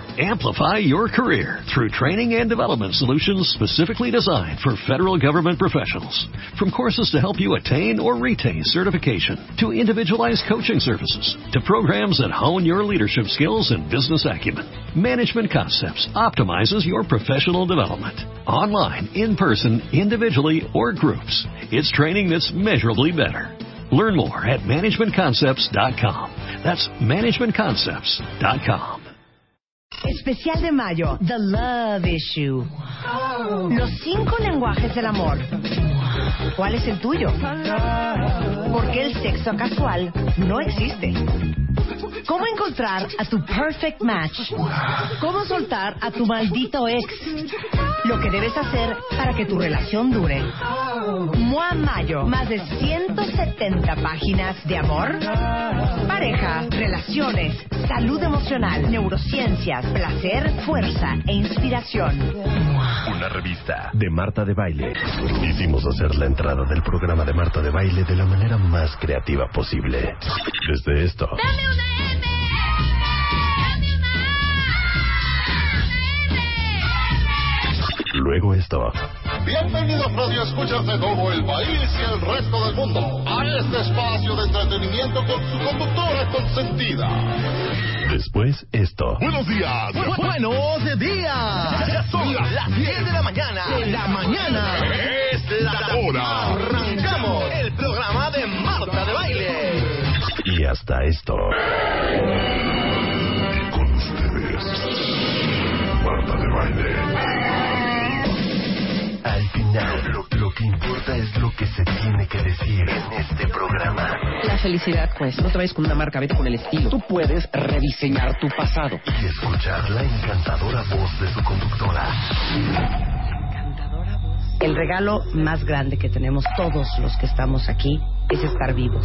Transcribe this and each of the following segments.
Amplify your career through training and development solutions specifically designed for federal government professionals. From courses to help you attain or retain certification, to individualized coaching services, to programs that hone your leadership skills and business acumen, Management Concepts optimizes your professional development. Online, in person, individually, or groups, it's training that's measurably better. Learn more at managementconcepts.com. That's managementconcepts.com. Especial de mayo, The Love Issue. Los 5 lenguajes del amor. ¿Cuál es el tuyo? Porque el sexo casual no existe. ¿Cómo encontrar a tu perfect match? ¿Cómo soltar a tu maldito ex? Lo que debes hacer para que tu relación dure. MOA Mayo, más de 170 páginas de amor, pareja, relaciones, salud emocional, neurociencias, placer, fuerza e inspiración. Una revista de Marta de Baile. Quisimos hacer la entrada del programa de Marta de Baile de la manera más creativa posible. Desde esto. ¡Dame una M! ¡Dame una M! Luego esto. Bienvenidos Radio Escuchas de todo el país y el resto del mundo a este espacio de entretenimiento con su conductora consentida. Después esto. Buenos días. Buenos días. Ya son las 10 de la mañana. La mañana Es la hora. arrancamos el programa de Marta de Baile. Y hasta esto. Con ustedes, Marta de Baile. Al final, lo que importa es lo que se tiene que decir en este programa. La felicidad, pues, no te vayas con una marca, vete con el estilo. Tú puedes rediseñar tu pasado. Y escuchar la encantadora voz de su conductora. El regalo más grande que tenemos todos los que estamos aquí es estar vivos.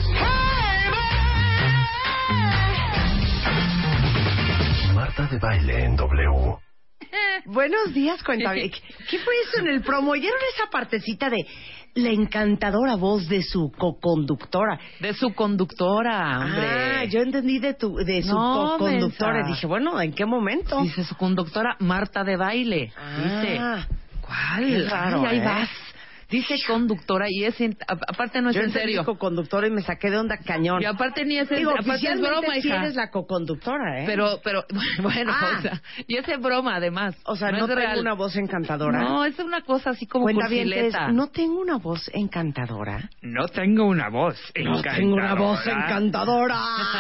Marta de Baile en W. Buenos días, cuéntame. ¿Qué fue eso en el promo? ¿Oyeron esa partecita de la encantadora voz de su co-conductora? De su conductora, hombre. Ah, yo entendí de su co-conductora. mensa. Dije, bueno, ¿en qué momento? Dice su conductora Marta de Baile. Dice, ¿cuál? Qué raro, Ay, ahí ¿eh? vas. Dice conductora y es aparte no es Yo en entendí serio. co-conductora y me saqué de onda cañón. Y aparte ni es Digo, aparte es oficialmente broma, sí hija. eres la co-conductora, ¿eh? Pero bueno, Ah. o sea, y es broma además. O sea, no es tengo real. una voz encantadora. No, es una cosa así como Cuentavientes, cursileta. no tengo una voz encantadora. No tengo una voz encantadora. No tengo una voz encantadora.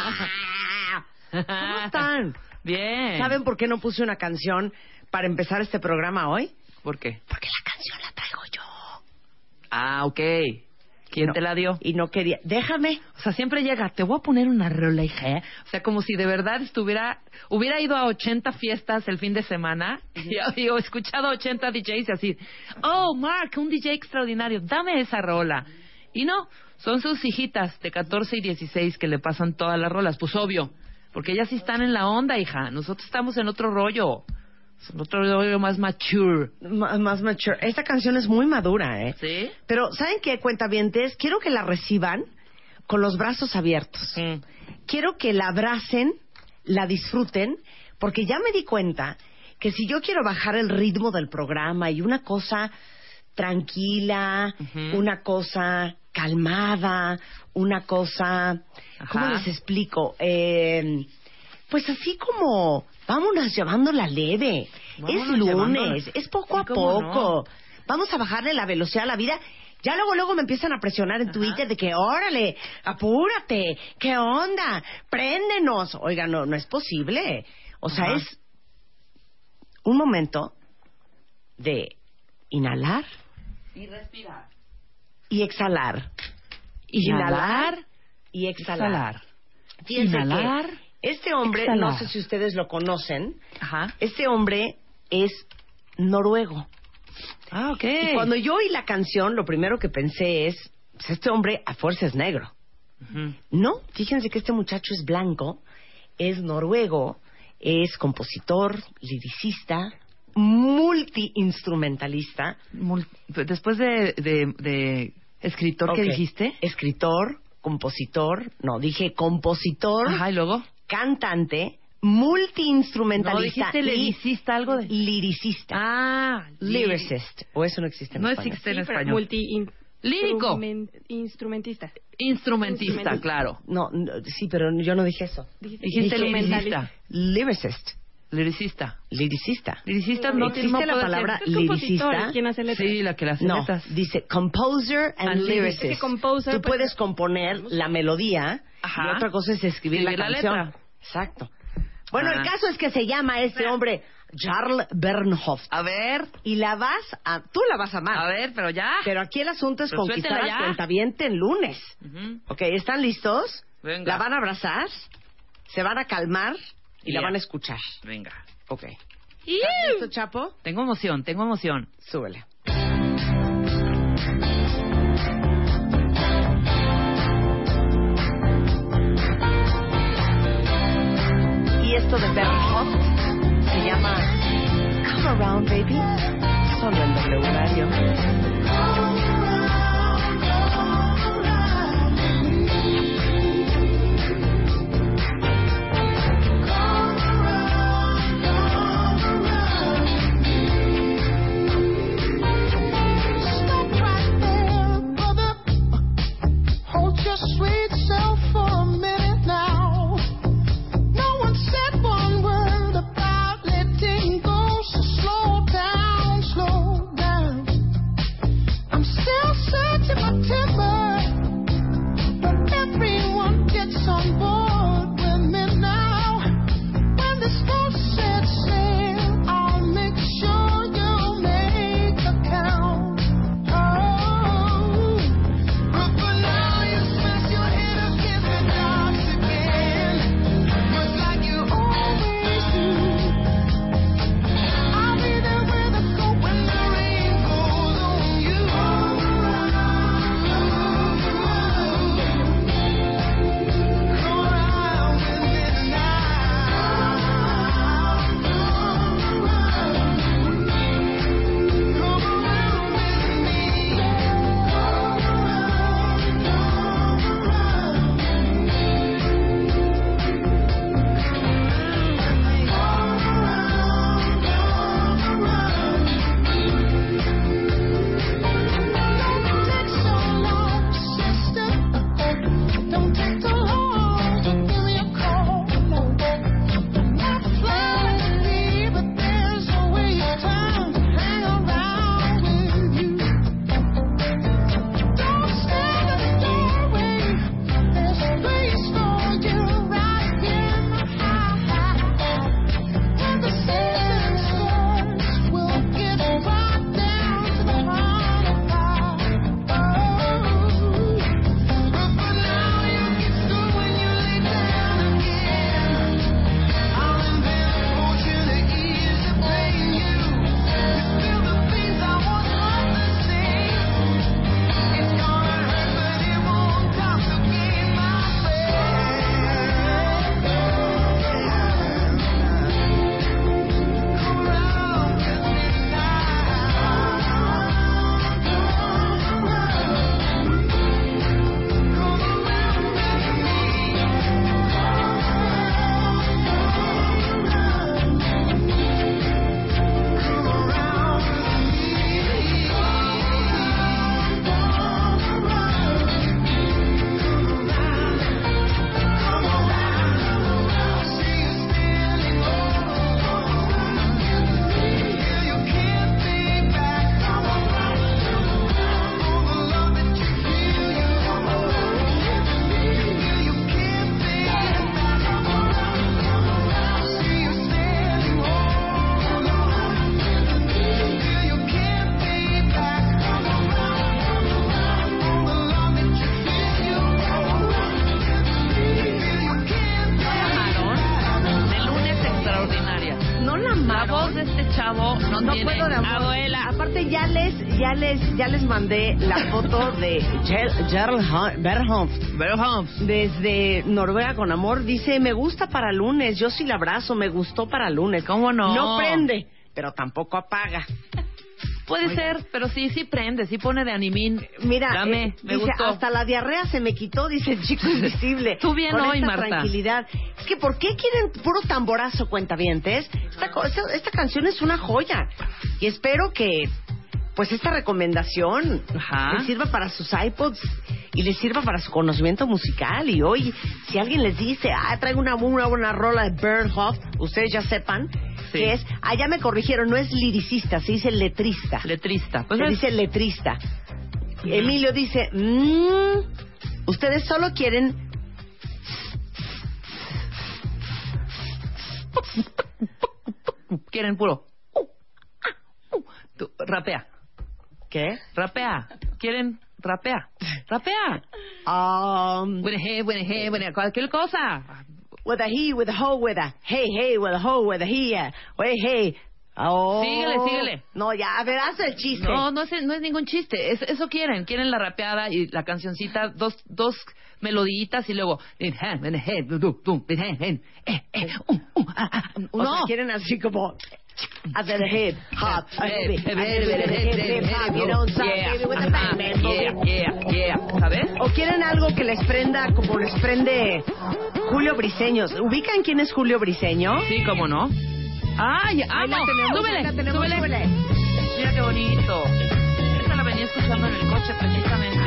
¿Cómo están? Bien. ¿Saben por qué no puse una canción para empezar este programa hoy? ¿Por qué? Porque la canción la traigo yo. Ah, ok. ¿Quién No, te la dio? Y no quería... Déjame. O sea, siempre llega, te voy a poner una rola, hija. O sea, como si de verdad hubiera ido a 80 fiestas el fin de semana y o escuchado a 80 DJs y así, oh, Mark, un DJ extraordinario, dame esa rola. Y no, son sus hijitas de 14 y 16 que le pasan todas las rolas. Pues obvio, porque ellas sí están en la onda, hija. Nosotros estamos en otro rollo. En otro rollo más mature. Más mature. Esta canción es muy madura, ¿eh? ¿Sí? Pero, ¿saben qué, cuentavientes? Quiero que la reciban con los brazos abiertos. Quiero que la abracen, la disfruten, porque ya me di cuenta que si yo quiero bajar el ritmo del programa y una cosa tranquila, una cosa calmada, una cosa... ¿Cómo les explico? Pues así como... Vámonos llevándola leve. Vámonos Es lunes, llevándola. es poco a Sí, cómo poco. no. Vamos a bajarle la velocidad a la vida. Ya luego me empiezan a presionar en Twitter de que, órale, apúrate, ¿qué onda? Préndenos. Oiga, no es posible. O sea, es un momento de inhalar Y respirar. y exhalar. Inhalar y exhalar. exhalar. Fíjense Inhalar, que este hombre, exhalar. no sé si ustedes lo conocen, Ajá. este hombre es noruego. Ah, ok. Y cuando yo oí la canción, lo primero que pensé es, pues este hombre a fuerza es negro. No, fíjense que este muchacho es blanco, es noruego, es compositor, liricista, multiinstrumentalista. Después de escritor, ¿qué Ok. dijiste? Escritor, compositor, no, dije compositor, Ajá, y luego. cantante, multiinstrumentalista. No, dijiste liricista, algo de... Liricista. Ah, Lyricist. O eso no existe en no español. existe en Sí, pero español. Lírico. Instrumentista. Instrumentista, claro. No, sí, pero yo no dije eso. Dijiste liricista. Lyricist. Liricista. Liricista. Liricista no ¿Existe no la puede palabra ser. liricista? ¿Quién hace letras? Sí, la que las No, letras. dice composer and lyricist. Es que composer, Tú pues, puedes componer la melodía Ajá. y otra cosa es escribir la Escribir la canción. letra. Exacto. Bueno, Ah. el caso es que se llama este hombre Jarl Bernhoft. A ver, Y tú la vas a amar. a ver, pero ya. Pero aquí el asunto es Pero conquistar suéltela al ya. cuentaviente el lunes. Ujú. Ok, ¿están listos? Venga. La van a abrazar, se van a calmar y la Ya. van a escuchar. Venga. Ok. ¿Estás listo, Chapo? Tengo emoción, tengo emoción. Súbele. Y esto de Bernhoft se llama Come Around Baby, solo en W Radio. Stop right there, brother. Hold your sweet self for a minute now. No one said one word about letting go, so slow down, slow down. I'm still searching my temper, but everyone gets on board with me now. When this boat sets sail, I'll make sure you make a count. Oh, but now you smash your head against the rocks again, just like you always do. I'll be there with a coat when the rain falls on you. Come around with me Don't take so long, sister. Don't take too long to give me a call. I'm not flashy, but there's always time to hang around with you. Don't stand in the doorway. There's space for you right in my heart. When the season starts, we'll get right down to the heart of God. But now you get still when you lay down again. I'll invent a potion that ease the pain you. Feel the things I once loved to say. It's gonna hurt, but it won't complicate my Come around with me De lunes extraordinaria. No la La amaron. voz de este chavo no, No tiene puedo de amor. abuela. Aparte ya les mandé la foto de Jarl Bernhoft desde Noruega con amor. Dice, me gusta para lunes, yo sí la abrazo, me gustó para lunes. ¿Cómo no? No prende, pero tampoco apaga. Puede ser, pero sí prende, sí pone de animín. Mira, me dice, gustó. hasta la diarrea se me quitó, dice el chico invisible. Tú bien con hoy, esta Marta. Tranquilidad. Es que, ¿por qué quieren puro tamborazo, cuentavientes? Esta canción es una joya. Y espero que, pues, esta recomendación les sirva para sus iPods y les sirva para su conocimiento musical. Y hoy, si alguien les dice, traigo una buena rola de Bernhoft, ustedes ya sepan que es, ya me corrigieron, no es liricista, se dice letrista. Letrista. Pues se dice letrista. Emilio dice, ustedes solo quieren... Quieren puro... Tú, rapea. ¿Qué? Rapea. ¿Quieren? Rapea. Rapea. Cualquier cosa. With a he, with a ho, with a hey, with a ho, with a he, hey. Oh. Síguele. No, ya, a ver, haz el chiste. No es ningún chiste. Eso quieren la rapeada y la cancioncita, dos meloditas y luego... O sea, quieren así como... At the head, hot, baby, you know, baby with a bang, yeah, ¿sabes? O quieren algo que les prenda como les prende Julio Briseño. ¿Ubican quién es Julio Briseño? Sí, cómo no. Ahí la tenemos, súbele. Mira qué bonito. Esta la venía escuchando en el coche precisamente.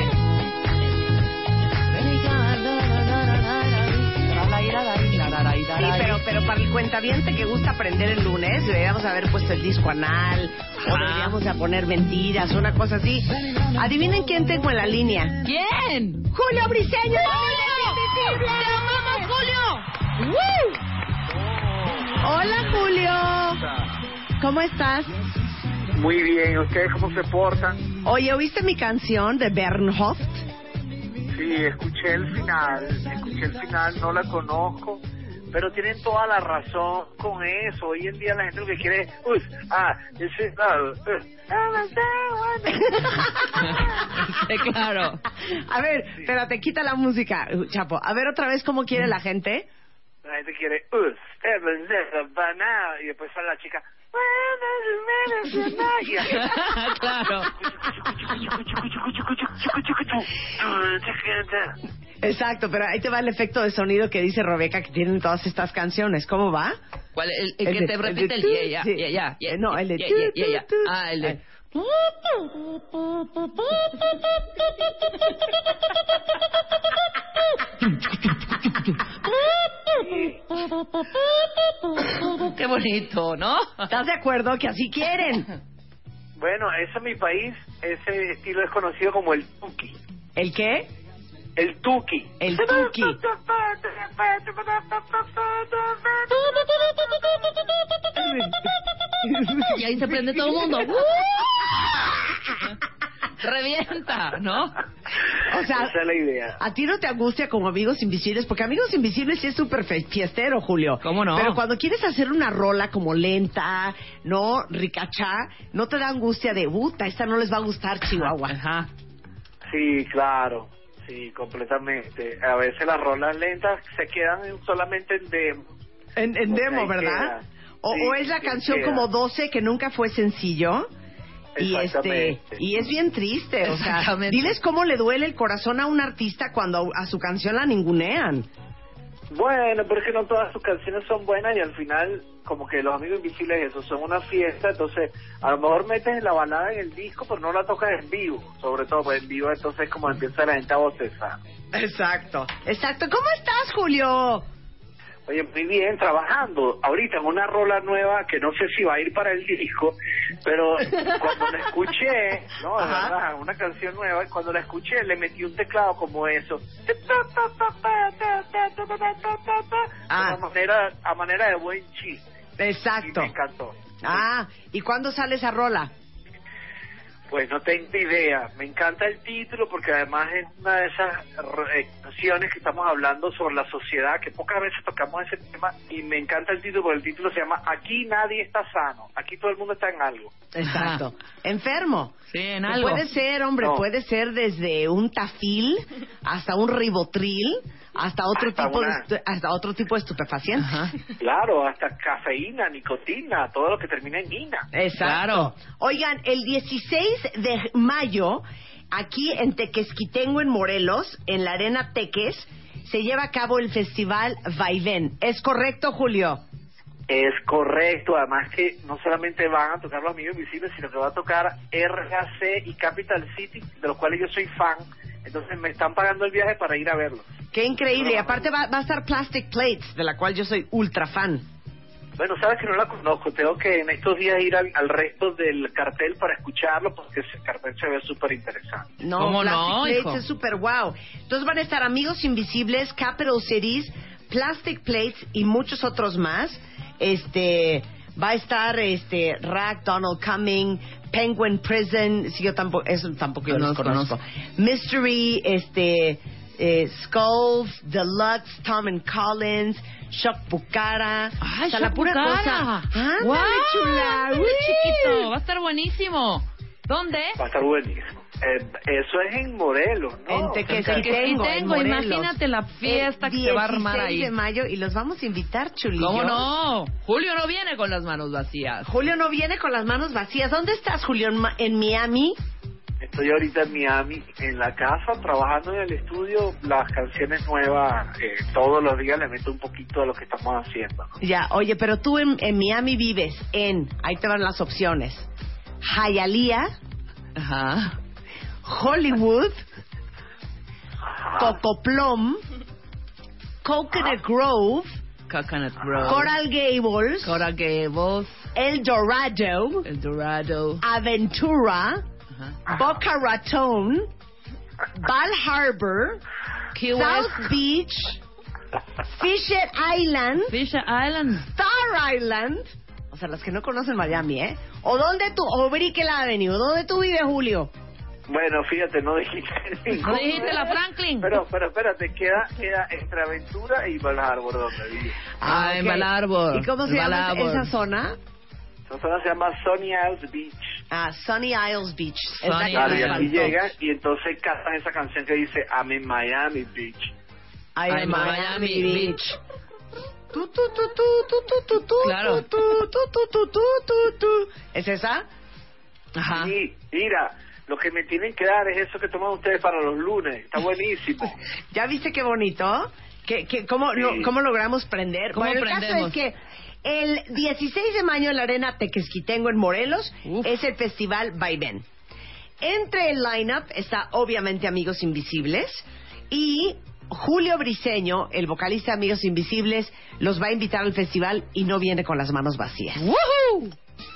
Sí, pero para el cuentaviente que gusta aprender el lunes, deberíamos haber puesto el disco anal, o deberíamos de poner mentiras, una cosa así. Adivinen quién tengo en la línea. ¿Quién? ¡Julio Briseño! ¡Te amamos, Julio! Hola, Julio. ¿Cómo estás? Muy bien, ¿ustedes cómo se portan? Oye, ¿oíste mi canción de Bernhoft? Sí, escuché el final, no la conozco, pero tienen toda la razón con eso. Hoy en día la gente lo que quiere es, claro. A ver, espérate, quita la música, Chapo. A ver otra vez cómo quiere la gente. La gente quiere, y después sale la chica. Claro. Exacto, pero ahí te va el efecto de sonido que dice Rebeca que tienen todas estas canciones. ¿Cómo va? ¿Cuál? El que te repite el ya. No, el de ya. Ah, el de... Qué bonito, ¿no? ¿Estás de acuerdo que así quieren? Bueno, eso en mi país, ese estilo es conocido como el tuki. ¿El qué? El tuki. El tuki. Y ahí se prende todo el mundo. Revienta, ¿no? O sea, esa es la idea. ¿A ti no te angustia como Amigos Invisibles? Porque Amigos Invisibles sí es súper fiestero, Julio. ¿Cómo no? Pero cuando quieres hacer una rola como lenta, ¿no? Ricachá, ¿no te da angustia de, esta no les va a gustar, Chihuahua? Ajá. Sí, claro. Sí, completamente. A veces las rolas lentas se quedan solamente en demo. En demo, ¿verdad? O es la canción como 12 que nunca fue sencillo. Y y es bien triste, o sea, diles cómo le duele el corazón a un artista cuando a su canción la ningunean. Bueno, pero es que no todas sus canciones son buenas y al final, como que Los Amigos Invisibles, eso son una fiesta, entonces a lo mejor metes la balada en el disco, pero no la tocas en vivo, sobre todo, pues en vivo entonces como empieza la gente a bostezar. Exacto. ¿Cómo estás, Julio? Oye, muy bien, trabajando ahorita en una rola nueva que no sé si va a ir para el disco, pero cuando la escuché, ¿no? De verdad, una canción nueva, cuando la escuché le metí un teclado como eso, a manera de buen chiste. Exacto. Y me encantó. ¿Y cuándo sale esa rola? Pues no tengo idea. Me encanta el título porque además es una de esas canciones que estamos hablando sobre la sociedad, que pocas veces tocamos ese tema, y me encanta el título porque el título se llama Aquí nadie está sano, aquí todo el mundo está en algo. Exacto. Enfermo. Sí, en algo. Puede ser, hombre, puede ser desde un Tafil hasta un Ribotril, hasta otro tipo de estupefaciente. Claro, hasta cafeína, nicotina, todo lo que termina en ina. Exacto. Claro. Oigan, el 16 de mayo, aquí en Tequesquitengo, en Morelos, en la Arena Teques, se lleva a cabo el festival Vaivén. ¿Es correcto, Julio? Es correcto, además que no solamente van a tocar los Amigos Invisibles, sino que va a tocar RAC y Capital City, de los cuales yo soy fan, entonces me están pagando el viaje para ir a verlos. Qué increíble, y aparte va a estar Plastic Plates, de la cual yo soy ultra fan. Bueno, sabes que no la conozco, tengo que en estos días ir al resto del cartel para escucharlo, porque ese cartel se ve súper interesante. No, ¿Cómo Plastic no, Plates hijo? es súper wow. Entonces van a estar Amigos Invisibles, Capital Cities, Plastic Plates y muchos otros más. Va a estar Rack, Donald Cumming, Penguin Prison, sí, yo tampoco yo No los los conozco. Mystery, Skulls, Deluxe, Tom and Collins, Shock Pucara, ¡Ay, o sea, la Shock pura Pucara! cosa. ¡Ándale, ¡Guau! chula! ¡Ándale, chiquito! Va a estar buenísimo. ¿Dónde? Va a estar buenísimo. Eso es en Morelos, ¿no? En Tequesquitengo, en Tequesquitengo, Morelos. Imagínate la fiesta que se va a armar ahí. 16 de mayo, y los vamos a invitar, chulillo. ¿Cómo no? Julio no viene con las manos vacías. Julio no viene con las manos vacías. ¿Dónde estás, Julio? ¿En Miami? Estoy ahorita en Miami, en la casa, trabajando en el estudio, las canciones nuevas, todos los días le meto un poquito de lo que estamos haciendo, ¿no? Ya, oye, pero tú en Miami vives ahí te van las opciones: Hialeah, Ajá. Hollywood, Cocoplum, Coconut Grove, Coconut Grove. Coral Gables, Coral Gables. El Dorado, El Dorado. Aventura, Ajá. Boca Raton, Bal Harbor, Key West. South Beach, Fisher Island, Fisher Island. Star Island. O sea, las que no conocen Miami, ¿eh? O Brickell Avenue. ¿Dónde tú vives, Julio? Bueno, fíjate, no dijiste No dijiste la Franklin. Pero espérate, queda entre Aventura y Bal Harbor, donde vive. En Bal Harbor. ¿Y cómo se Bal llama Harbor. esa zona? Esa zona se llama Sunny Isles Beach. Sunny Isles Beach. Sunny Claro, y Isles. aquí llegan y entonces cantan esa canción que dice I'm in Miami Beach. I'm in Miami Beach. Tu, tu, tu, tu, tu, tu, tu, tu, Claro. tu, tu, tu, tu, tu, tu, tu. ¿Es esa? Ajá. Sí, mira, lo que me tienen que dar es eso que toman ustedes para los lunes. Está buenísimo. ¿Ya viste qué bonito? ¿Cómo, Sí. ¿Cómo logramos prender? ¿Cómo Bueno, el caso prendemos? es que el 16 de mayo en la Arena Tequesquitengo en Morelos es el festival Vaivén. Entre el line-up está obviamente Amigos Invisibles y Julio Briseño, el vocalista de Amigos Invisibles, los va a invitar al festival y no viene con las manos vacías. ¡Woohoo!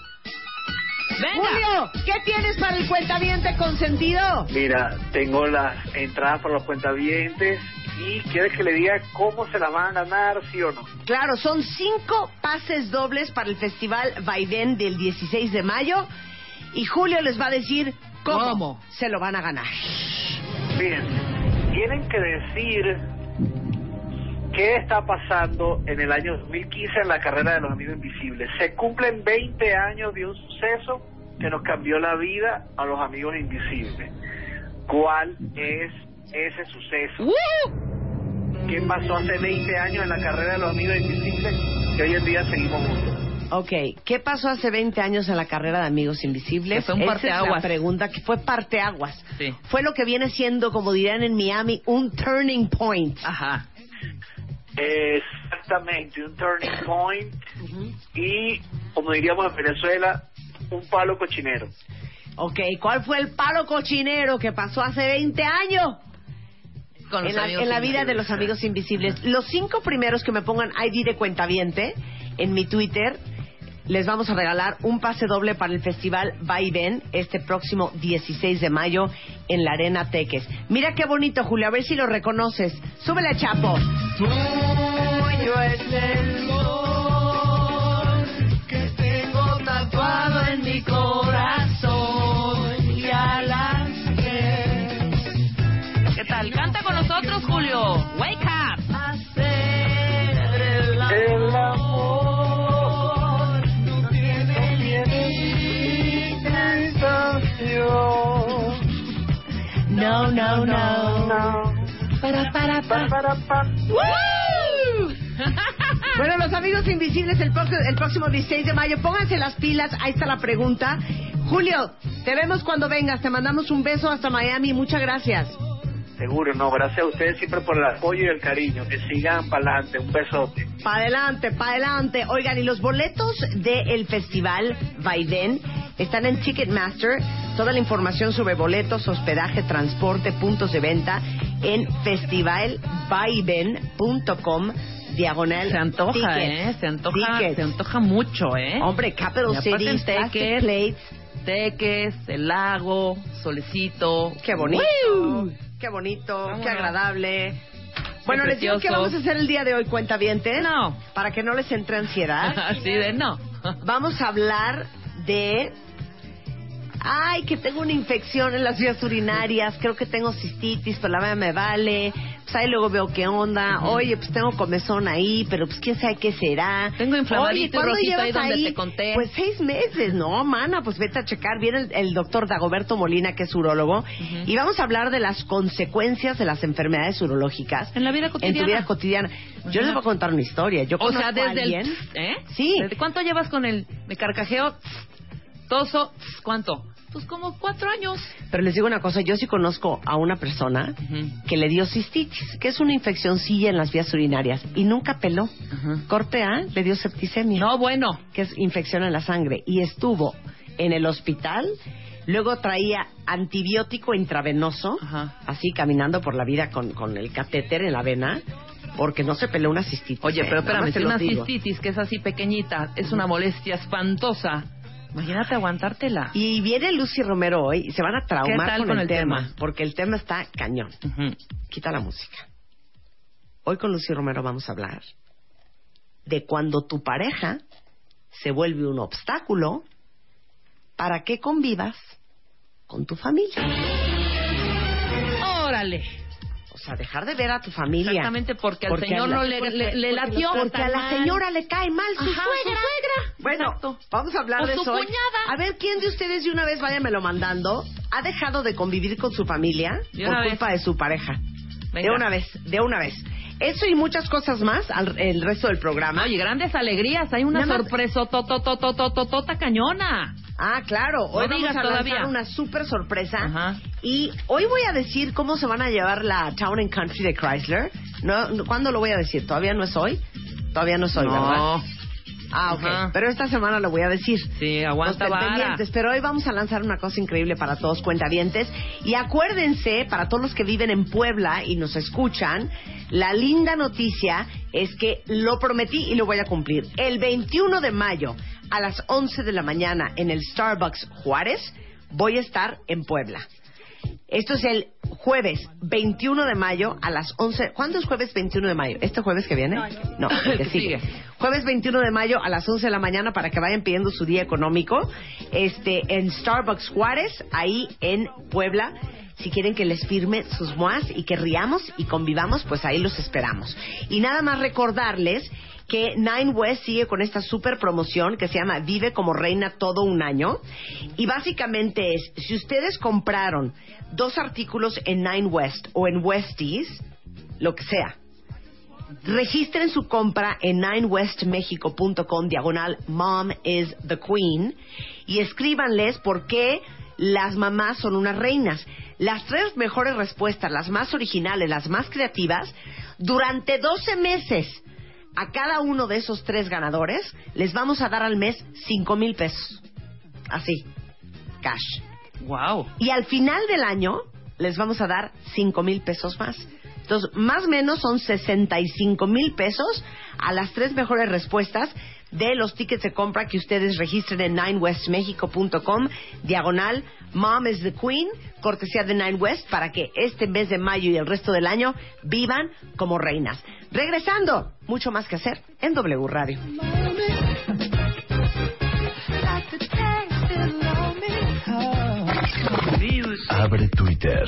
¡Venga! Julio, ¿qué tienes para el cuentaviente consentido? Mira, tengo las entradas para los cuentavientes y ¿quieres que le diga cómo se las van a ganar, sí o no? Claro, son 5 pases dobles para el festival Vaivén del 16 de mayo y Julio les va a decir cómo se lo van a ganar. Fíjense, tienen que decir qué está pasando en el año 2015 en la carrera de los Amigos Invisibles. Se cumplen 20 años de un suceso que nos cambió la vida a los Amigos Invisibles. ¿Cuál es ese suceso? ¿Qué pasó hace 20 años en la carrera de los Amigos Invisibles que hoy en día seguimos juntos? Ok, ¿qué pasó hace 20 años en la carrera de Amigos Invisibles? Que fue un Esa es la parteaguas. pregunta, que fue parteaguas. Sí. Fue lo que viene siendo, como dirían en Miami, un turning point. Ajá. Exactamente, un turning point y, como diríamos en Venezuela, un palo cochinero. Ok, ¿cuál fue el palo cochinero que pasó hace 20 años? Con los amigos En la vida invisibles. de los Amigos Invisibles. Los 5 primeros que me pongan ID de cuentaviente en mi Twitter, les vamos a regalar un pase doble para el festival Vaivén este próximo 16 de mayo en la Arena Teques. Mira qué bonito, Julio, a ver si lo reconoces. Súbele, Chapo. Tuyo es el sol que tengo tatuado en mi corazón y alas que ¿Qué tal? Canta con nosotros, Julio. Wake up. hacer el El amor no tiene limitación. No, no, no. No. Para, Bueno, los amigos invisibles el próximo 16 de mayo, pónganse las pilas, ahí está la pregunta. Julio, te vemos cuando vengas, te mandamos un beso hasta Miami, muchas gracias. Seguro, no, gracias a ustedes siempre por el apoyo y el cariño, que sigan para adelante, un besote. Para adelante, para adelante. Oigan, y los boletos del festival Vaivén están en Ticketmaster. Toda la información sobre boletos, hospedaje, transporte, puntos de venta en festivalvaivén.com. Diagonal. Se antoja, tickets. Se antoja mucho, Hombre, Capital City, Plastic Plates. Teques, el lago, solecito. Qué bonito. ¡Woo! Qué bonito, Vámonos. qué agradable. Bueno, Qué les digo, ¿qué precioso. vamos a hacer el día de hoy, cuentavientes? No. Para que no les entre ansiedad. Así de no. Vamos a hablar de... Ay, que tengo una infección en las vías urinarias, creo que tengo cistitis, pero la verdad me vale. Pues ahí luego veo qué onda. Oye, pues tengo comezón ahí, pero pues quién sabe qué será. Tengo inflamadito. Oye, ¿cuándo y rojito ahí llevas donde te conté. Pues 6 meses, ¿no, mana? Pues vete a checar. Viene el doctor Dagoberto Molina, que es urólogo, y vamos a hablar de las consecuencias de las enfermedades urológicas En la vida cotidiana. en tu vida cotidiana. Yo les voy a contar una historia. Yo O sea, conozco a desde alguien... el... Sí. ¿Desde cuánto llevas con el... Me carcajeo, toso, ¿cuánto? Pues como 4 años. Pero les digo una cosa, yo sí conozco a una persona que le dio cistitis, que es una infeccioncilla en las vías urinarias, y nunca peló. Corte A, le dio septicemia. No, bueno. Que es infección en la sangre. Y estuvo en el hospital, luego traía antibiótico intravenoso, así caminando por la vida con el catéter en la vena, porque no se peló una cistitis. Oye, pero Nada más espérame, te si lo una digo. cistitis que es así pequeñita, es una molestia espantosa. Imagínate aguantártela. Y viene Lucy Romero hoy y se van a traumar ¿Qué tal con el el tema, tema? porque el tema está cañón. Quita la música. Hoy con Lucy Romero vamos a hablar de cuando tu pareja se vuelve un obstáculo para que convivas con tu familia. ¡Órale! O sea, dejar de ver a tu familia. Exactamente, porque al señor no le latió. Porque a la señora le cae mal su Ajá, suegra. su suegra. Bueno, Exacto. vamos a hablar O de su eso hoy. cuñada. A ver, ¿quién de ustedes de una vez, váyanmelo mandando, ha dejado de convivir con su familia De por una culpa de su pareja? Venga. De una vez. Eso y muchas cosas más el resto del programa. Oye, grandes alegrías. Hay una Nada más- sorpresa totototototota cañona. Ah, claro. Hoy No vamos digas a lanzar todavía. una súper sorpresa. Ajá. Y hoy voy a decir cómo se van a llevar la Town and Country de Chrysler. ¿Cuándo lo voy a decir? ¿Todavía no es hoy? Todavía no es hoy, ¿verdad? No. Ah, ok. Ajá. Pero esta semana lo voy a decir. Sí, aguanta Los vara. pendientes. Pero hoy vamos a lanzar una cosa increíble para todos cuentavientes. Y acuérdense, para todos los que viven en Puebla y nos escuchan, la linda noticia es que lo prometí y lo voy a cumplir. El 21 de mayo a las 11 de la mañana en el Starbucks Juárez voy a estar en Puebla. Esto es el jueves 21 de mayo a las 11. ¿Cuándo es jueves 21 de mayo? ¿Este jueves que viene? No, el que sigue. Jueves 21 de mayo a las 11 de la mañana para que vayan pidiendo su día económico. En Starbucks Juárez, ahí en Puebla. Si quieren que les firme sus moas y que riamos y convivamos, pues ahí los esperamos. Y nada más recordarles que Nine West sigue con esta super promoción que se llama Vive como Reina todo un año. Y básicamente es, si ustedes compraron 2 artículos en Nine West o en Westies, lo que sea, registren su compra en ninewestmexico.com/Mom is the Queen y escríbanles por qué las mamás son unas reinas. Las 3 mejores respuestas, las más originales, las más creativas, durante 12 meses a cada uno de esos 3 ganadores les vamos a dar al mes 5,000 pesos. Así, cash. Wow. Y al final del año les vamos a dar 5,000 pesos más. Entonces, más o menos son 65,000 pesos a las 3 mejores respuestas de los tickets de compra que ustedes registren en ninewestmexico.com/Mom is the Queen, cortesía de Nine West, para que este mes de mayo y el resto del año vivan como reinas. Regresando, mucho más que hacer en W Radio. Abre Twitter.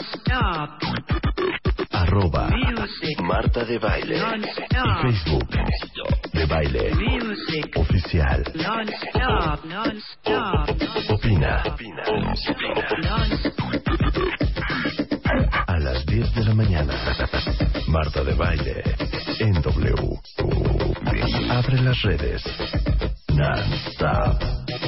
Arroba Marta de Baile. Facebook de Baile Oficial. Opina. A las 10 de de la mañana. Marta de Baile en W. Abre las redes. Non-stop.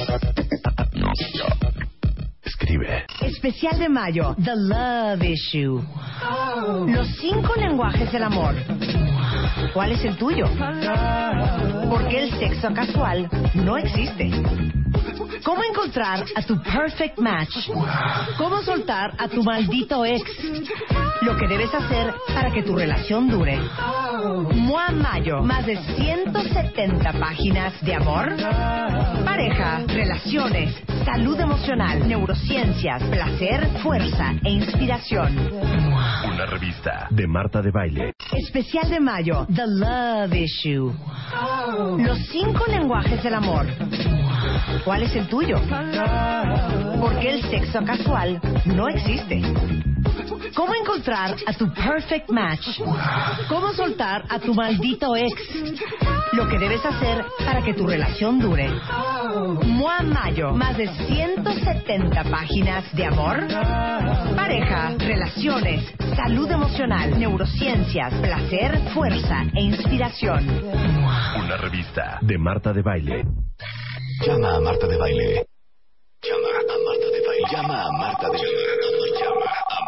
Escribe. Especial de mayo, The Love Issue. Los 5 lenguajes del amor. ¿Cuál es el tuyo? ¿Por qué el sexo casual no existe? ¿Cómo encontrar a tu perfect match? ¿Cómo soltar a tu maldito ex? Lo que debes hacer para que tu relación dure. Mua Mayo, más de 170 páginas de amor, pareja, relaciones, salud emocional, neurociencias, placer, fuerza e inspiración. Una revista de Marta de Baile. Especial de mayo, The Love Issue. Los 5 lenguajes del amor. ¿Cuál es el tuyo? ¿Por qué el sexo casual no existe? ¿Cómo encontrar a tu perfect match? ¿Cómo soltar a tu maldito ex? Lo que debes hacer para que tu relación dure. Mua Mayo, más de 170 páginas de amor, pareja, relaciones, salud emocional, neurociencias, placer, fuerza e inspiración. Una revista de Marta de Baile. Llama a Marta de Baile. Llama a Marta de Baile. Llama a Marta de Baile. Llama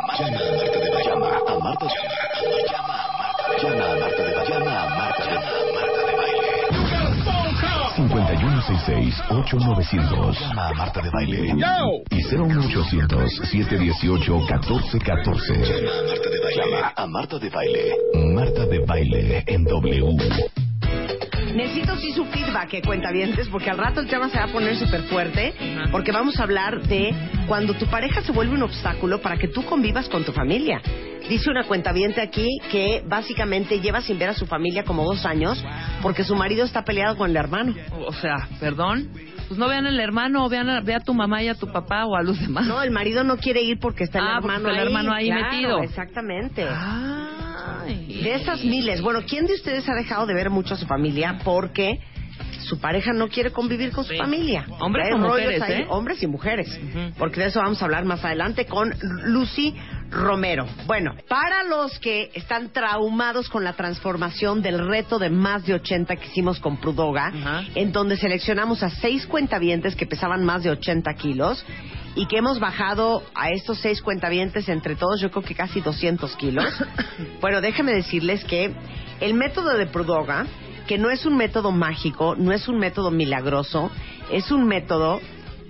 a Marta de Baile. Llama a Marta de Baile. Llama a Marta de Baile. Llama a Marta de Baile. 5166-8900. Llama a Marta de Baile. Y 01800-718-1414. Llama a Marta de Baile. Marta de Baile en W. Necesito sí su feedback, cuentavientes, porque al rato el tema se va a poner súper fuerte, porque vamos a hablar de cuando tu pareja se vuelve un obstáculo para que tú convivas con tu familia. Dice una cuentaviente aquí que básicamente lleva sin ver a su familia como 2 años porque su marido está peleado con el hermano. O sea, perdón, pues no vean al hermano, ve a tu mamá y a tu papá o a los demás. No, el marido no quiere ir porque está el hermano ahí. El hermano ahí claro, metido. Exactamente. Ay. De esas miles. Bueno, ¿quién de ustedes ha dejado de ver mucho a su familia porque su pareja no quiere convivir con su familia? Hombres o mujeres, ahí, hombres y mujeres. Porque de eso vamos a hablar más adelante con Lucy Romero. Bueno, para los que están traumados con la transformación del reto de más de 80 que hicimos con Prudoga, en donde seleccionamos a 6 cuentavientes que pesaban más de 80 kilos y que hemos bajado a estos 6 cuentavientes entre todos, yo creo que casi 200 kilos. Bueno, déjenme decirles que el método de Prudoga, que no es un método mágico, no es un método milagroso, es un método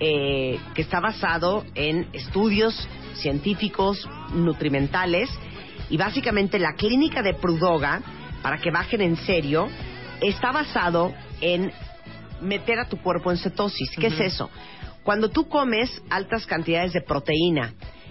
que está basado en estudios científicos, nutrimentales, y básicamente la clínica de Prudoga, para que bajen en serio, está basado en meter a tu cuerpo en cetosis. ¿Qué es eso? Cuando tú comes altas cantidades de proteína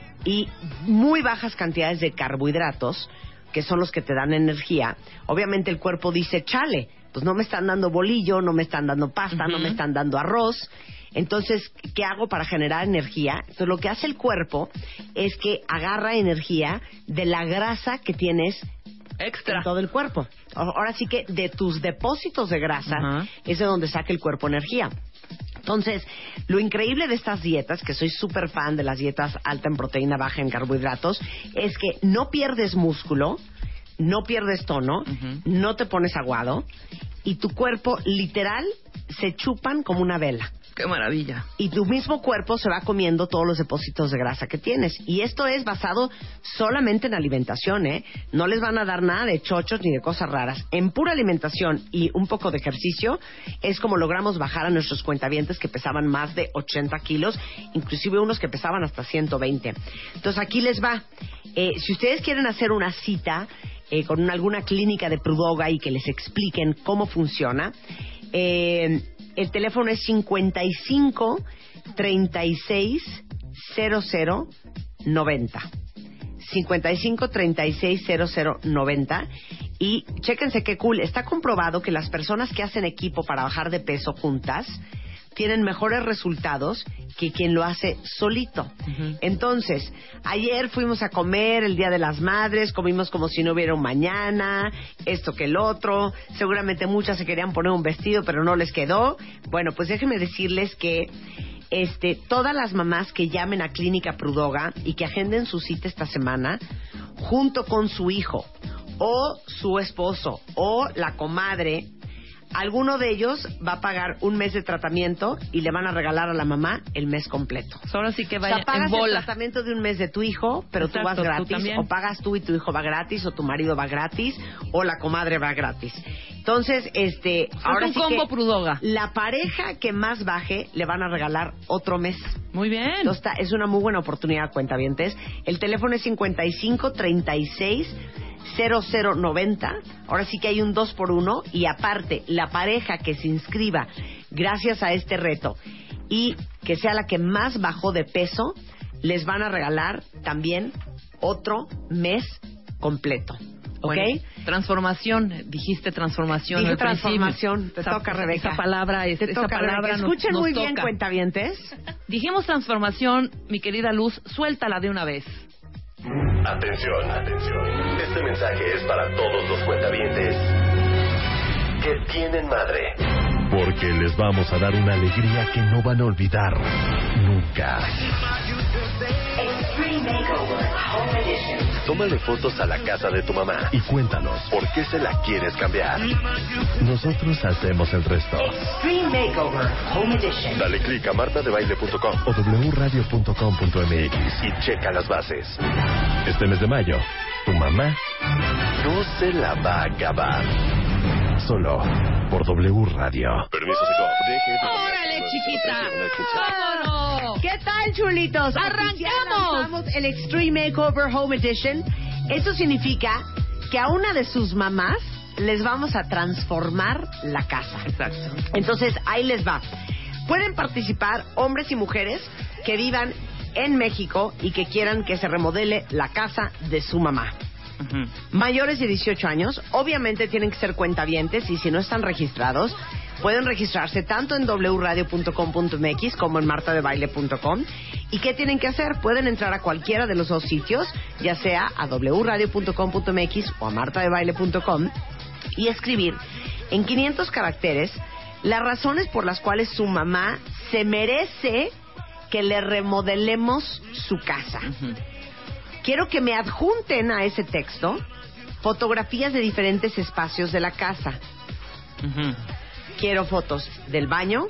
y muy bajas cantidades de carbohidratos, que son los que te dan energía, obviamente el cuerpo dice, chale, pues no me están dando bolillo, no me están dando pasta, no me están dando arroz. Entonces, ¿qué hago para generar energía? Entonces, lo que hace el cuerpo es que agarra energía de la grasa que tienes extra en todo el cuerpo. Ahora sí que de tus depósitos de grasa es de donde saca el cuerpo energía. Entonces, lo increíble de estas dietas, que soy súper fan de las dietas alta en proteína, baja en carbohidratos, es que no pierdes músculo, no pierdes tono, no te pones aguado, y tu cuerpo literal se chupan como una vela. ¡Qué maravilla! Y tu mismo cuerpo se va comiendo todos los depósitos de grasa que tienes. Y esto es basado solamente en alimentación, ¿eh? No les van a dar nada de chochos ni de cosas raras. En pura alimentación y un poco de ejercicio es como logramos bajar a nuestros cuentavientes que pesaban más de 80 kilos, inclusive unos que pesaban hasta 120. Entonces aquí les va. Si ustedes quieren hacer una cita con alguna clínica de Prudoga y que les expliquen cómo funciona, el teléfono es 55 36 00 90. 55 36 00 90. Y chéquense qué cool. Está comprobado que las personas que hacen equipo para bajar de peso juntas tienen mejores resultados que quien lo hace solito. Entonces, ayer fuimos a comer el Día de las Madres, comimos como si no hubiera un mañana, esto que el otro, seguramente muchas se querían poner un vestido, pero no les quedó. Bueno, pues déjenme decirles que todas las mamás que llamen a Clínica Prudoga y que agenden su cita esta semana, junto con su hijo o su esposo o la comadre, alguno de ellos va a pagar un mes de tratamiento y le van a regalar a la mamá el mes completo. Ahora sí que vaya, o sea, pagas en bola. el tratamiento de un mes de tu hijo, pero Exacto, tú vas tú gratis, también. o pagas tú y tu hijo va gratis, o tu marido va gratis, o la comadre va gratis. Entonces, ahora un sí combo que Prudoga. la pareja que más baje le van a regalar otro mes. Muy bien. Entonces, es una muy buena oportunidad, cuentavientes. El teléfono es 55 36 0090. Ahora sí que hay un 2x1 y aparte, la pareja que se inscriba gracias a este reto y que sea la que más bajó de peso, les van a regalar también otro mes completo. ¿Ok? Bueno, transformación, dijiste transformación. Dije al principio. transformación, te toca, Rebeca. Esa palabra, Te esa toca, palabra Rebeca. nos, Escuchen nos muy toca. bien, cuentavientes. Dijimos transformación, mi querida Luz, suéltala de una vez. Atención, atención. Este mensaje es para todos los cuentavientes que tienen madre. Porque les vamos a dar una alegría que no van a olvidar nunca. Tómale fotos a la casa de tu mamá y cuéntanos por qué se la quieres cambiar. Nosotros hacemos el resto. Extreme Makeover Home Edition. Dale click a martadebaile.com o wradio.com.mx y checa las bases. Este mes de mayo, tu mamá no se la va a acabar. Solo por W Radio. Permiso, ¡Órale, chiquita! ¡Vámonos! ¿Qué tal, chulitos? ¡Arrancamos! Lanzamos el Extreme Makeover Home Edition. Eso significa que a una de sus mamás les vamos a transformar la casa. Exacto. Entonces, ahí les va. Pueden participar hombres y mujeres que vivan en México y que quieran que se remodele la casa de su mamá. Uh-huh. Mayores de 18 años, obviamente tienen que ser cuentavientes y si no están registrados, pueden registrarse tanto en wradio.com.mx como en martadebaile.com. ¿Y qué tienen que hacer? Pueden entrar a cualquiera de los dos sitios, ya sea a wradio.com.mx o a martadebaile.com y escribir en 500 caracteres las razones por las cuales su mamá se merece que le remodelemos su casa. Uh-huh. Quiero que me adjunten a ese texto fotografías de diferentes espacios de la casa. Uh-huh. Quiero fotos del baño,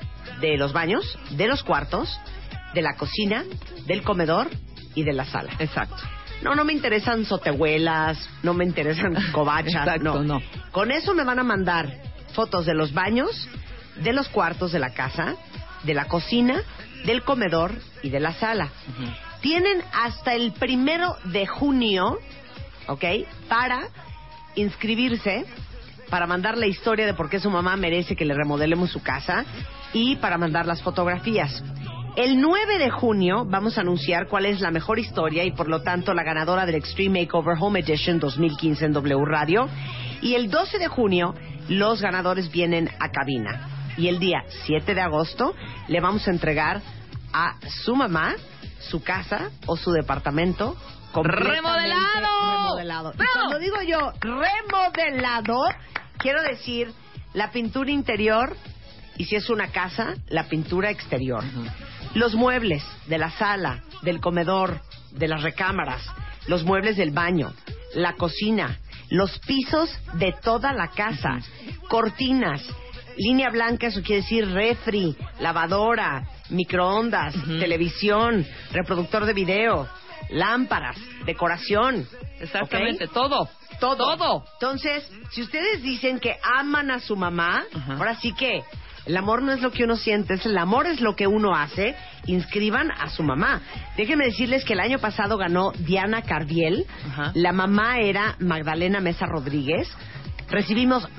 de los baños, de los cuartos, de la cocina, del comedor y de la sala. Exacto. No me interesan sotehuelas, no me interesan covachas, Exacto, no. Con eso me van a mandar fotos de los baños, de los cuartos de la casa, de la cocina, del comedor y de la sala. Uh-huh. Tienen hasta el 1 de junio, ¿ok?, para inscribirse, para mandar la historia de por qué su mamá merece que le remodelemos su casa y para mandar las fotografías. El 9 de junio vamos a anunciar cuál es la mejor historia y por lo tanto la ganadora del Extreme Makeover Home Edition 2015 en W Radio. Y el 12 de junio los ganadores vienen a cabina. Y el día 7 de agosto le vamos a entregar a su mamá su casa o su departamento completamente remodelado. Y cuando digo yo remodelado, quiero decir la pintura interior y si es una casa, la pintura exterior. Uh-huh. Los muebles de la sala, del comedor, de las recámaras, los muebles del baño, la cocina, los pisos de toda la casa, cortinas, línea blanca, eso quiere decir refri, lavadora, microondas, televisión, reproductor de video, lámparas, decoración. Exactamente, ¿okay? Todo. Entonces, si ustedes dicen que aman a su mamá, ahora sí que el amor no es lo que uno siente, el amor es lo que uno hace. Inscriban a su mamá. Déjenme decirles que el año pasado ganó Diana Cardiel. La mamá era Magdalena Mesa Rodríguez. Recibimos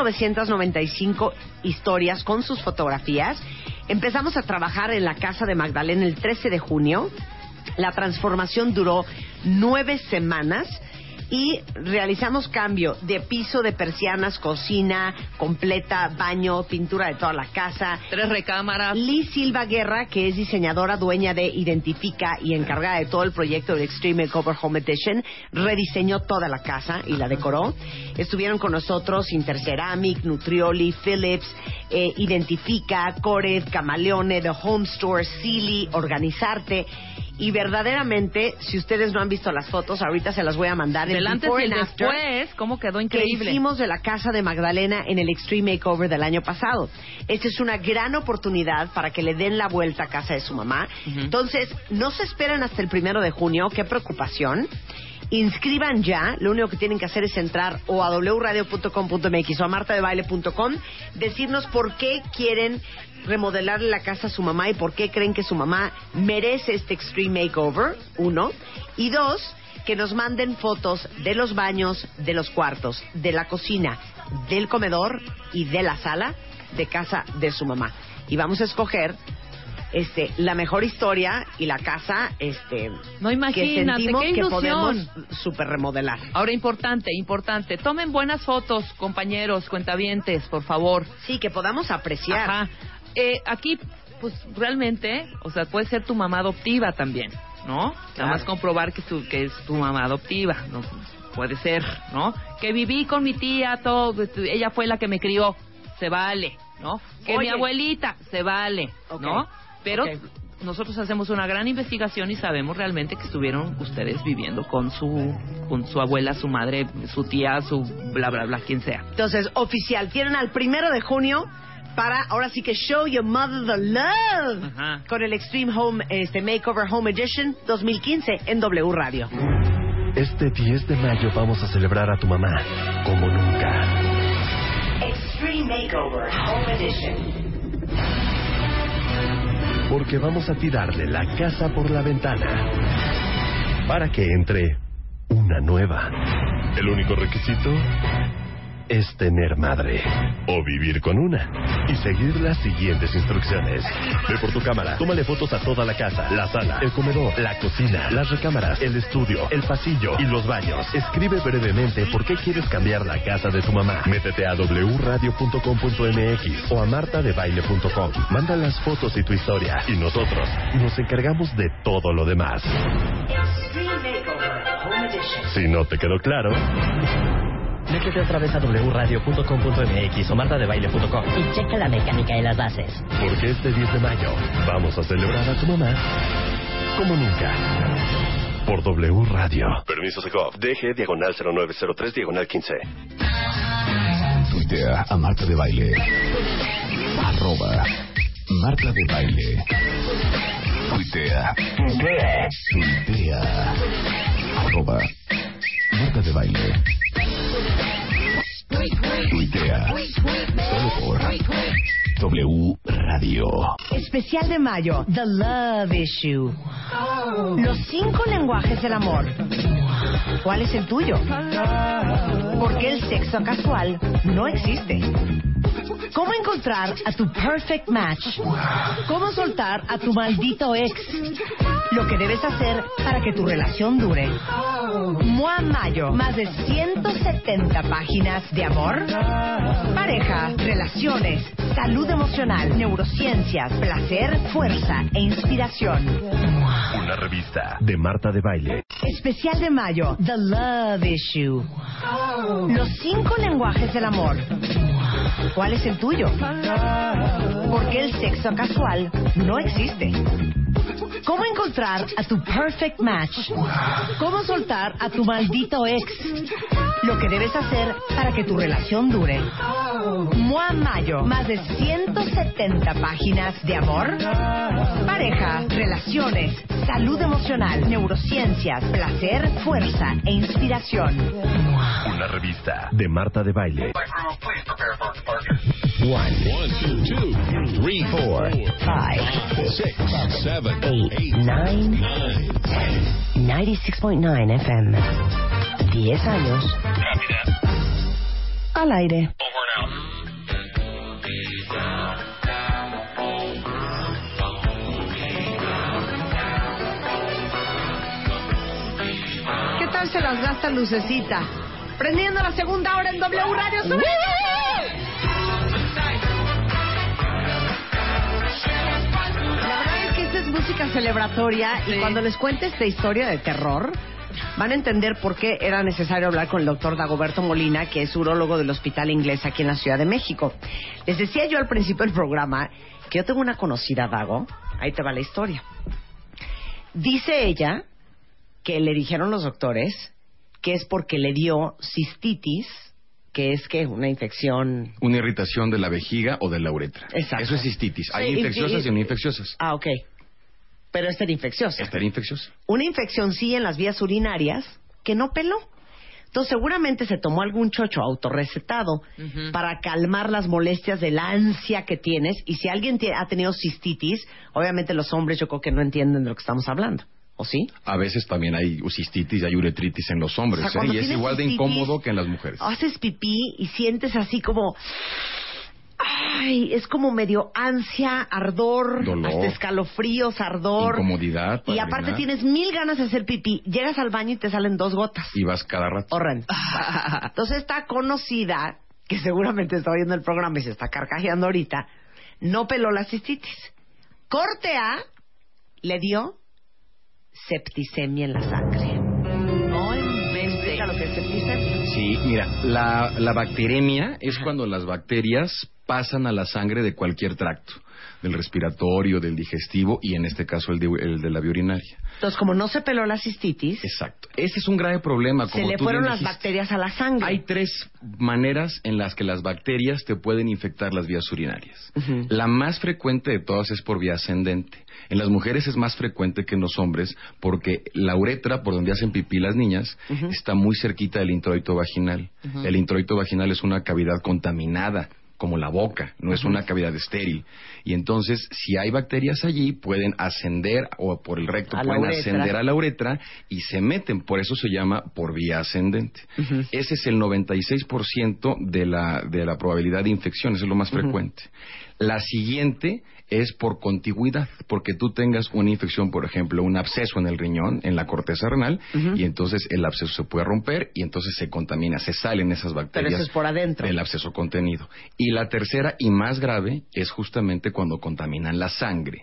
1995 historias con sus fotografías. Empezamos a trabajar en la casa de Magdalena el 13 de junio. La transformación duró 9 semanas y realizamos cambio de piso, de persianas, cocina completa, baño, pintura de toda la casa. 3 recámaras. Liz Silva Guerra, que es diseñadora dueña de Identifica y encargada de todo el proyecto de Extreme Makeover Home Edition, rediseñó toda la casa y la decoró. Estuvieron con nosotros Interceramic, Nutrioli, Philips, Identifica, Cored, Camaleone, The Home Store, Sealy, Organizarte. Y verdaderamente, si ustedes no han visto las fotos, ahorita se las voy a mandar. Del antes y el after después, cómo quedó que increíble. hicimos de la casa de Magdalena en el Extreme Makeover del año pasado. Esta es una gran oportunidad para que le den la vuelta a casa de su mamá. Entonces, no se esperen hasta el 1 de junio. ¡Qué preocupación! Inscriban ya. Lo único que tienen que hacer es entrar o a wradio.com.mx o a martadebaile.com, decirnos por qué quieren remodelarle la casa a su mamá y por qué creen que su mamá merece este Extreme Makeover, 1. Y 2, que nos manden fotos de los baños, de los cuartos, de la cocina, del comedor y de la sala de casa de su mamá. Y vamos a escoger la mejor historia y la casa no, imagínate, que sentimos qué que ilusión. podemos super remodelar. Ahora, importante, tomen buenas fotos, compañeros, cuentavientes, por favor. Sí, que podamos apreciar. Ajá. Aquí, pues, realmente, o sea, puede ser tu mamá adoptiva también, ¿no? Claro. Nada más comprobar que es tu mamá adoptiva, ¿no? Puede ser, ¿no? Que viví con mi tía, ella fue la que me crió, se vale, ¿no? Que mi abuelita, se vale, ¿no? Pero nosotros hacemos una gran investigación y sabemos realmente que estuvieron ustedes viviendo con su abuela, su madre, su tía, su bla, bla, bla, quien sea. Entonces, oficial, tienen al 1 de junio para, ahora sí que show your mother the love. Ajá. Con el Extreme Home Makeover Home Edition 2015 en W Radio. Este 10 de mayo vamos a celebrar a tu mamá como nunca. Extreme Makeover Home Edition. Porque vamos a tirarle la casa por la ventana para que entre una nueva. El único requisito es tener madre o vivir con una y seguir las siguientes instrucciones. Ve por tu cámara, tómale fotos a toda la casa, la sala, el comedor, la cocina, las recámaras, el estudio, el pasillo y los baños. Escribe brevemente por qué quieres cambiar la casa de tu mamá. Métete a wradio.com.mx o a martadebaile.com. Manda las fotos y tu historia y nosotros nos encargamos de todo lo demás. Si no te quedó claro, métete otra vez a wradio.com.mx o martadebaile.com y checa la mecánica y las bases. Porque este 10 de mayo vamos a celebrar a tu mamá como nunca. Por W Radio. Permiso Segov. DG /0903/15. Tuitea a Marta de Baile. @Marta de Baile. Tuitea. @Marta de Baile. Tuitea. Solo por W Radio. Especial de mayo, The Love Issue. Los 5 lenguajes del amor. ¿Cuál es el tuyo? ¿Por qué el sexo casual no existe? ¿Cómo encontrar a tu perfect match? ¿Cómo soltar a tu maldito ex? Lo que debes hacer para que tu relación dure. MOA Mayo, más de 170 páginas de amor, pareja, relaciones, salud emocional, neurociencias, placer, fuerza e inspiración. Una revista de Marta de Baile. Especial de mayo, The Love Issue. Los 5 lenguajes del amor. ¿Cuál es el tuyo? ¿Por qué el sexo casual no existe? ¿Cómo encontrar a tu perfect match? ¿Cómo soltar a tu maldito ex? Lo que debes hacer para que tu relación dure. MOA Mayo, más de 170 páginas de amor, pareja, relaciones, salud emocional, neurociencias, placer, fuerza e inspiración. Una revista de Marta de Baile. 1, 2, 3, 4, 5, 6, 7, 8, 9, 10. 96.9 FM. 10 años. Al aire. ¿Qué tal se las gasta Lucecita? Prendiendo la segunda hora en W Radio. ¡Sube! La verdad es que esta es música celebratoria y cuando les cuente esta historia de terror van a entender por qué era necesario hablar con el doctor Dagoberto Molina, que es urólogo del Hospital Inglés aquí en la Ciudad de México. Les decía yo al principio del programa que yo tengo una conocida, Dago. Ahí te va la historia. Dice ella que le dijeron los doctores que es porque le dio cistitis, que es que una infección... Una irritación de la vejiga o de la uretra. Exacto. Eso es cistitis. Hay Sí, infecciosas y no infecciosas. Ah, ok. Pero esta era infecciosa. Esta era infecciosa. Una infección sí en las vías urinarias que no peló. Entonces seguramente se tomó algún chocho autorrecetado para calmar las molestias de la ansia que tienes. Y si alguien ha tenido cistitis, obviamente los hombres yo creo que no entienden de lo que estamos hablando. ¿O sí? A veces también hay cistitis y hay uretritis en los hombres, O sea, y es igual de cistitis, incómodo que en las mujeres. Haces pipí y sientes así como... Ay, es como medio ansia, ardor, dolor, hasta escalofríos, ardor, incomodidad. Y aparte tienes 1000 ganas de hacer pipí. Llegas al baño y te salen 2 gotas. Y vas cada rato. Horrendo. Entonces está conocida, que seguramente está oyendo el programa y se está carcajeando ahorita, no peló la cistitis. Corte A, le dio septicemia en la sangre. No inventes lo que es septicemia. Sí, mira, la bacteremia es cuando las bacterias pasan a la sangre de cualquier tracto, del respiratorio, del digestivo y en este caso el de la vía urinaria. Entonces, como no se peló la cistitis... Exacto. Ese es un grave problema. Se le fueron las bacterias a la sangre. Hay 3 maneras en las que las bacterias te pueden infectar las vías urinarias. La más frecuente de todas es por vía ascendente. En las mujeres es más frecuente que en los hombres porque la uretra, por donde hacen pipí las niñas, está muy cerquita del introito vaginal. El introito vaginal es una cavidad contaminada, como la boca, no es una cavidad estéril. Y entonces, si hay bacterias allí, pueden ascender, o por el recto pueden ascender a la uretra y se meten, por eso se llama por vía ascendente. Ese es el 96% de la probabilidad de infección, eso es lo más frecuente. La siguiente es por contigüidad, porque tú tengas una infección, por ejemplo, un absceso en el riñón, en la corteza renal, y entonces el absceso se puede romper y entonces se contamina, se salen esas bacterias. Pero eso es por adentro. Del absceso contenido. Y la tercera y más grave es justamente cuando contaminan la sangre.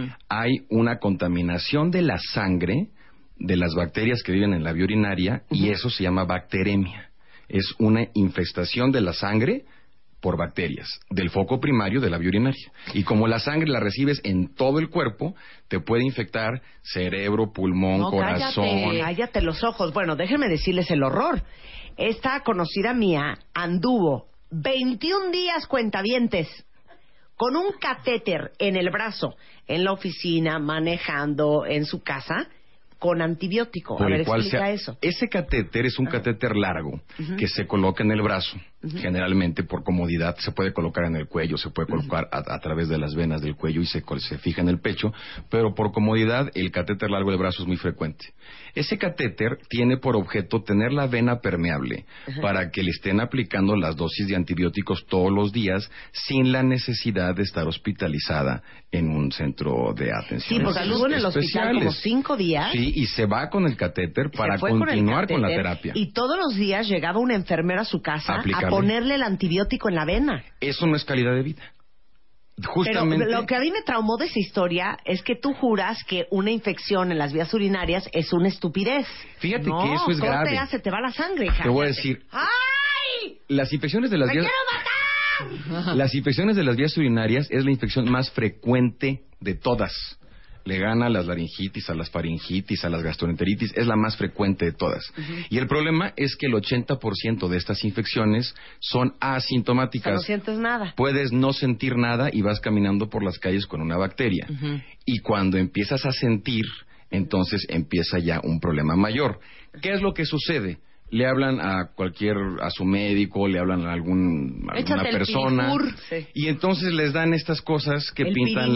Hay una contaminación de la sangre de las bacterias que viven en la vía urinaria y eso se llama bacteremia. Es una infestación de la sangre por bacterias, del foco primario de la vía urinaria. Y como la sangre la recibes en todo el cuerpo, te puede infectar cerebro, pulmón, corazón. Cállate los ojos. Bueno, déjenme decirles el horror. Esta conocida mía anduvo 21 días, cuentavientes, con un catéter en el brazo, en la oficina, manejando, en su casa, con antibiótico. A ver, explica eso. Ese catéter es un catéter largo que se coloca en el brazo. Generalmente, por comodidad, se puede colocar en el cuello, se puede colocar a través de las venas del cuello y se fija en el pecho, pero por comodidad, el catéter largo del brazo es muy frecuente. Ese catéter tiene por objeto tener la vena permeable para que le estén aplicando las dosis de antibióticos todos los días sin la necesidad de estar hospitalizada en un centro de atención. Sí, porque estuvo en el hospital como 5 días. Sí, y se va con el catéter para continuar con la terapia. Y todos los días llegaba una enfermera a su casa a ponerle el antibiótico en la vena. Eso no es calidad de vida. Justamente. Pero lo que a mí me traumó de esa historia es que tú juras que una infección en las vías urinarias es una estupidez. Fíjate que eso es grave. Se te va la sangre, hija. Te voy a decir. ¡Ay! Las infecciones de las vías... ¡Me quiero matar! Las infecciones de las vías urinarias es la infección más frecuente de todas. Le gana a las laringitis, a las faringitis, a las gastroenteritis, es la más frecuente de todas. Y el problema es que el 80% de estas infecciones son asintomáticas. O sea, no sientes nada. Puedes no sentir nada y vas caminando por las calles con una bacteria. Y cuando empiezas a sentir, entonces empieza ya un problema mayor. ¿Qué es lo que sucede? Le hablan a su médico, le hablan a alguna persona y entonces les dan estas cosas que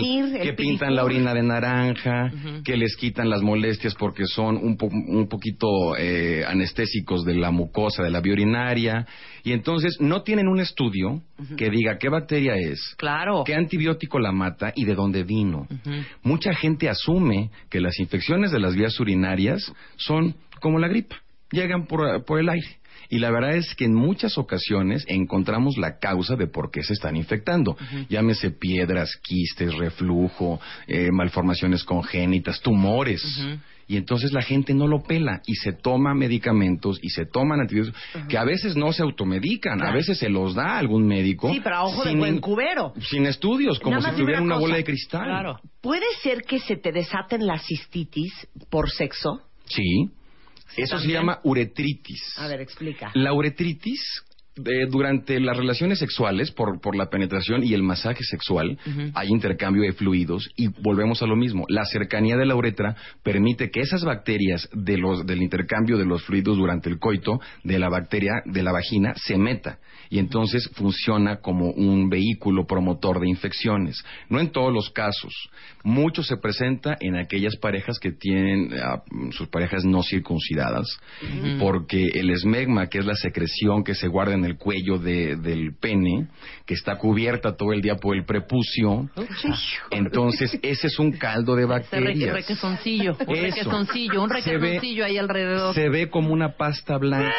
pintan la orina de naranja, que les quitan las molestias porque son un poquito anestésicos de la mucosa de la vía urinaria y entonces no tienen un estudio que diga qué bacteria es, qué antibiótico la mata y de dónde vino. Mucha gente asume que las infecciones de las vías urinarias son como la gripa. Llegan por el aire. Y la verdad es que en muchas ocasiones encontramos la causa de por qué se están infectando. Llámese piedras, quistes, reflujo, malformaciones congénitas, tumores. Y entonces la gente no lo pela y se toma medicamentos y se toman antibióticos que a veces no se automedican, a veces se los da algún médico. Sí, pero a ojo de buen cubero. Sin estudios, como si tuvieran una bola de cristal. Claro. ¿Puede ser que se te desaten las cistitis por sexo? Sí. Eso se llama uretritis. A ver, explica. La uretritis, durante las relaciones sexuales, por la penetración y el masaje sexual, hay intercambio de fluidos y volvemos a lo mismo. La cercanía de la uretra permite que esas bacterias del intercambio de los fluidos durante el coito, de la bacteria de la vagina, se meta. Y entonces funciona como un vehículo promotor de infecciones. No en todos los casos. Mucho se presenta en aquellas parejas que tienen sus parejas no circuncidadas, porque el esmegma, que es la secreción que se guarda en el cuello del pene, que está cubierta todo el día por el prepucio, entonces ese es un caldo de bacterias. Requesoncillo, un requesoncillo ahí alrededor. Se ve como una pasta blanca.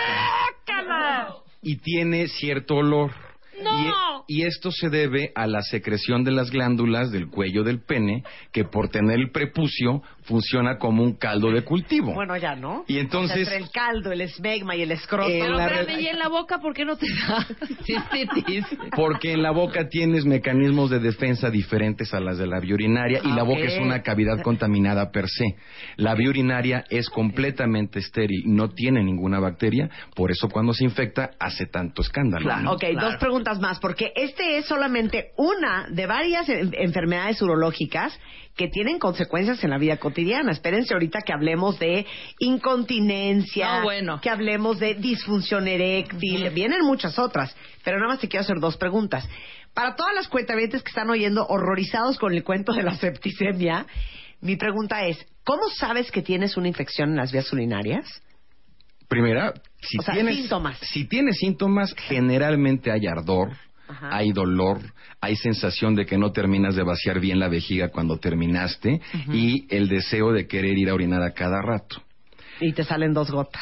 Y tiene cierto olor. ¡No! Y esto se debe a la secreción de las glándulas del cuello del pene, que por tener el prepucio funciona como un caldo de cultivo. Bueno, ya no. Y entonces... O sea, entre el caldo, el esmegma y el escroto. ¿Y en la boca por qué no te da cistitis? Porque en la boca tienes mecanismos de defensa diferentes a las de la vía urinaria y la boca es una cavidad contaminada per se. La vía urinaria es completamente estéril, no tiene ninguna bacteria, por eso cuando se infecta hace tanto escándalo. Claro, ¿no? ok, dos preguntas más, porque este es solamente una de varias enfermedades urológicas que tienen consecuencias en la vida cotidiana. Espérense ahorita que hablemos de incontinencia, que hablemos de disfunción eréctil, vienen muchas otras, pero nada más te quiero hacer dos preguntas. Para todas las cuentavientes que están oyendo horrorizados con el cuento de la septicemia, mi pregunta es, ¿cómo sabes que tienes una infección en las vías urinarias? Primera, si tienes síntomas, generalmente hay ardor, hay dolor, hay sensación de que no terminas de vaciar bien la vejiga cuando terminaste y el deseo de querer ir a orinar a cada rato. Y te salen 2 gotas.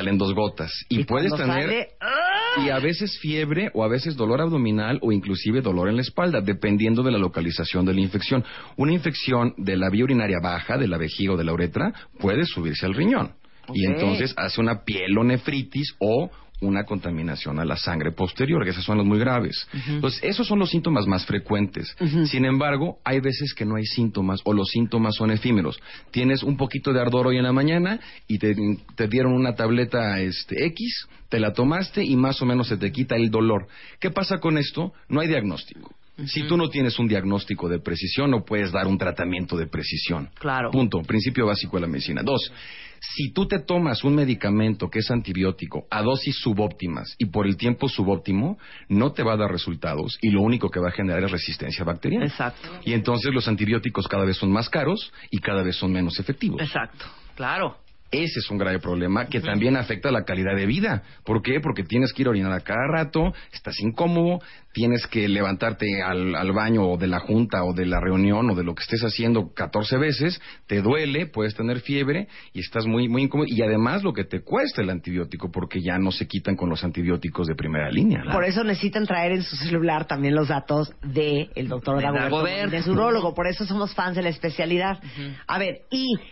Y puedes tener... Y a veces fiebre o a veces dolor abdominal o inclusive dolor en la espalda, dependiendo de la localización de la infección. Una infección de la vía urinaria baja, de la vejiga o de la uretra, puede subirse al riñón. Y entonces hace una pielonefritis o una contaminación a la sangre posterior, que esas son las muy graves. Entonces, esos son los síntomas más frecuentes. Sin embargo, hay veces que no hay síntomas o los síntomas son efímeros. Tienes un poquito de ardor hoy en la mañana y te dieron una tableta X, te la tomaste y más o menos se te quita el dolor. ¿Qué pasa con esto? No hay diagnóstico. Si tú no tienes un diagnóstico de precisión, no puedes dar un tratamiento de precisión. Claro. Punto. Principio básico de la medicina. 2. Si tú te tomas un medicamento que es antibiótico a dosis subóptimas y por el tiempo subóptimo, no te va a dar resultados y lo único que va a generar es resistencia bacteriana. Exacto. Y entonces los antibióticos cada vez son más caros y cada vez son menos efectivos. Exacto. Claro. Ese es un grave problema que también afecta la calidad de vida. ¿Por qué? Porque tienes que ir a orinar a cada rato, estás incómodo, tienes que levantarte al baño de la junta o de la reunión o de lo que estés haciendo 14 veces, te duele, puedes tener fiebre y estás muy, muy incómodo. Y además lo que te cuesta el antibiótico, porque ya no se quitan con los antibióticos de primera línea. Por eso necesitan traer en su celular también los datos del doctor Dagoberto, de urólogo. Por eso somos fans de la especialidad. A ver,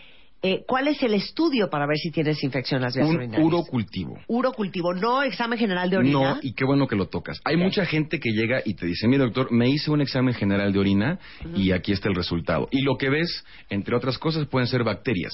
¿cuál es el estudio para ver si tienes infección en las vías urinarias? Urocultivo. Urocultivo, no examen general de orina. No, y qué bueno que lo tocas. Hay mucha gente que llega y te dice, mire doctor, me hice un examen general de orina y aquí está el resultado. Y lo que ves, entre otras cosas, pueden ser bacterias.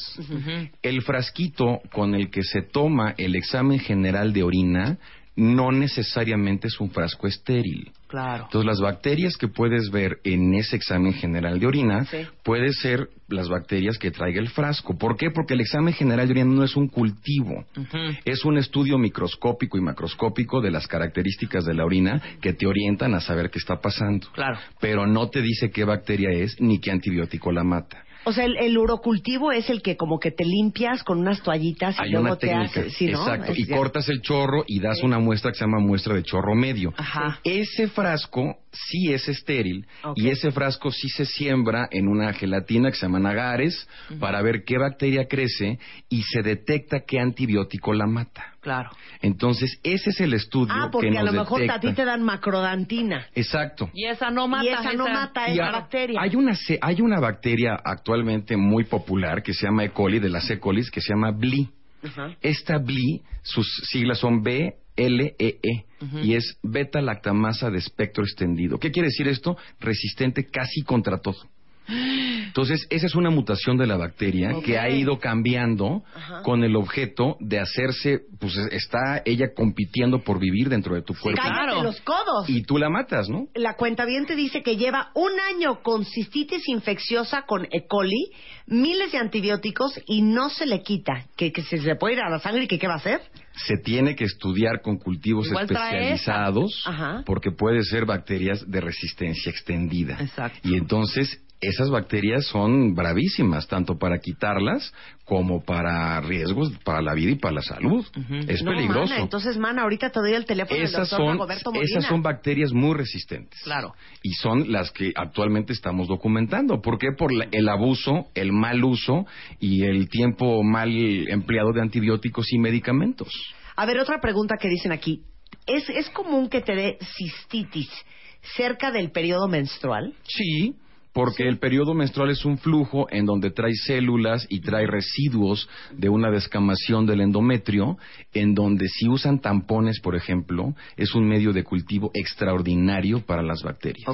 El frasquito con el que se toma el examen general de orina no necesariamente es un frasco estéril. Claro. Entonces, las bacterias que puedes ver en ese examen general de orina pueden ser las bacterias que traiga el frasco. ¿Por qué? Porque el examen general de orina no es un cultivo. Es un estudio microscópico y macroscópico de las características de la orina que te orientan a saber qué está pasando. Claro. Pero no te dice qué bacteria es ni qué antibiótico la mata. O sea, el urocultivo es el que como que te limpias con unas toallitas y hay luego una te técnica, haces... ¿Sí, no? exacto, y cortas el chorro y das una muestra que se llama muestra de chorro medio. Ajá. Ese frasco sí es estéril y ese frasco sí se siembra en una gelatina que se llaman agares para ver qué bacteria crece y se detecta qué antibiótico la mata. Claro. Entonces, ese es el estudio que nos porque a lo mejor detecta. a ti te dan macrodantina. Exacto. Y esa no mata. Y esa no mata esa bacteria. Hay una bacteria actualmente muy popular que se llama E. coli, de las E. colis, que se llama BLI. Esta BLI, sus siglas son BLEE, y es beta-lactamasa de espectro extendido. ¿Qué quiere decir esto? Resistente casi contra todo. Entonces, esa es una mutación de la bacteria que ha ido cambiando con el objeto de hacerse, pues está ella compitiendo por vivir dentro de tu cuerpo. ¡Cállate los codos! Y tú la matas, ¿no? La cuentaviente dice que lleva 1 año con cistitis infecciosa con E. coli, miles de antibióticos y no se le quita. Que se le puede ir a la sangre y que ¿qué va a hacer? Se tiene que estudiar con cultivos Igual especializados porque puede ser bacterias de resistencia extendida. Exacto. Y entonces esas bacterias son bravísimas, tanto para quitarlas como para riesgos para la vida y para la salud. Es peligroso. Mana, entonces, ahorita te doy el teléfono del doctor Dagoberto Molina. Esas son bacterias muy resistentes. Claro. Y son las que actualmente estamos documentando. ¿Por qué? Por el abuso, el mal uso y el tiempo mal empleado de antibióticos y medicamentos. A ver, otra pregunta que dicen aquí. ¿Es común que te dé cistitis cerca del periodo menstrual? Sí. Porque el periodo menstrual es un flujo en donde trae células y trae residuos de una descamación del endometrio, en donde si usan tampones, por ejemplo, es un medio de cultivo extraordinario para las bacterias.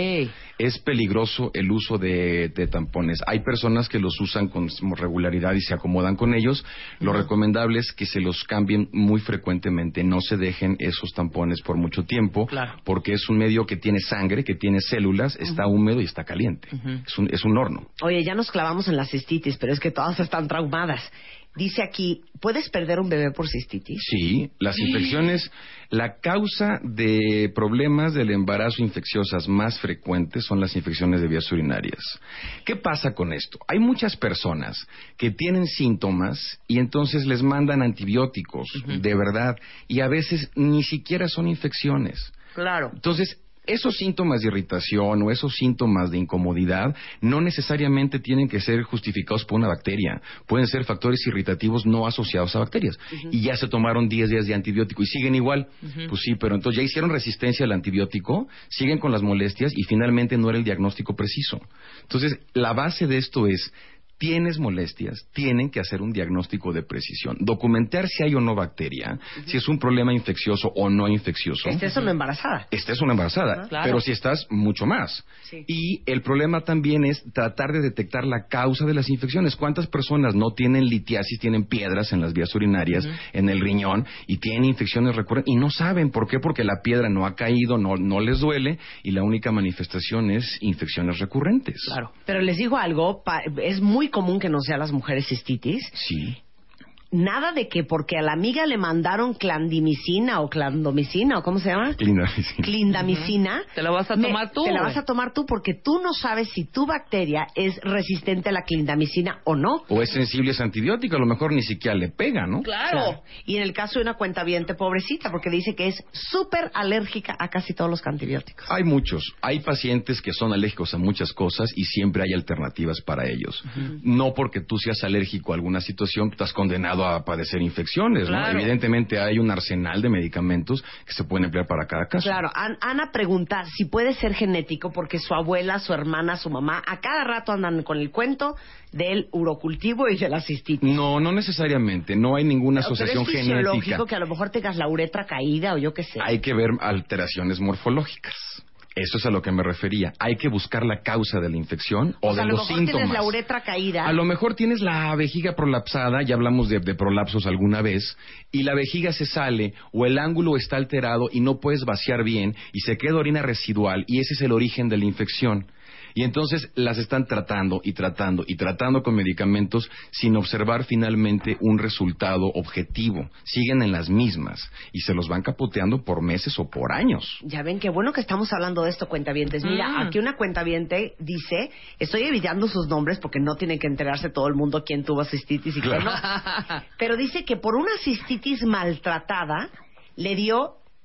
Es peligroso el uso de tampones. Hay personas que los usan con regularidad y se acomodan con ellos. Lo recomendable es que se los cambien muy frecuentemente. No se dejen esos tampones por mucho tiempo, porque es un medio que tiene sangre, que tiene células, está húmedo y está caliente. Es un horno. Oye, ya nos clavamos en la cistitis, pero es que todas están traumadas. Dice aquí, ¿puedes perder un bebé por cistitis? Sí, las infecciones, la causa de problemas del embarazo infecciosas más frecuentes son las infecciones de vías urinarias. ¿Qué pasa con esto? Hay muchas personas que tienen síntomas y entonces les mandan antibióticos, de verdad, y a veces ni siquiera son infecciones. Claro. Entonces, esos síntomas de irritación o esos síntomas de incomodidad no necesariamente tienen que ser justificados por una bacteria. Pueden ser factores irritativos no asociados a bacterias. Y ya se tomaron 10 días de antibiótico y siguen igual. Pues sí, pero entonces ya hicieron resistencia al antibiótico, siguen con las molestias y finalmente no era el diagnóstico preciso. Entonces, la base de esto es: tienes molestias, tienen que hacer un diagnóstico de precisión, documentar si hay o no bacteria, si es un problema infeccioso o no infeccioso. Estés una embarazada. Estés una embarazada, pero si estás mucho más. Y el problema también es tratar de detectar la causa de las infecciones. ¿Cuántas personas no tienen litiasis, tienen piedras en las vías urinarias, en el riñón, y tienen infecciones recurrentes y no saben por qué? Porque la piedra no ha caído, no les duele, y la única manifestación es infecciones recurrentes. Claro. Pero les digo algo, es muy común que nos sea a las mujeres cistitis. Sí. Nada de que porque a la amiga le mandaron clandimicina o clandomicina, o ¿cómo se llama? Clindamicina. Te la vas a tomar tú. Te la vas a tomar tú porque tú no sabes si tu bacteria es resistente a la clindamicina o no. O es sensible a ese antibiótico, a lo mejor ni siquiera le pega, ¿no? Claro. Y en el caso de una cuentaviente pobrecita, porque dice que es súper alérgica a casi todos los antibióticos. Hay muchos. Hay pacientes que son alérgicos a muchas cosas y siempre hay alternativas para ellos. No porque tú seas alérgico a alguna situación, estás condenado a padecer infecciones, ¿no? Evidentemente hay un arsenal de medicamentos que se pueden emplear para cada caso. Claro. Ana pregunta si puede ser genético porque su abuela, su hermana, su mamá, a cada rato andan con el cuento del urocultivo y de la cistitis. No necesariamente. No hay ninguna asociación genética. Pero es fisiológico que a lo mejor tengas la uretra caída o yo qué sé. Hay que ver alteraciones morfológicas. Eso es a lo que me refería. Hay que buscar la causa de la infección o de los síntomas. A lo mejor tienes la uretra caída. A lo mejor tienes la vejiga prolapsada, ya hablamos de prolapsos alguna vez, y la vejiga se sale o el ángulo está alterado y no puedes vaciar bien y se queda orina residual y ese es el origen de la infección. Y entonces las están tratando y tratando y tratando con medicamentos sin observar finalmente un resultado objetivo. Siguen en las mismas y se los van capoteando por meses o por años. Ya ven, qué bueno que estamos hablando de esto, cuentavientes. Mira, aquí una cuentaviente dice, estoy evitando sus nombres porque no tiene que enterarse todo el mundo quién tuvo cistitis y quién no. Pero dice que por una cistitis maltratada le dio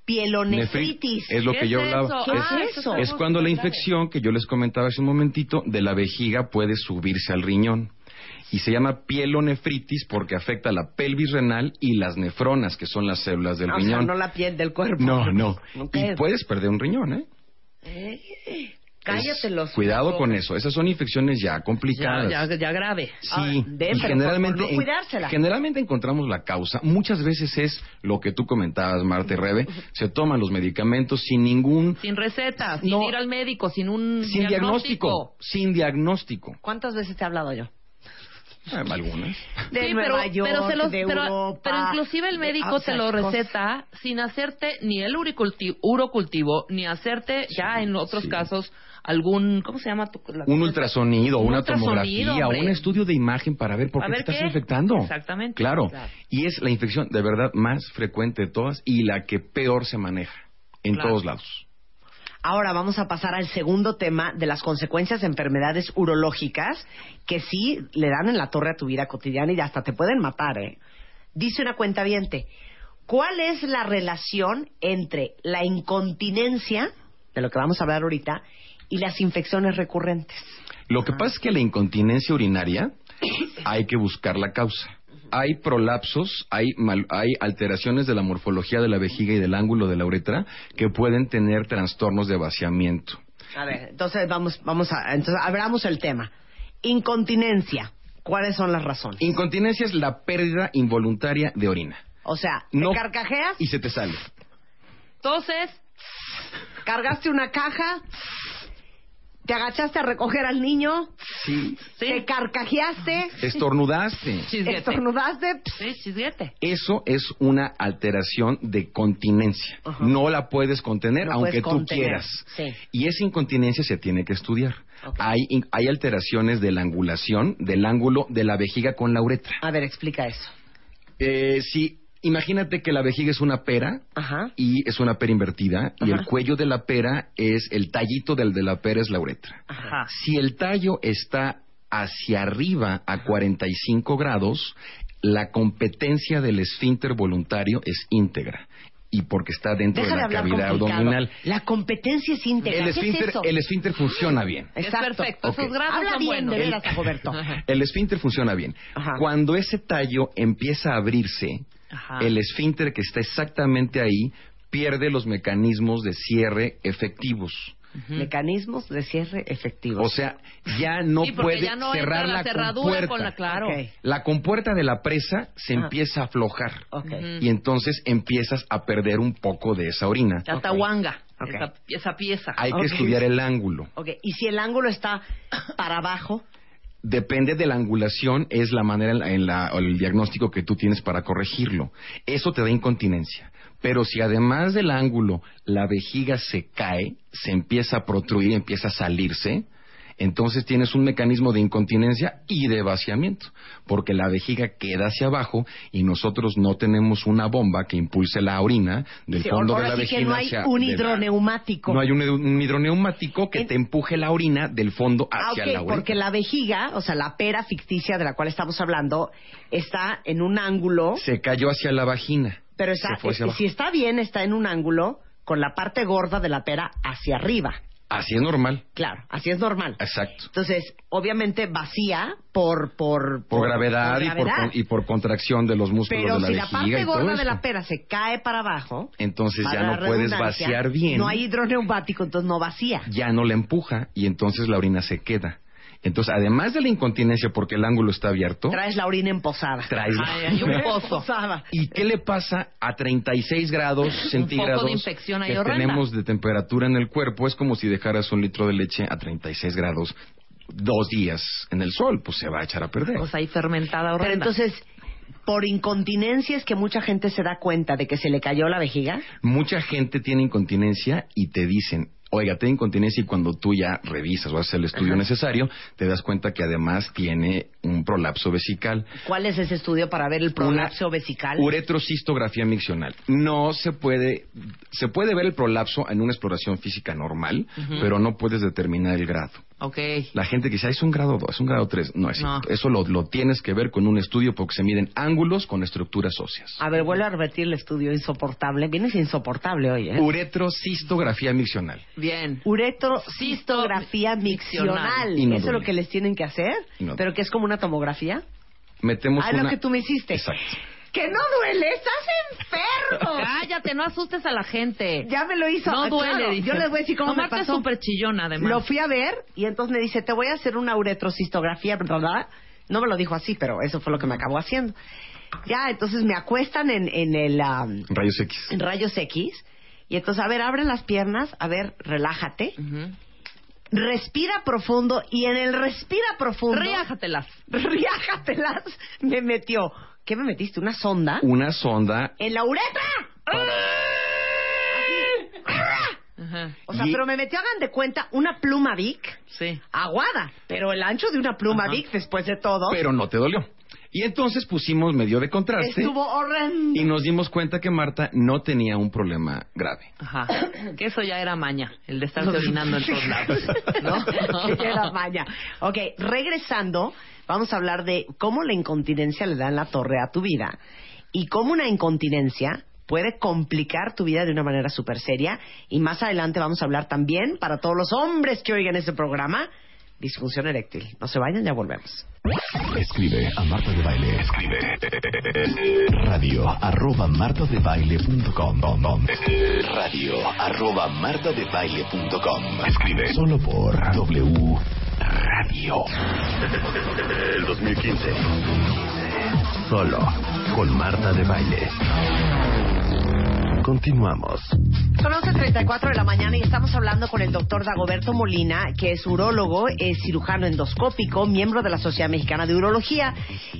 pielonefritis. Es lo que yo hablaba. ¿Qué es eso? Es cuando la infección que yo les comentaba hace un momentito de la vejiga puede subirse al riñón. Y se llama pielonefritis porque afecta la pelvis renal y las nefronas, que son las células del riñón. O sea, no la piel del cuerpo. No. Okay. Y puedes perder un riñón, ¿eh? Cállate los cuidado con eso. Esas son infecciones ya complicadas. Ya grave. Sí, y generalmente, por no cuidársela. Generalmente encontramos la causa. Muchas veces es lo que tú comentabas, Marta y Rebe. Se toman los medicamentos sin ningún... Sin receta, sin ir al médico, sin diagnóstico. Sin diagnóstico. ¿Cuántas veces te he hablado yo? Algunas. De Nueva York, de Europa. Pero inclusive el médico te lo receta sin hacerte ni el urocultivo, ni hacerte ya en otros casos algún, ¿cómo se llama? Un ultrasonido, una tomografía, hombre. un estudio de imagen para ver por qué te estás infectando. Exactamente. Claro. Y es la infección de verdad más frecuente de todas y la que peor se maneja en todos lados. Ahora vamos a pasar al segundo tema de las consecuencias de enfermedades urológicas que sí le dan en la torre a tu vida cotidiana y hasta te pueden matar, ¿eh? Dice una cuentaviente, ¿cuál es la relación entre la incontinencia, de lo que vamos a hablar ahorita, y las infecciones recurrentes? Lo que pasa es que la incontinencia urinaria hay que buscar la causa. Hay prolapsos, hay alteraciones de la morfología de la vejiga y del ángulo de la uretra que pueden tener trastornos de vaciamiento. A ver, entonces entonces abramos el tema. Incontinencia, ¿cuáles son las razones? Incontinencia es la pérdida involuntaria de orina. O sea, ¿te carcajeas? Y se te sale. Entonces, ¿cargaste una caja? ¿Te agachaste a recoger al niño? Sí. ¿Te carcajeaste? Estornudaste. ¿Estornudaste? Sí, chisguete. Eso es una alteración de continencia. No la puedes contener, aunque tú quieras. Sí. Y esa incontinencia se tiene que estudiar. Okay. Hay alteraciones de la angulación, del ángulo de la vejiga con la uretra. A ver, explica eso. Sí. Imagínate que la vejiga es una pera y es una pera invertida y el cuello de la pera es el tallito de la pera es la uretra. Si el tallo está hacia arriba a 45 grados, la competencia del esfínter voluntario es íntegra. Y porque está dentro de la cavidad abdominal. La competencia es íntegra. El esfínter funciona bien. Es perfecto. Esos grados Habla son bien buenos. de veras, Roberto. El esfínter funciona bien. Cuando ese tallo empieza a abrirse, el esfínter que está exactamente ahí pierde los mecanismos de cierre efectivos. Mecanismos de cierre efectivos. O sea, ya no puede ya no cerrar la compuerta. Con la, claro. La compuerta de la presa se empieza a aflojar. Y entonces empiezas a perder un poco de esa orina. La tahuanga. Esa pieza. Hay que estudiar el ángulo. Y si el ángulo está para abajo... Depende de la angulación, es la manera o el diagnóstico que tú tienes para corregirlo. Eso te da incontinencia. Pero si además del ángulo la vejiga se cae, se empieza a protruir, empieza a salirse, entonces tienes un mecanismo de incontinencia y de vaciamiento, porque la vejiga queda hacia abajo y nosotros no tenemos una bomba que impulse la orina del fondo de la vejiga. No hay un hidroneumático. No hay un hidroneumático que te empuje la orina del fondo hacia la uretra. Porque la vejiga, o sea, la pera ficticia de la cual estamos hablando, está en un ángulo. Se cayó hacia la vagina. Pero si está bien, está en un ángulo con la parte gorda de la pera hacia arriba. Así es normal. Claro, así es normal. Exacto. Entonces, obviamente vacía por gravedad. Y por contracción de los músculos de la vejiga. Pero si la parte gorda de la pera se cae para abajo, entonces ya no puedes vaciar bien. No hay hidroneumático, entonces no vacía. Ya no la empuja y entonces la orina se queda. Entonces, además de la incontinencia porque el ángulo está abierto, traes la orina emposada. Hay un pozo. ¿Y qué le pasa a 36 grados centígrados de infección ahí que tenemos de temperatura en el cuerpo? Es como si dejaras un litro de leche a 36 grados 2 días en el sol, pues se va a echar a perder. Pues ahí fermentada horrenda. Pero entonces, por incontinencia es que mucha gente se da cuenta de que se le cayó la vejiga. Mucha gente tiene incontinencia y te dicen, oiga, tengo incontinencia, y cuando tú ya revisas o haces el estudio necesario, te das cuenta que además tiene un prolapso vesical. ¿Cuál es ese estudio para ver el prolapso vesical? Uretrocistografía miccional. No se puede ver el prolapso en una exploración física normal, pero no puedes determinar el grado. Okay. La gente que dice, es un grado 2, es un grado 3. No es cierto. Eso lo tienes que ver con un estudio porque se miden ángulos con estructuras óseas. A ver, vuelvo a repetir el estudio insoportable. Vienes insoportable hoy, ¿eh? Uretrocistografía miccional. Bien. Uretrocistografía miccional. Y no ¿Eso es duele. lo que les tienen que hacer? No ¿Pero que es como una tomografía? Metemos Ah, lo que tú me hiciste. Exacto. ¡Que no duele! ¡Estás enfermo! Cállate, no asustes a la gente. Ya me lo hizo. No duele, claro. dice. Yo les voy a decir cómo me Marta pasó. es súper chillona, además. Lo fui a ver y entonces me dice, te voy a hacer una uretrocistografía, ¿verdad? No me lo dijo así, pero eso fue lo que me acabó haciendo. Ya, entonces me acuestan en el... Rayos X. En rayos X. Y entonces, a ver, abre las piernas, a ver, relájate. Respira profundo y en el respira profundo... Riájatelas. Riájatelas. Me metió... ¿Qué me metiste? ¿Una sonda? Una sonda. ¡En la uretra! Ajá. O sea, pero me metió, hagan de cuenta, una pluma Bic. Sí. Aguada. Pero el ancho de una pluma Bic, después de todo... Pero no te dolió. Y entonces pusimos medio de contraste. Estuvo horrendo. Y nos dimos cuenta que Marta no tenía un problema grave. Ajá. Que eso ya era maña, el de estarse orinando en todos lados. ¿No? Sí, era maña. Ok, regresando, vamos a hablar de cómo la incontinencia le da en la torre a tu vida y cómo una incontinencia puede complicar tu vida de una manera súper seria. Y más adelante vamos a hablar también, para todos los hombres que oigan este programa, disfunción eréctil. No se vayan, ya volvemos. Escribe a Marta de Baile. Escribe radio@martadebaile.com. radio@martadebaile.com. Escribe solo por W Radio. El 2015. Solo con Marta de Baile. Continuamos. Son 11:34 de la mañana y estamos hablando con el doctor Dagoberto Molina, que es urólogo, es cirujano endoscópico, miembro de la Sociedad Mexicana de Urología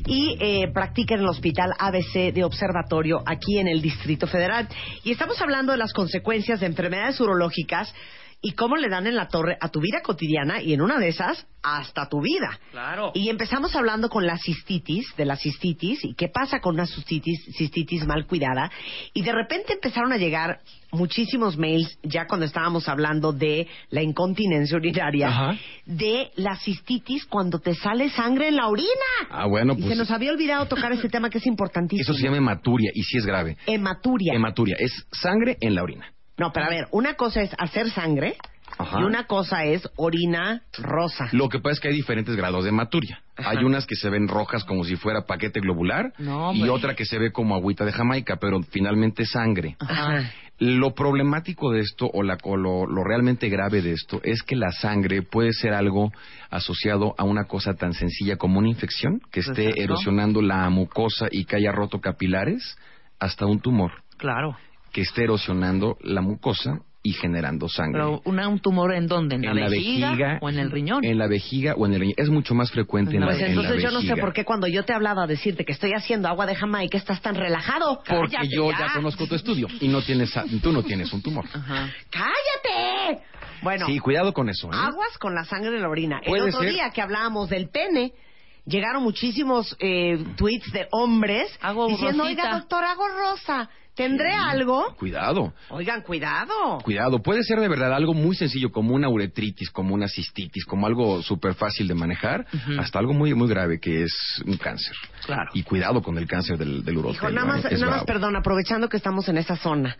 y practica en el Hospital ABC de Observatorio aquí en el Distrito Federal. Y estamos hablando de las consecuencias de enfermedades urológicas y cómo le dan en la torre a tu vida cotidiana y en una de esas hasta tu vida. Claro. Y empezamos hablando con la cistitis, de la cistitis y qué pasa con una cistitis mal cuidada. Y de repente empezaron a llegar muchísimos mails ya cuando estábamos hablando de la incontinencia urinaria, Ajá. de la cistitis cuando te sale sangre en la orina. Ah, bueno, Y pues se nos había olvidado tocar ese tema que es importantísimo. eso se llama hematuria y sí es grave. Hematuria. Hematuria es sangre en la orina. No, pero a ver, una cosa es hacer sangre Ajá. y una cosa es orina rosa. Lo que pasa es que hay diferentes grados de hematuria. Ajá. Hay unas que se ven rojas como si fuera paquete globular No, y hombre. otra que se ve como agüita de Jamaica, pero finalmente sangre. Ajá. Lo problemático de esto o lo realmente grave de esto es que la sangre puede ser algo asociado a una cosa tan sencilla como una infección que esté Exacto. erosionando la mucosa y que haya roto capilares hasta un tumor Claro. que esté erosionando la mucosa y generando sangre. Pero un tumor ¿en dónde? ¿En la vejiga o en el riñón? En la vejiga o en el riñón. Es mucho más frecuente en la Pues en la entonces yo no sé vejiga. por qué cuando yo te hablaba a decirte que estoy haciendo agua de Jamaica estás tan relajado. Porque Cállate yo ya conozco tu estudio y tú no tienes un tumor. Ajá. ¡Cállate! Bueno, Sí, cuidado con eso. ¿eh? aguas con la sangre en la orina. El Puede otro ser. día que hablábamos del pene, llegaron muchísimos tweets de hombres Hago diciendo, rosita. oiga, doctor, hago rosa. ¿Tendré algo? Cuidado. Oigan, cuidado. Cuidado, puede ser de verdad algo muy sencillo como una uretritis, como una cistitis, como algo súper fácil de manejar, hasta algo muy muy grave que es un cáncer. Claro. Y cuidado con el cáncer del urotelio. Hijo, nada más, es bravo. perdón, aprovechando que estamos en esa zona.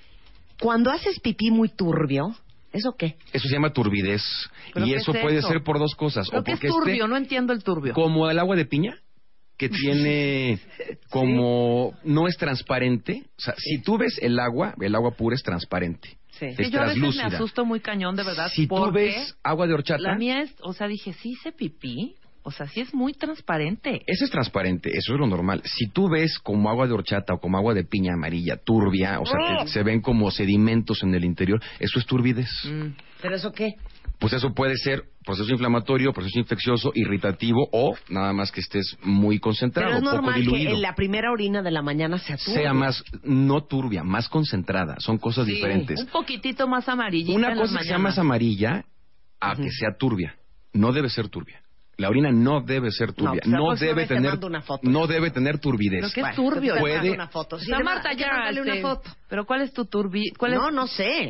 Cuando haces pipí muy turbio, ¿eso qué? Eso se llama turbidez. ¿Pero Y qué eso es puede eso? ser por dos cosas. ¿Pero O qué es porque turbio? esté No entiendo el turbio. como el agua de piña, que tiene como no es transparente. O sea, si tú ves el agua pura es transparente. Sí. Es Sí, yo a veces me translúcida. asusto muy cañón, de verdad. Si tú porque ves agua de horchata, la mía es, o sea, dije, sí hice pipí. O sea, sí es muy transparente. eso es transparente, eso es lo normal. Si tú ves como agua de horchata o como agua de piña amarilla, turbia, o sea, que se ven como sedimentos en el interior, eso es turbidez. ¿Pero eso qué? Pues eso puede ser proceso inflamatorio, proceso infeccioso, irritativo o nada más que estés muy concentrado, Pero es poco normal diluido. que en la primera orina de la mañana sea turbia. Sea más, no turbia, más concentrada. Son cosas Sí, diferentes. un poquitito más amarillita Una en las cosa que sea mañanas. más amarilla a que sea turbia. No debe ser turbia. La orina no debe ser turbia. pues la No, próxima debe vez te tener, mando una foto. no debe tener turbidez. Pero qué es Te turbio. mando Puede- una foto. Sí, Está de Marta verdad, ya, mándale una foto. pero ¿cuál es tu turbi? ¿Cuál es? No sé.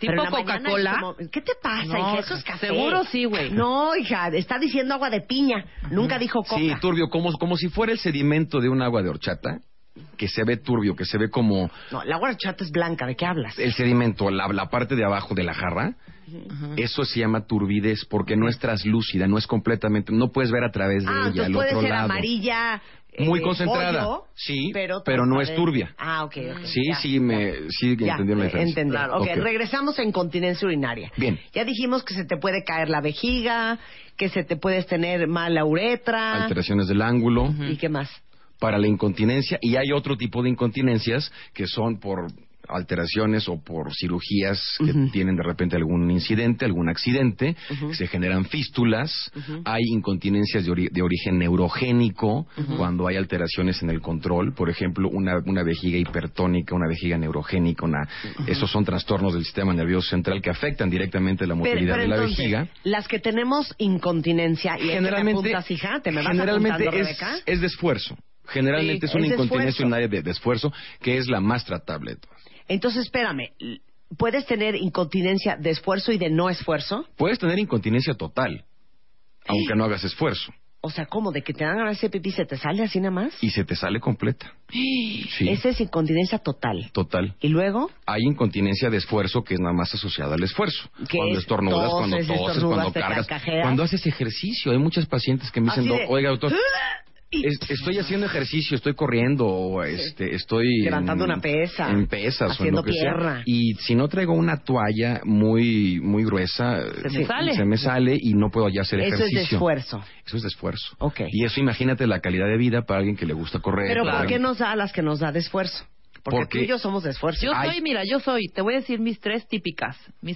Tipo Pero en la mañana Coca-Cola. es como, ¿qué te pasa, No, hija? Eso es café. seguro sí, güey. No, hija, está diciendo agua de piña. Nunca dijo coca. Sí, turbio, como si fuera el sedimento de un agua de horchata, que se ve turbio, que se ve como No, el agua de horchata es blanca. ¿De qué hablas? el sedimento, la parte de abajo de la jarra. Eso se llama turbidez, porque no es translúcida, no es completamente, no puedes ver a través de ella, Entonces al puede otro ser lado. amarilla. Muy concentrada, pollo, sí, pero no es transparente. turbia. Ah, ok. Sí, ya, sí, ya, entendieron la diferencia. entendí. Claro, Ok, ok. regresamos a incontinencia urinaria. Bien. Ya dijimos que se te puede caer la vejiga, que se te puedes tener mala uretra. Alteraciones del ángulo. ¿Y qué más? Para la incontinencia, y hay otro tipo de incontinencias que son por alteraciones o por cirugías que tienen de repente algún incidente, algún accidente, que se generan fístulas, hay incontinencias de origen neurogénico, cuando hay alteraciones en el control, por ejemplo, una vejiga hipertónica, una vejiga neurogénica, esos son trastornos del sistema nervioso central que afectan directamente la motilidad de la entonces, vejiga. las que tenemos incontinencia, y Generalmente, te apuntas, hija, ¿te me vas generalmente apuntando, Rebeca? es de esfuerzo. Generalmente Sí, es una es de incontinencia esfuerzo. urinaria de esfuerzo, que es la más tratable de todas. Entonces, espérame, ¿puedes tener incontinencia de esfuerzo y de no esfuerzo? Puedes tener incontinencia total, aunque no hagas esfuerzo, O sea, ¿cómo? ¿De que te dan ganas de hacer pipí se te sale así nada más? y se te sale completa. Sí, Esa es incontinencia total. total. ¿Y luego? Hay incontinencia de esfuerzo que es nada más asociada al esfuerzo. ¿Qué Cuando es? estornudas, cuando Toses, toses, estornudas, cuando te cargas, carcajeas. cuando haces ejercicio. Hay muchas pacientes que me dicen, Así de, oiga, doctor, estoy haciendo ejercicio, estoy corriendo, o estoy levantando una pesa, en pesas haciendo o en lo que pierna. sea. Y si no traigo una toalla muy muy gruesa, se me sale y no puedo ya hacer Eso ejercicio. es de esfuerzo. Eso es de esfuerzo. Ok. Y eso, imagínate la calidad de vida para alguien que le gusta correr. Pero para ¿por qué alguien- nos da a las que nos da de esfuerzo? Porque tú y yo somos de esfuerzo. Yo soy, te voy a decir mis tres típicas.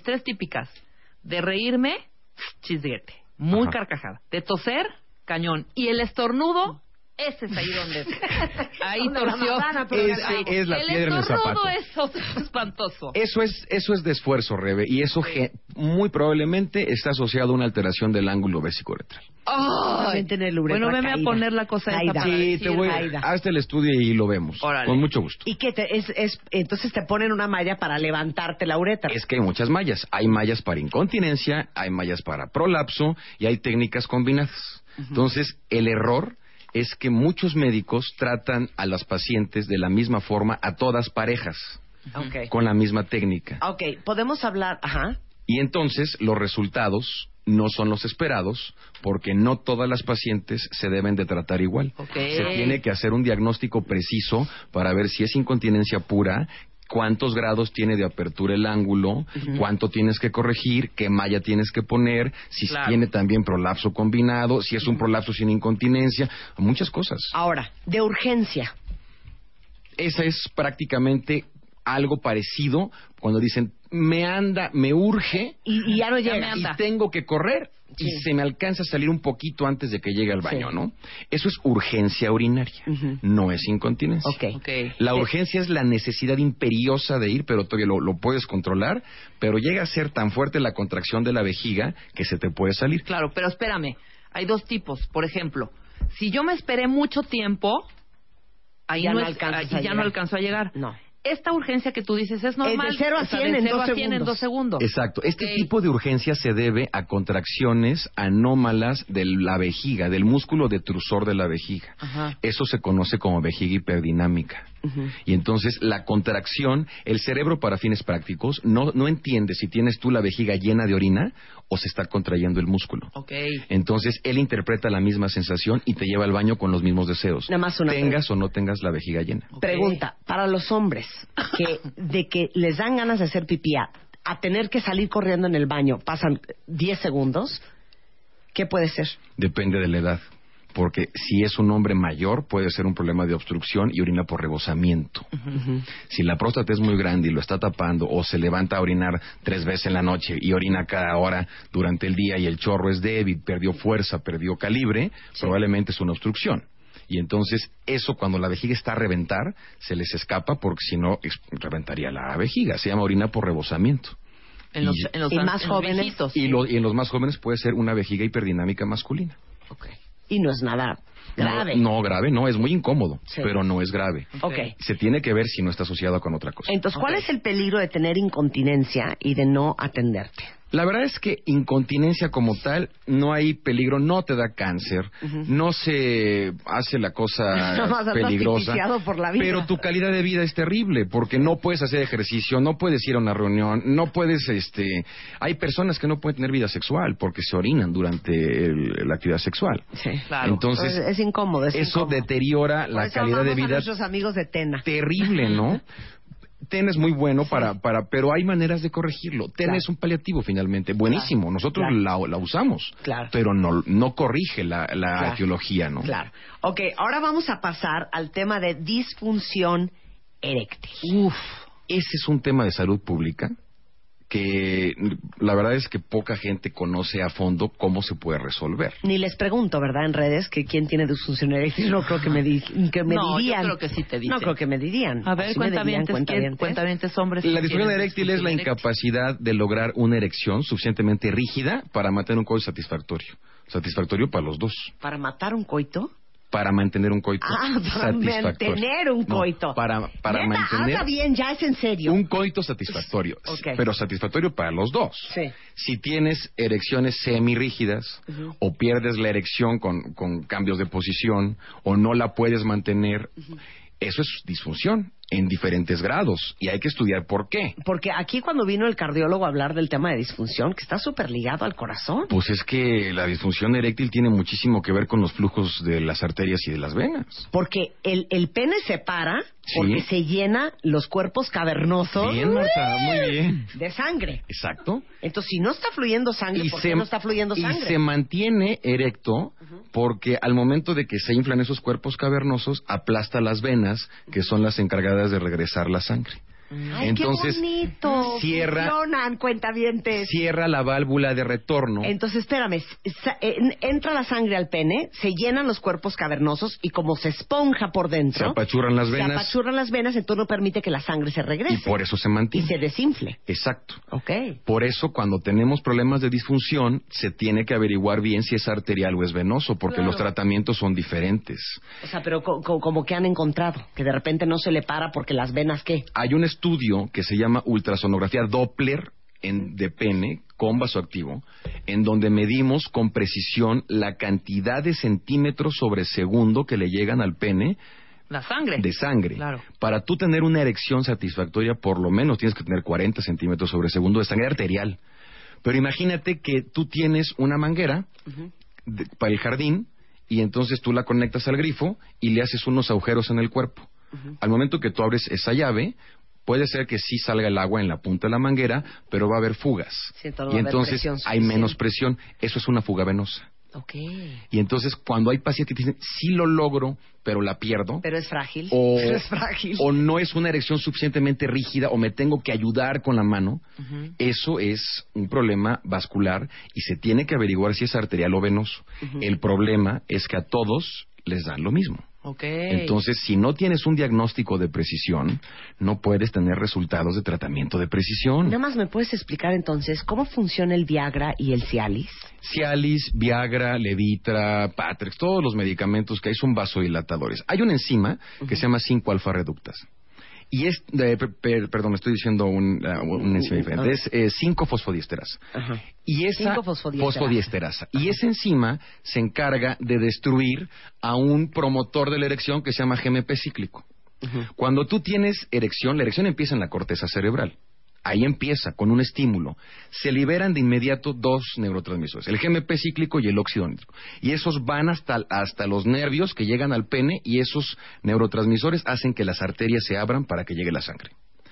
De reírme, chisguete, muy Ajá. carcajada. De toser, cañón. Y el estornudo, ese es ahí donde... Ahí Donde la torció. manzana, pero Ese es la piedra en el zapato. Eso es espantoso. Eso es de esfuerzo, Rebe, y eso muy probablemente está asociado a una alteración del ángulo vesicouretral. También tener la uretra Bueno, venme a caída. poner la cosa esa Caída. para Sí, decir, te voy. Caída. Hazte el estudio y lo vemos. Órale. Con mucho gusto. ¿Y qué entonces te ponen una malla para levantarte la uretra? Es que hay muchas mallas. Hay mallas para incontinencia, hay mallas para prolapso y hay técnicas combinadas. Entonces, el error es que muchos médicos tratan a las pacientes de la misma forma a todas parejas, Ok. con la misma técnica. Ok, podemos hablar, ajá. Y entonces los resultados no son los esperados porque no todas las pacientes se deben de tratar igual. Ok. Se tiene que hacer un diagnóstico preciso para ver si es incontinencia pura, cuántos grados tiene de apertura el ángulo, cuánto tienes que corregir, qué malla tienes que poner, si Claro. tiene también prolapso combinado, si es un prolapso sin incontinencia, muchas cosas. Ahora, de urgencia. Esa es prácticamente algo parecido cuando dicen, me urge Y ya no llega. y tengo que correr y Sí. se me alcanza a salir un poquito antes de que llegue al baño, Sí. ¿no? Eso es urgencia urinaria, no es incontinencia. Ok. La urgencia es la necesidad imperiosa de ir, pero todavía lo puedes controlar, pero llega a ser tan fuerte la contracción de la vejiga que se te puede salir. Claro, pero espérame. Hay dos tipos. Por ejemplo, si yo me esperé mucho tiempo, ahí Ya no, no es- alcanzas ahí a ya llegar. no alcanzó a llegar. No. Esta urgencia que tú dices es normal. Es de 0 a O sea, 100 de en 0 2 a 100 en 2 segundos. Exacto. Este Ok. tipo de urgencia se debe a contracciones anómalas de la vejiga, del músculo detrusor de la vejiga. Ajá. Eso se conoce como vejiga hiperdinámica. Y entonces la contracción, el cerebro para fines prácticos no entiende si tienes tú la vejiga llena de orina o se está contrayendo el músculo. Ok. Entonces él interpreta la misma sensación y te lleva al baño con los mismos deseos. Nada más una tengas o no tengas la vejiga llena. Ok. Pregunta, para los hombres, de que les dan ganas de hacer pipí a tener que salir corriendo en el baño, pasan 10 segundos, ¿qué puede ser? Depende de la edad. Porque si es un hombre mayor, puede ser un problema de obstrucción y orina por rebosamiento. Si la próstata es muy grande y lo está tapando, o se levanta a orinar 3 veces en la noche y orina cada hora durante el día y el chorro es débil, perdió fuerza, perdió calibre, probablemente es una obstrucción. Y entonces eso, cuando la vejiga está a reventar, se les escapa porque si no reventaría la vejiga. Se llama orina por rebosamiento. En los, Y- en los y más en los jóvenes. viejitos. Y en los más jóvenes puede ser una vejiga hiperdinámica masculina. Ok. Y no es nada Grave. No, grave no, es muy incómodo, Sí. pero no es grave. Ok. Se tiene que ver si no está asociado con otra cosa. Entonces, ¿cuál es el peligro de tener incontinencia y de no atenderte? La verdad es que incontinencia como tal, no hay peligro, no te da cáncer, no se hace la cosa Nada más andas peligrosa, asfixiado por la vida. pero tu calidad de vida es terrible, porque no puedes hacer ejercicio, no puedes ir a una reunión, no puedes, hay personas que no pueden tener vida sexual porque se orinan durante la actividad sexual. Sí, claro. Entonces, es incómodo. Es eso incómodo. deteriora Por la eso calidad de amamos a vida. nuestros amigos de Tena. Terrible, ¿no? TEN es muy bueno pero hay maneras de corregirlo. TEN Claro. es un paliativo finalmente, buenísimo. Nosotros la usamos, Claro. pero no corrige la etiología, ¿no? Claro. Ok, ahora vamos a pasar al tema de disfunción eréctil. Ese es un tema de salud pública que la verdad es que poca gente conoce a fondo cómo se puede resolver. Ni les pregunto, ¿verdad? En redes que quién tiene disfunción eréctil. No creo que me No, dirían. yo creo que sí te dicen. No creo que me dirían. A ver, Sí me dirían, cuentavientes hombres. La que disfunción tienen eréctil es la disfunción incapacidad de lograr una erección suficientemente rígida para mantener un coito satisfactorio. Satisfactorio para los dos. ¿Para matar un coito? Para mantener un coito Para satisfactorio. mantener un coito. No, para Neta, mantener habla bien, ya es en serio. un coito satisfactorio. Ok. Pero satisfactorio para los dos. Sí. Si tienes erecciones semirrígidas o pierdes la erección con cambios de posición o no la puedes mantener, eso es disfunción en diferentes grados y hay que estudiar por qué. Porque aquí cuando vino el cardiólogo a hablar del tema de disfunción, que está súper ligado al corazón. Pues es que la disfunción eréctil tiene muchísimo que ver con los flujos de las arterias y de las venas. Porque el pene se para Sí. porque se llena los cuerpos cavernosos Bien, Marta, muy bien. de sangre. Exacto. Entonces, si no está fluyendo sangre, ¿por qué no está fluyendo sangre? Y se mantiene erecto porque al momento de que se inflan esos cuerpos cavernosos, aplasta las venas, que son las encargadas de regresar la sangre. Ay, Entonces, qué bonito. cierra- Funcionan, cuentavientes. Cierra la válvula de retorno. Entonces, espérame, entra la sangre al pene, se llenan los cuerpos cavernosos y como se esponja por dentro, Se apachurran las venas. se apachurran las venas, entonces no permite que la sangre se regrese. Y por eso se Y mantiene. se desinfle. Exacto. Ok. Por eso, cuando tenemos problemas de disfunción, se tiene que averiguar bien si es arterial o es venoso, porque Claro. los tratamientos son diferentes. O sea, pero como que han encontrado, que de repente no se le para porque las venas, ¿qué? Hay un estudio que se llama ultrasonografía Doppler de pene con vasoactivo, en donde medimos con precisión la cantidad de centímetros sobre segundo que le llegan al pene La sangre. de sangre. Claro. Para tú tener una erección satisfactoria, por lo menos tienes que tener 40 centímetros sobre segundo de sangre arterial. Pero imagínate que tú tienes una manguera para el jardín y entonces tú la conectas al grifo y le haces unos agujeros en el cuerpo. Al momento que tú abres esa llave, puede ser que sí salga el agua en la punta de la manguera, pero va a haber fugas. Sí, entonces y va a haber entonces presión hay suficiente. menos presión. Eso es una fuga venosa. Ok. Y entonces cuando hay pacientes que dicen, sí lo logro, pero la pierdo, Pero es frágil. o, Pero es frágil. o no es una erección suficientemente rígida, o me tengo que ayudar con la mano, eso es un problema vascular y se tiene que averiguar si es arterial o venoso. El problema es que a todos les dan lo mismo. Ok. Entonces, si no tienes un diagnóstico de precisión, no puedes tener resultados de tratamiento de precisión. Nada más me puedes explicar entonces cómo funciona el Viagra y el Cialis. Cialis, Viagra, Levitra, Patrex, todos los medicamentos que hay son vasodilatadores. Hay una enzima que se llama 5-alfa reductasa. Y es, perdón, estoy diciendo una enzima diferente. Es 5-fosfodiesterasa. Ajá. Y esa 5-fosfodiesterasa. fosfodiesterasa. Y esa enzima se encarga de destruir a un promotor de la erección que se llama GMP cíclico. Cuando tú tienes erección, la erección empieza en la corteza cerebral. Ahí empieza, con un estímulo. Se liberan de inmediato dos neurotransmisores, el GMP cíclico y el óxido nítrico. Y esos van hasta los nervios que llegan al pene y esos neurotransmisores hacen que las arterias se abran para que llegue la sangre.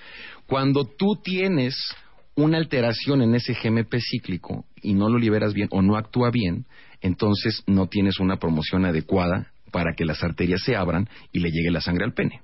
Cuando tú tienes una alteración en ese GMP cíclico y no lo liberas bien o no actúa bien, entonces no tienes una promoción adecuada para que las arterias se abran y le llegue la sangre al pene.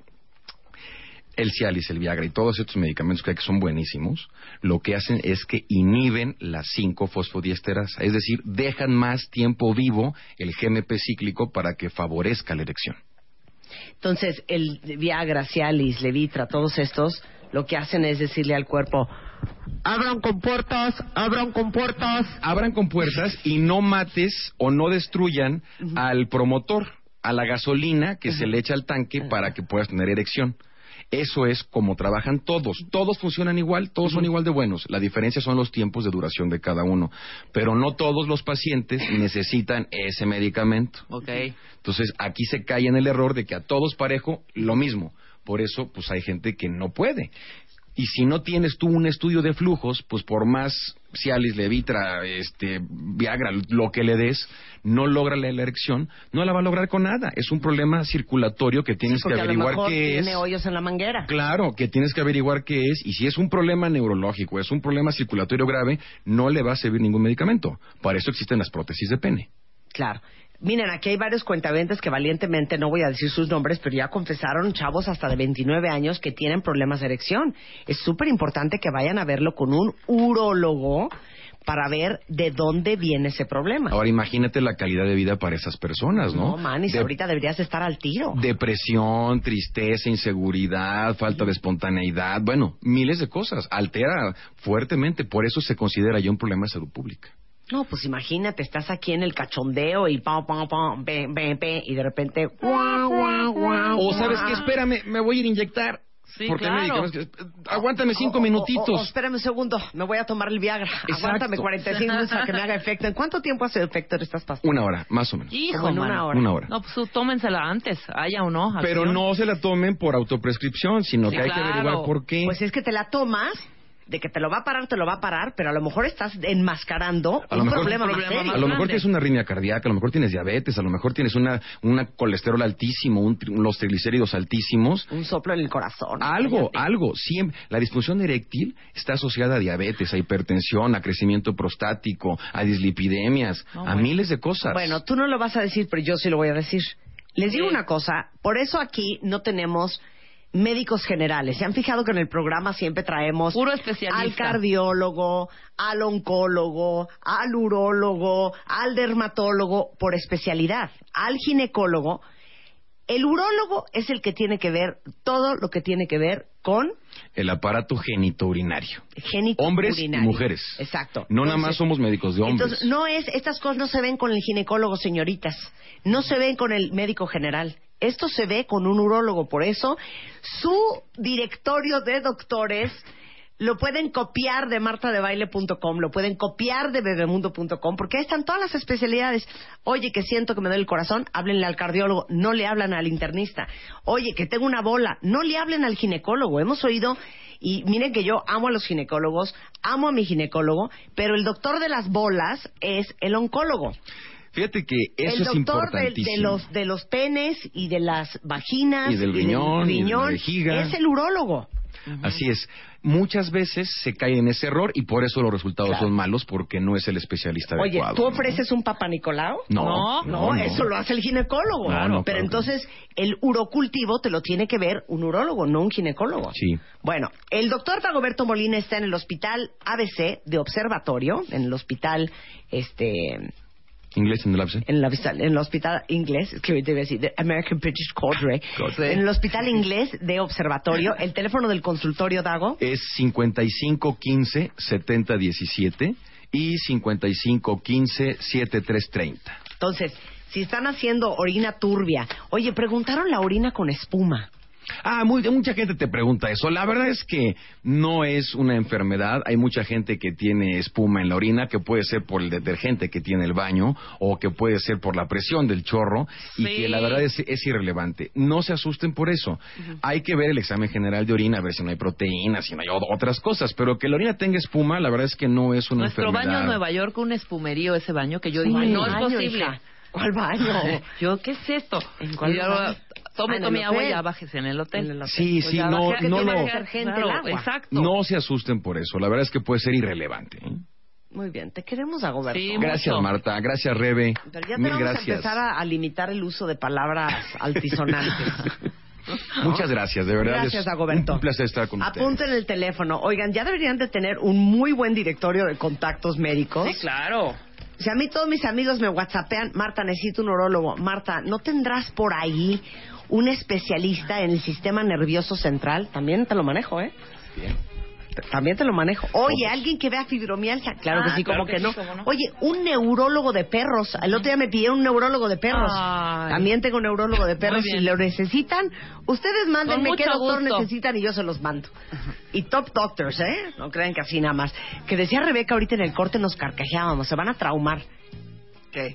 El Cialis, el Viagra y todos estos medicamentos que hay que son buenísimos, lo que hacen es que inhiben la 5-fosfodiesterasa, es decir, dejan más tiempo vivo el GMP cíclico para que favorezca la erección. Entonces, el Viagra, Cialis, Levitra, todos estos, lo que hacen es decirle al cuerpo, abran compuertas, abran compuertas. Abran compuertas y no mates o no destruyan al promotor. a la gasolina que se le echa al tanque para que puedas tener erección. Eso es como trabajan todos. Todos funcionan igual, todos son igual de buenos. La diferencia son los tiempos de duración de cada uno. Pero no todos los pacientes necesitan ese medicamento. Okay. Entonces, aquí se cae en el error de que a todos parejo lo mismo. Por eso, pues hay gente que no puede. Y si no tienes tú un estudio de flujos, pues por más Cialis, Levitra, Viagra, lo que le des, no logra la erección, no la va a lograr con nada. Es un problema circulatorio que tienes que averiguar qué es. Tiene hoyos en la manguera. Claro, que tienes que averiguar qué es. Y si es un problema neurológico, es un problema circulatorio grave, no le va a servir ningún medicamento. Para eso existen las prótesis de pene. Claro. Miren, aquí hay varios cuentavientes que valientemente, no voy a decir sus nombres, pero ya confesaron, chavos hasta de 29 años que tienen problemas de erección. Es súper importante que vayan a verlo con un urólogo para ver de dónde viene ese problema. Ahora imagínate la calidad de vida para esas personas, ¿no? No, manis, ahorita deberías estar al tiro. Depresión, tristeza, inseguridad, falta de espontaneidad, bueno, miles de cosas. Altera fuertemente, por eso se considera ya un problema de salud pública. No, pues imagínate, estás aquí en el cachondeo y pam, pam, pam, y de repente... O ¿sabes qué? Espérame, me voy a ir a inyectar. Sí, porque claro. Aguántame 5 minutitos. Espérame un segundo, me voy a tomar el Viagra. Exacto. Aguántame 45 minutos a que me haga efecto. ¿En cuánto tiempo hace efecto de estas pastas? 1 hora, más o menos. Hijo, Como en mano. 1 hora. No, pues tómensela antes, haya o no. Pero no se la tomen por autoprescripción, sino Sí, que hay claro. que averiguar por qué. Pues es que te la tomas, de que te lo va a parar, pero a lo mejor estás enmascarando A lo un mejor- problema más problema serio. más A lo mejor grande. tienes una arritmia cardíaca, a lo mejor tienes diabetes, a lo mejor tienes una colesterol altísimo, los triglicéridos altísimos. Un soplo en el corazón. Algo. Cállate. Siempre. La disfunción eréctil está asociada a diabetes, a hipertensión, a crecimiento prostático, a dislipidemias, a miles de cosas. Bueno, tú no lo vas a decir, pero yo sí lo voy a decir. Les digo una cosa, por eso aquí no tenemos médicos generales. ¿Se han fijado que en el programa siempre traemos puro especialista? Al cardiólogo, al oncólogo, al urólogo, al dermatólogo, por especialidad, al ginecólogo. El urólogo es el que tiene que ver todo lo que tiene que ver con El aparato genitourinario. genitourinario. Hombres y mujeres. Exacto. No nada Entonces, más somos médicos de hombres. Entonces, estas cosas no se ven con el ginecólogo, señoritas. No se ven con el médico general. Esto se ve con un urólogo. Por eso, su directorio de doctores lo pueden copiar de martadebaile.com, lo pueden copiar de bebemundo.com, porque ahí están todas las especialidades. Oye, que siento que me duele el corazón, háblenle al cardiólogo, no le hablan al internista. Oye, que tengo una bola, no le hablen al ginecólogo. Hemos oído, y miren que yo amo a los ginecólogos, amo a mi ginecólogo, pero el doctor de las bolas es el oncólogo. Fíjate que eso El es doctor importantísimo. de los penes y de las vaginas Y del riñón, y de la vejiga. es el urólogo. Así es. Muchas veces se cae en ese error y por eso los resultados Claro. son malos, porque no es el especialista Oye, adecuado. ¿tú ofreces un Papa Nicolau? No, eso lo hace el ginecólogo. Claro, Pero claro. entonces el urocultivo te lo tiene que ver un urólogo, no un ginecólogo. Sí. Bueno, el doctor Dagoberto Molina está en el hospital ABC de Observatorio, en el hospital Inglés en el ABC. en el hospital inglés, es que ahorita iba a decir, the American British Cordray, en el hospital inglés de Observatorio. El teléfono del consultorio, Dago, Es 5515-7017 y 5515-7330. entonces, si están haciendo orina turbia, oye, preguntaron la orina con espuma. Mucha gente te pregunta eso. La verdad es que no es una enfermedad. Hay mucha gente que tiene espuma en la orina, que puede ser por el detergente que tiene el baño o que puede ser por la presión del chorro y Sí. que la verdad es irrelevante. No se asusten por eso. Hay que ver el examen general de orina, a ver si no hay proteínas, si no hay otras cosas, pero que la orina tenga espuma, la verdad es que no es una Nuestro enfermedad. baño en Nueva York, un espumerío ese baño que yo Sí, dije, no es baño, posible. hija. ¿Cuál baño? Yo, ¿qué es esto? ¿En cuál Y yo, baño? tome En el mi agua y hotel. ya bájese en el hotel. En el hotel. Sí, Pues sí, ya no, bajé, no, toma no. detergente Claro, el agua. exacto. No se asusten por eso. La verdad es que puede ser irrelevante. Muy bien, te queremos, Dagoberto. Sí, Gracias, mucho. Marta. Gracias, Rebe. Pero ya te Mil vamos a gracias. empezar a limitar el uso de palabras altisonantes. Muchas gracias, de verdad. Gracias, es Dagoberto. un placer estar con ustedes. Apunten el teléfono. Oigan, ya deberían de tener un muy buen directorio de contactos médicos. Sí, claro. Si a mí todos mis amigos me whatsappean, Marta, necesito un urólogo. Marta, ¿no tendrás por ahí un especialista en el sistema nervioso central? También te lo manejo, ¿eh? Bien. También te lo manejo. Oye, alguien que vea fibromialgia. Claro que sí, claro como que no. sí, cómo no. Oye, un neurólogo de perros. El otro día me pidieron un neurólogo de perros. Ay. También tengo un neurólogo de perros. Muy bien. Si lo necesitan, ustedes mándenme Con qué mucho doctor gusto. necesitan y yo se los mando. Y top doctors, ¿eh? No crean que así nada más. Que decía Rebeca ahorita en el corte, nos carcajeábamos. Se van a traumar. ¿Qué?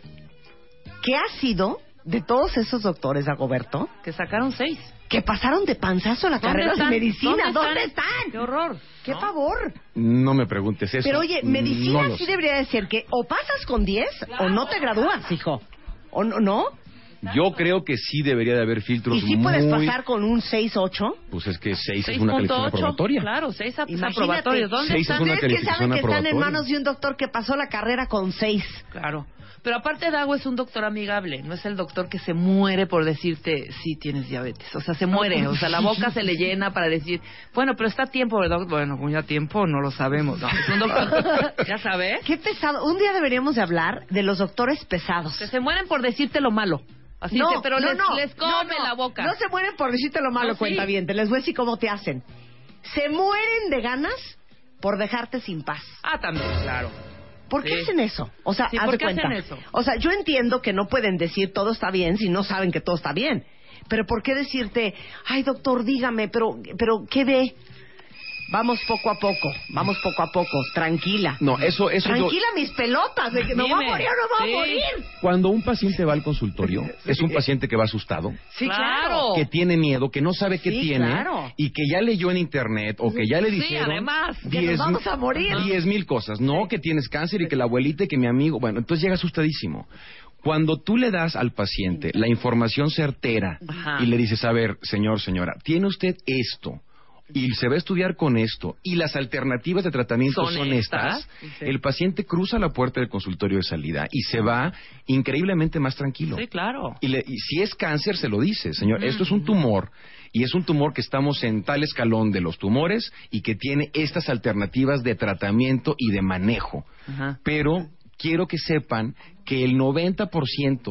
¿Qué ha sido de todos esos doctores, Dagoberto, Que sacaron 6. que pasaron de panzazo la ¿Dónde carrera están? de medicina? ¿Dónde están? ¡Qué horror! ¡Qué ¿no? favor! No me preguntes eso. Pero oye, medicina No lo sí sé. debería de ser que o pasas con 10 o no te gradúas, hijo. ¿O no? Yo creo que sí debería de haber filtros ¿Y sí puedes muy... pasar con un 6-8? Pues es que 6 es una calificación 6.8, aprobatoria. claro, 6 Imagínate. aprobatorios. ¿Dónde 6 están? es una ¿Ustedes que calificación saben que están en aprobatoria. manos de un doctor que pasó la carrera con 6? Claro. Pero aparte Dago es un doctor amigable, no es el doctor que se muere por decirte, sí, tienes diabetes. O sea, se muere, o sea, la boca se le llena para decir, bueno, pero está a tiempo, ¿verdad? Bueno, pues ya tiempo no lo sabemos. No, es un doctor, ya sabes, Qué pesado. Un día deberíamos de hablar de los doctores pesados. que se mueren por decirte lo malo. Así No, dice, pero no, les come no. la boca. No se mueren por decirte lo malo, No, sí. cuentaviente. Les voy a decir cómo te hacen. Se mueren de ganas por dejarte sin paz. Ah, también, claro. ¿Por qué Sí. hacen eso? O sea, Sí, haz ¿por de qué cuenta. hacen eso? O sea, yo entiendo que no pueden decir todo está bien si no saben que todo está bien. Pero ¿por qué decirte, ay doctor, dígame, pero ¿qué ve? Vamos poco a poco, tranquila. No, eso Tranquila mis pelotas, de que me voy a Dime. morir o no me voy Sí. a morir. Cuando un paciente va al consultorio, es un paciente que va asustado, Sí, Claro. que tiene miedo, que no sabe qué Sí, tiene claro. y que ya leyó en internet o que ya le Sí, dijeron además, que nos vamos a morir. 10,000 cosas, no, que tienes cáncer y que la abuelita y que mi amigo, bueno, entonces llega asustadísimo. Cuando tú le das al paciente la información certera Ajá. y le dices, a ver, señor, señora, tiene usted esto y se va a estudiar con esto y las alternativas de tratamiento son estas, Sí. el paciente cruza la puerta del consultorio de salida y se va increíblemente más tranquilo. Sí, claro. Y si es cáncer, se lo dice, señor, esto es un tumor y es un tumor que estamos en tal escalón de los tumores y que tiene estas alternativas de tratamiento y de manejo. Ajá. Pero quiero que sepan que el 90%,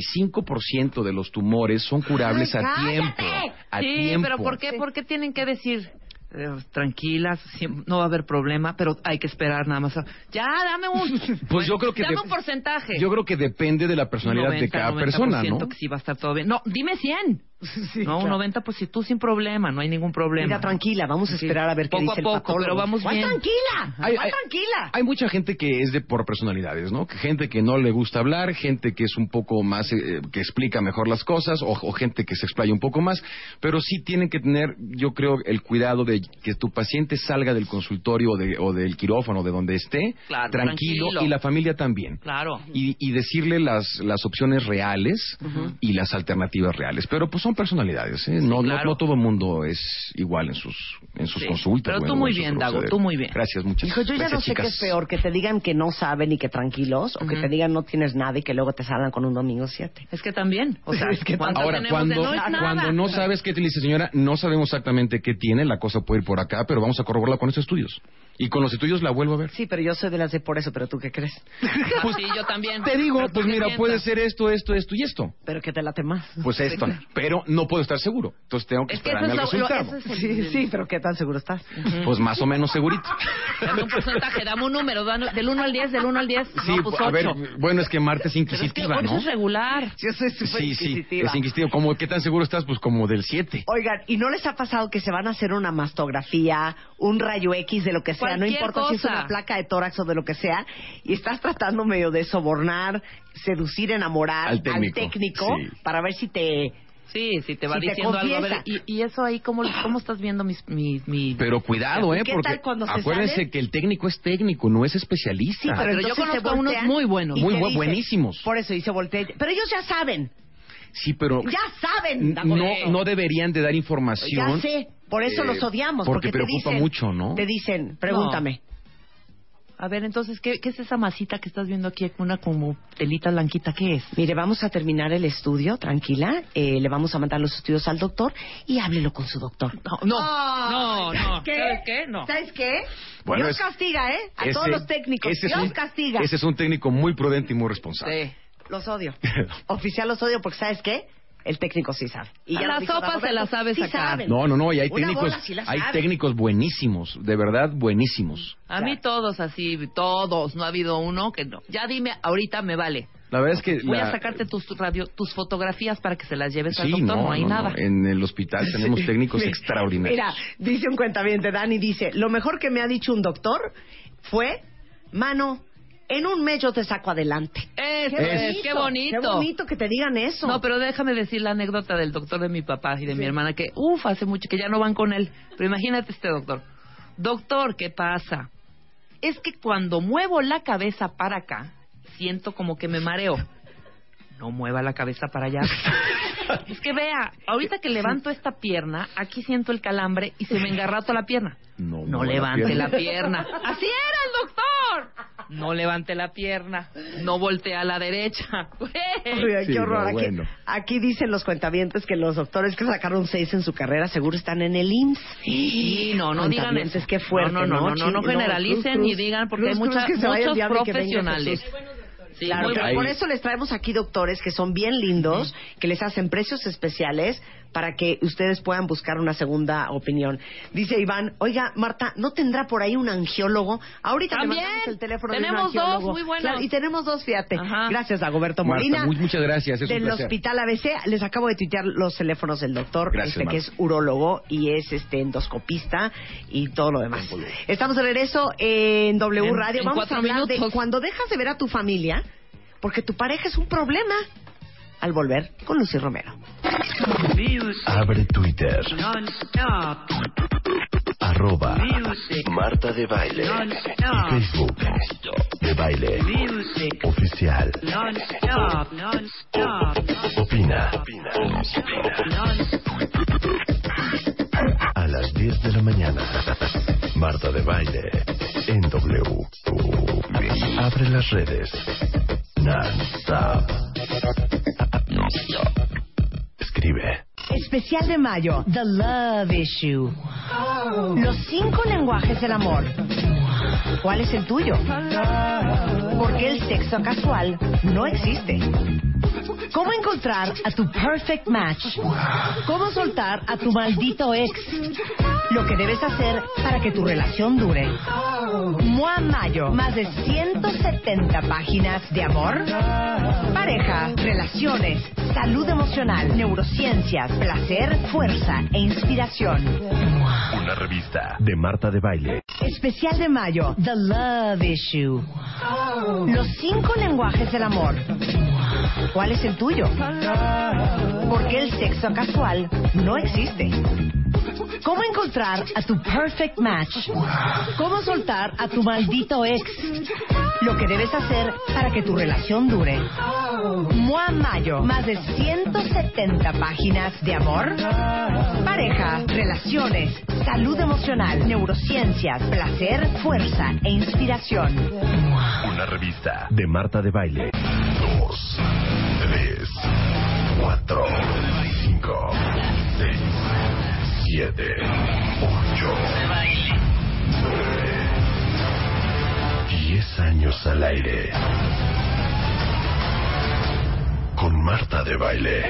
95% de los tumores son curables a ¡Cállate! tiempo. A Sí, tiempo. pero ¿por qué tienen que decir tranquilas, no va a haber problema, pero hay que esperar nada más? Ya, dame un Pues yo creo que dame de- un porcentaje. Yo creo que depende de la personalidad de cada persona, ¿no? Que sí va a estar todo bien. No, dime 100. Sí, No, un claro. 90, pues si tú sin problema, no hay ningún problema. Mira, tranquila, vamos a Sí. esperar a ver qué Poco dice a el poco, patólogo. pero vamos ¿Cuál bien. tranquila? Hay- ¿Cuál hay- tranquila? Hay mucha gente que es de por personalidades, ¿no? Que gente que no le gusta hablar, gente que es un poco más, que explica mejor las cosas, o gente que se explaya un poco más, pero sí tienen que tener, yo creo, el cuidado de que tu paciente salga del consultorio o del quirófano, de donde esté, Claro, tranquilo, tranquilo. y la familia también. Claro. Y decirle las opciones reales y las alternativas reales. Pero pues son personalidades, ¿eh? No, claro. no todo el mundo es igual en sus Sí. consultas. Pero o tú en muy sus bien, Dago, procederes. tú muy bien. Gracias, muchas Hijo, yo ya gracias, no sé qué chicas. es peor, que te digan que no saben y que tranquilos, o que Ujú. te digan no tienes nada y que luego te salgan con un domingo 7. Es que también, o sea, Es que ¿cuántas Ahora, tenemos de cuando no es nada? cuando no sabes qué te dice, señora, no sabemos exactamente qué tiene, la cosa puede ir por acá, pero vamos a corroborarla con estos estudios. Y con los estudios la vuelvo a ver. Sí, pero yo soy de las de por eso, pero ¿tú qué crees? Pues sí, yo también. Te digo, Pero tú pues qué mira, piensas. puede ser esto, esto, esto y esto. Pero que te late más. Pues esto, pero no puedo estar seguro. Entonces tengo que Es que esperarme al eso es lo- resultado. eso es Sí, sí, pero ¿qué tan seguro estás? Pues más o menos segurito. Dame un porcentaje, dame un número, del 1 al 10, del 1 al 10. Sí, No, pues a ver, 8. bueno, es que Marta es Pero es que inquisitiva, 8 ¿no? es regular. Yo soy súper Sí, sí, inquisitiva. es inquisitiva. ¿Cómo, ¿Qué tan seguro estás? Pues como del 7. Oigan, ¿y no les ha pasado que se van a hacer una mastografía, un rayo X de lo que sea? No Cualquier importa si es cosa. una placa de tórax o de lo que sea, y estás tratando medio de sobornar, seducir, enamorar Al técnico, sí. para ver si te... Sí, sí, te va Si te diciendo algo. A ver, confiesa. y eso ahí, ¿cómo estás viendo mi... Pero cuidado, ¿Y qué porque tal cuando se acuérdense salen? que el técnico es técnico, no es especialista. Sí, pero pero yo entonces se conozco a unos voltean muy buenos. y Muy te dicen- buenísimos. Por eso, y se voltea. Pero ellos ya saben. Sí, pero Ya saben. no deberían de dar información. Ya sé. Por eso los odiamos. porque te preocupa dicen, mucho, ¿no? Te dicen, pregúntame. A ver, entonces, ¿qué es esa masita que estás viendo aquí? Una como telita blanquita, ¿qué es? Mire, vamos a terminar el estudio, tranquila. Le vamos a mandar los estudios al doctor y háblelo con su doctor. No, ¿Sabes ¿Sabes qué? No. ¿Sabes qué? Bueno, Dios es- castiga, ¿eh? A ese- todos los técnicos. ese es Dios un- castiga. Ese es un técnico muy prudente y muy responsable. Sí. Los odio. Oficial los odio porque, ¿sabes qué? el técnico sí sabe. Y A ya la lo dijo sopa Dagoberto, se la sabe sí sacar. saben. No, y hay Una técnicos, bola sí la hay sabe. técnicos buenísimos, de verdad buenísimos. A mí todos así, todos, no ha habido uno que no. Ya dime, ahorita me vale. La verdad es que Voy a sacarte tus fotografías para que se las lleves al sí, doctor, no hay nada. En el hospital tenemos técnicos extraordinarios. Mira, dice un cuentaviente, Dani, dice, lo mejor que me ha dicho un doctor fue, mano, en un mes yo te saco adelante. Qué bonito. Qué bonito que te digan eso. No, pero déjame decir la anécdota del doctor de mi papá y de mi hermana, que hace mucho que ya no van con él. Pero imagínate este doctor. Doctor, ¿qué pasa? Es que cuando muevo la cabeza para acá, siento como que me mareo. No mueva la cabeza para allá. Es que vea, ahorita que levanto esta pierna, aquí siento el calambre y se me engarrata la pierna. No levante la pierna. ¡Así era el doctor! No levante la pierna. No voltee a la derecha. Oiga, qué horror. Aquí dicen los cuentavientes que los doctores que sacaron 6 en su carrera seguro están en el IMSS. Sí, no digan eso. Qué fuerte, no generalicen ni digan, porque hay muchos profesionales. Sí, claro, pero por eso les traemos aquí doctores que son bien lindos, que les hacen precios especiales para que ustedes puedan buscar una segunda opinión. Dice Iván, oiga, Marta, ¿no tendrá por ahí un angiólogo? Ahorita también le mandamos el teléfono de un tenemos angiólogo. dos muy buenos. Claro, y tenemos dos, fíjate. Ajá. Gracias, Dagoberto Molina. Marta, muchas gracias, es un del placer. Hospital ABC. Les acabo de tuitear los teléfonos del doctor, Gracias, que es urólogo y es endoscopista y todo lo demás. Estamos de regreso en W Radio. Vamos a hablar de cuando dejas de ver a tu familia porque tu pareja es un problema. Al volver con Lucy Romero. Abre Twitter. Arroba Marta de Baile. Y Facebook de Baile Oficial. Opina. A las 10 de la mañana. Marta de Baile en W. Abre las redes. Non-stop. Escribe. Especial de mayo, The Love Issue. Los 5 lenguajes del amor. ¿Cuál es el tuyo? Porque el sexo casual no existe. ¿Cómo encontrar a tu perfect match? ¿Cómo soltar a tu maldito ex? Lo que debes hacer para que tu relación dure. MOA Mayo, más de 170 páginas de amor, pareja, relaciones, salud emocional, neurociencias, placer, fuerza e inspiración. Una revista de Marta de Baile. Especial de mayo, The Love Issue. Los 5 lenguajes del amor. ¿Cuál es el tuyo? Porque el sexo casual no existe. ¿Cómo encontrar a tu perfect match? ¿Cómo soltar a tu maldito ex? Lo que debes hacer para que tu relación dure. MOA Mayo, más de 170 páginas de amor, pareja, relaciones, salud emocional, neurociencias, placer, fuerza e inspiración. Una revista de Marta de Baile. 2, 3, 4, 5, 6, 7, 8, 9, 10 años al aire. Con Marta de Baile.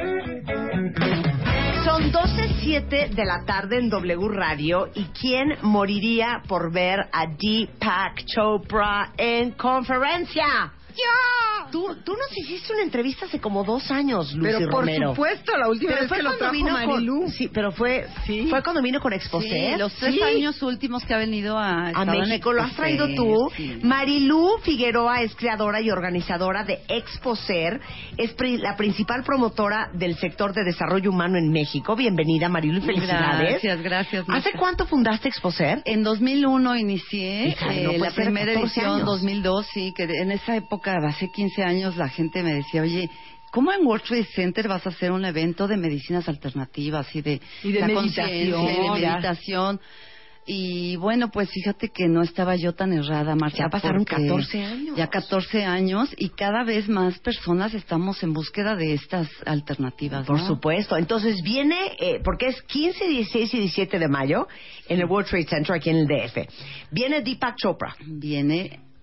Son 12:07 de la tarde en W Radio. ¿Y quién moriría por ver a Deepak Chopra en conferencia? ¡Ya! Tú nos hiciste una entrevista hace como 2 años, Lucy Pero por Romero. supuesto, la última vez que lo trajo Marilú. Sí, pero fue cuando vino con Exposer. Sí, los 3 años últimos que ha venido a México. Lo has traído tú. Sí. Marilú Figueroa es creadora y organizadora de Exposer. Es la principal promotora del sector de desarrollo humano en México. Bienvenida, Marilú, y felicidades. Gracias. ¿Hace cuánto fundaste Exposer? En 2001 inicié. La primera edición, años. 2002, sí, que en esa época, hace 15 años, la gente me decía, oye, ¿cómo en World Trade Center vas a hacer un evento de medicinas alternativas y de meditación? Y bueno, pues fíjate que no estaba yo tan errada, Marta. Ya pasaron 14 años. Ya 14 años y cada vez más personas estamos en búsqueda de estas alternativas, Por ¿no? supuesto. Entonces viene, porque es 15, 16 y 17 de mayo en el World Trade Center aquí en el DF. Viene Deepak Chopra. Viene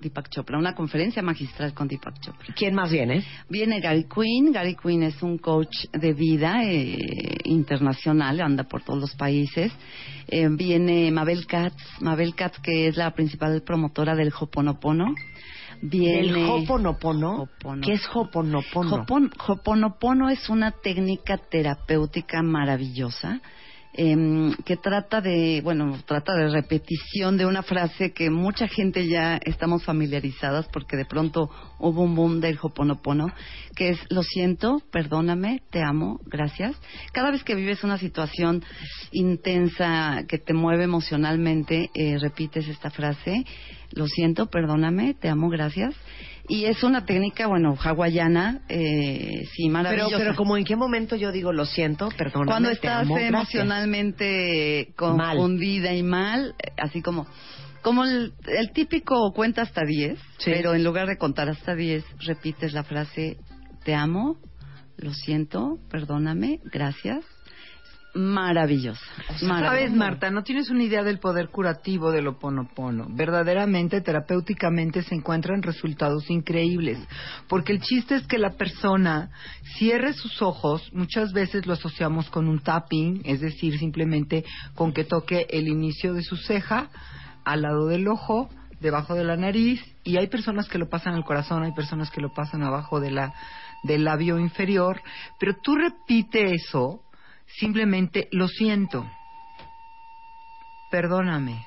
Deepak Chopra, una conferencia magistral con Deepak Chopra. ¿Quién más viene? Viene Gary Quinn. Gary Quinn es un coach de vida internacional, anda por todos los países. Viene Mabel Katz, que es la principal promotora del Ho'oponopono. ¿El Ho'oponopono? ¿Qué es Ho'oponopono? Ho'oponopono es una técnica terapéutica maravillosa que trata de repetición de una frase que mucha gente ya estamos familiarizadas porque de pronto hubo un boom del Ho'oponopono, que es: lo siento, perdóname, te amo, gracias. Cada vez que vives una situación intensa que te mueve emocionalmente, repites esta frase: lo siento, perdóname, te amo, gracias. Y es una técnica, hawaiana, sí, maravillosa. Pero como en qué momento yo digo lo siento, perdóname, cuando te estás amo, emocionalmente confundida y mal, así como el típico cuenta hasta 10, sí. Pero en lugar de contar hasta 10, repites la frase: te amo, lo siento, perdóname, gracias. Maravillosa. Sabes, Marta, no tienes una idea del poder curativo del Ho'oponopono. Verdaderamente, terapéuticamente, se encuentran resultados increíbles. Porque el chiste es que la persona cierre sus ojos. Muchas veces lo asociamos con un tapping, es decir, simplemente con que toque el inicio de su ceja, al lado del ojo, debajo de la nariz. Y hay personas que lo pasan al corazón, hay personas que lo pasan abajo del labio inferior. Pero tú repite eso. Simplemente: lo siento, perdóname,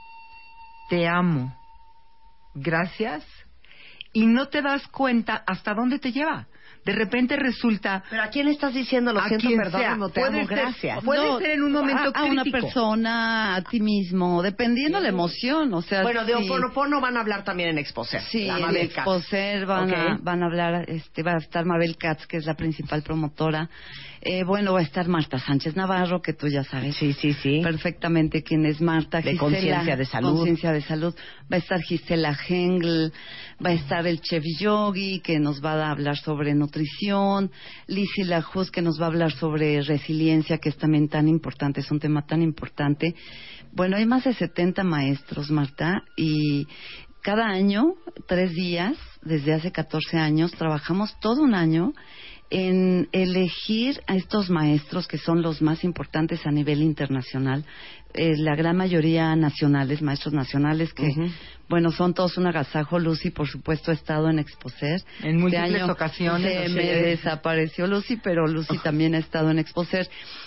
te amo, gracias, y no te das cuenta hasta dónde te lleva. De repente resulta... ¿Pero a quién le estás diciendo lo siento, perdóname, te amo, gracias? Puede ser en un momento crítico. A una persona, a ti mismo, dependiendo la emoción, o sea... Bueno, de Ho'oponopono van a hablar también en Exposer. Sí, en Exposer van a hablar, va a estar Mabel Katz, que es la principal promotora. Va a estar Marta Sánchez Navarro, que tú ya sabes perfectamente quién es Marta. De Conciencia de Salud. Conciencia de Salud. Va a estar Gisela Hengl, va a estar el chef Yogi, que nos va a hablar sobre nutrición, Lizzie Lajus, que nos va a hablar sobre resiliencia, que es también tan importante, es un tema tan importante. Bueno, hay más de 70 maestros, Marta, y cada año, 3 días, desde hace 14 años, trabajamos todo un año en elegir a estos maestros que son los más importantes a nivel internacional, la gran mayoría nacionales, maestros nacionales que, son todos un agasajo. Lucy, por supuesto, ha estado en Exposer. En múltiples ocasiones. Me desapareció Lucy, pero Lucy también ha estado en Exposer.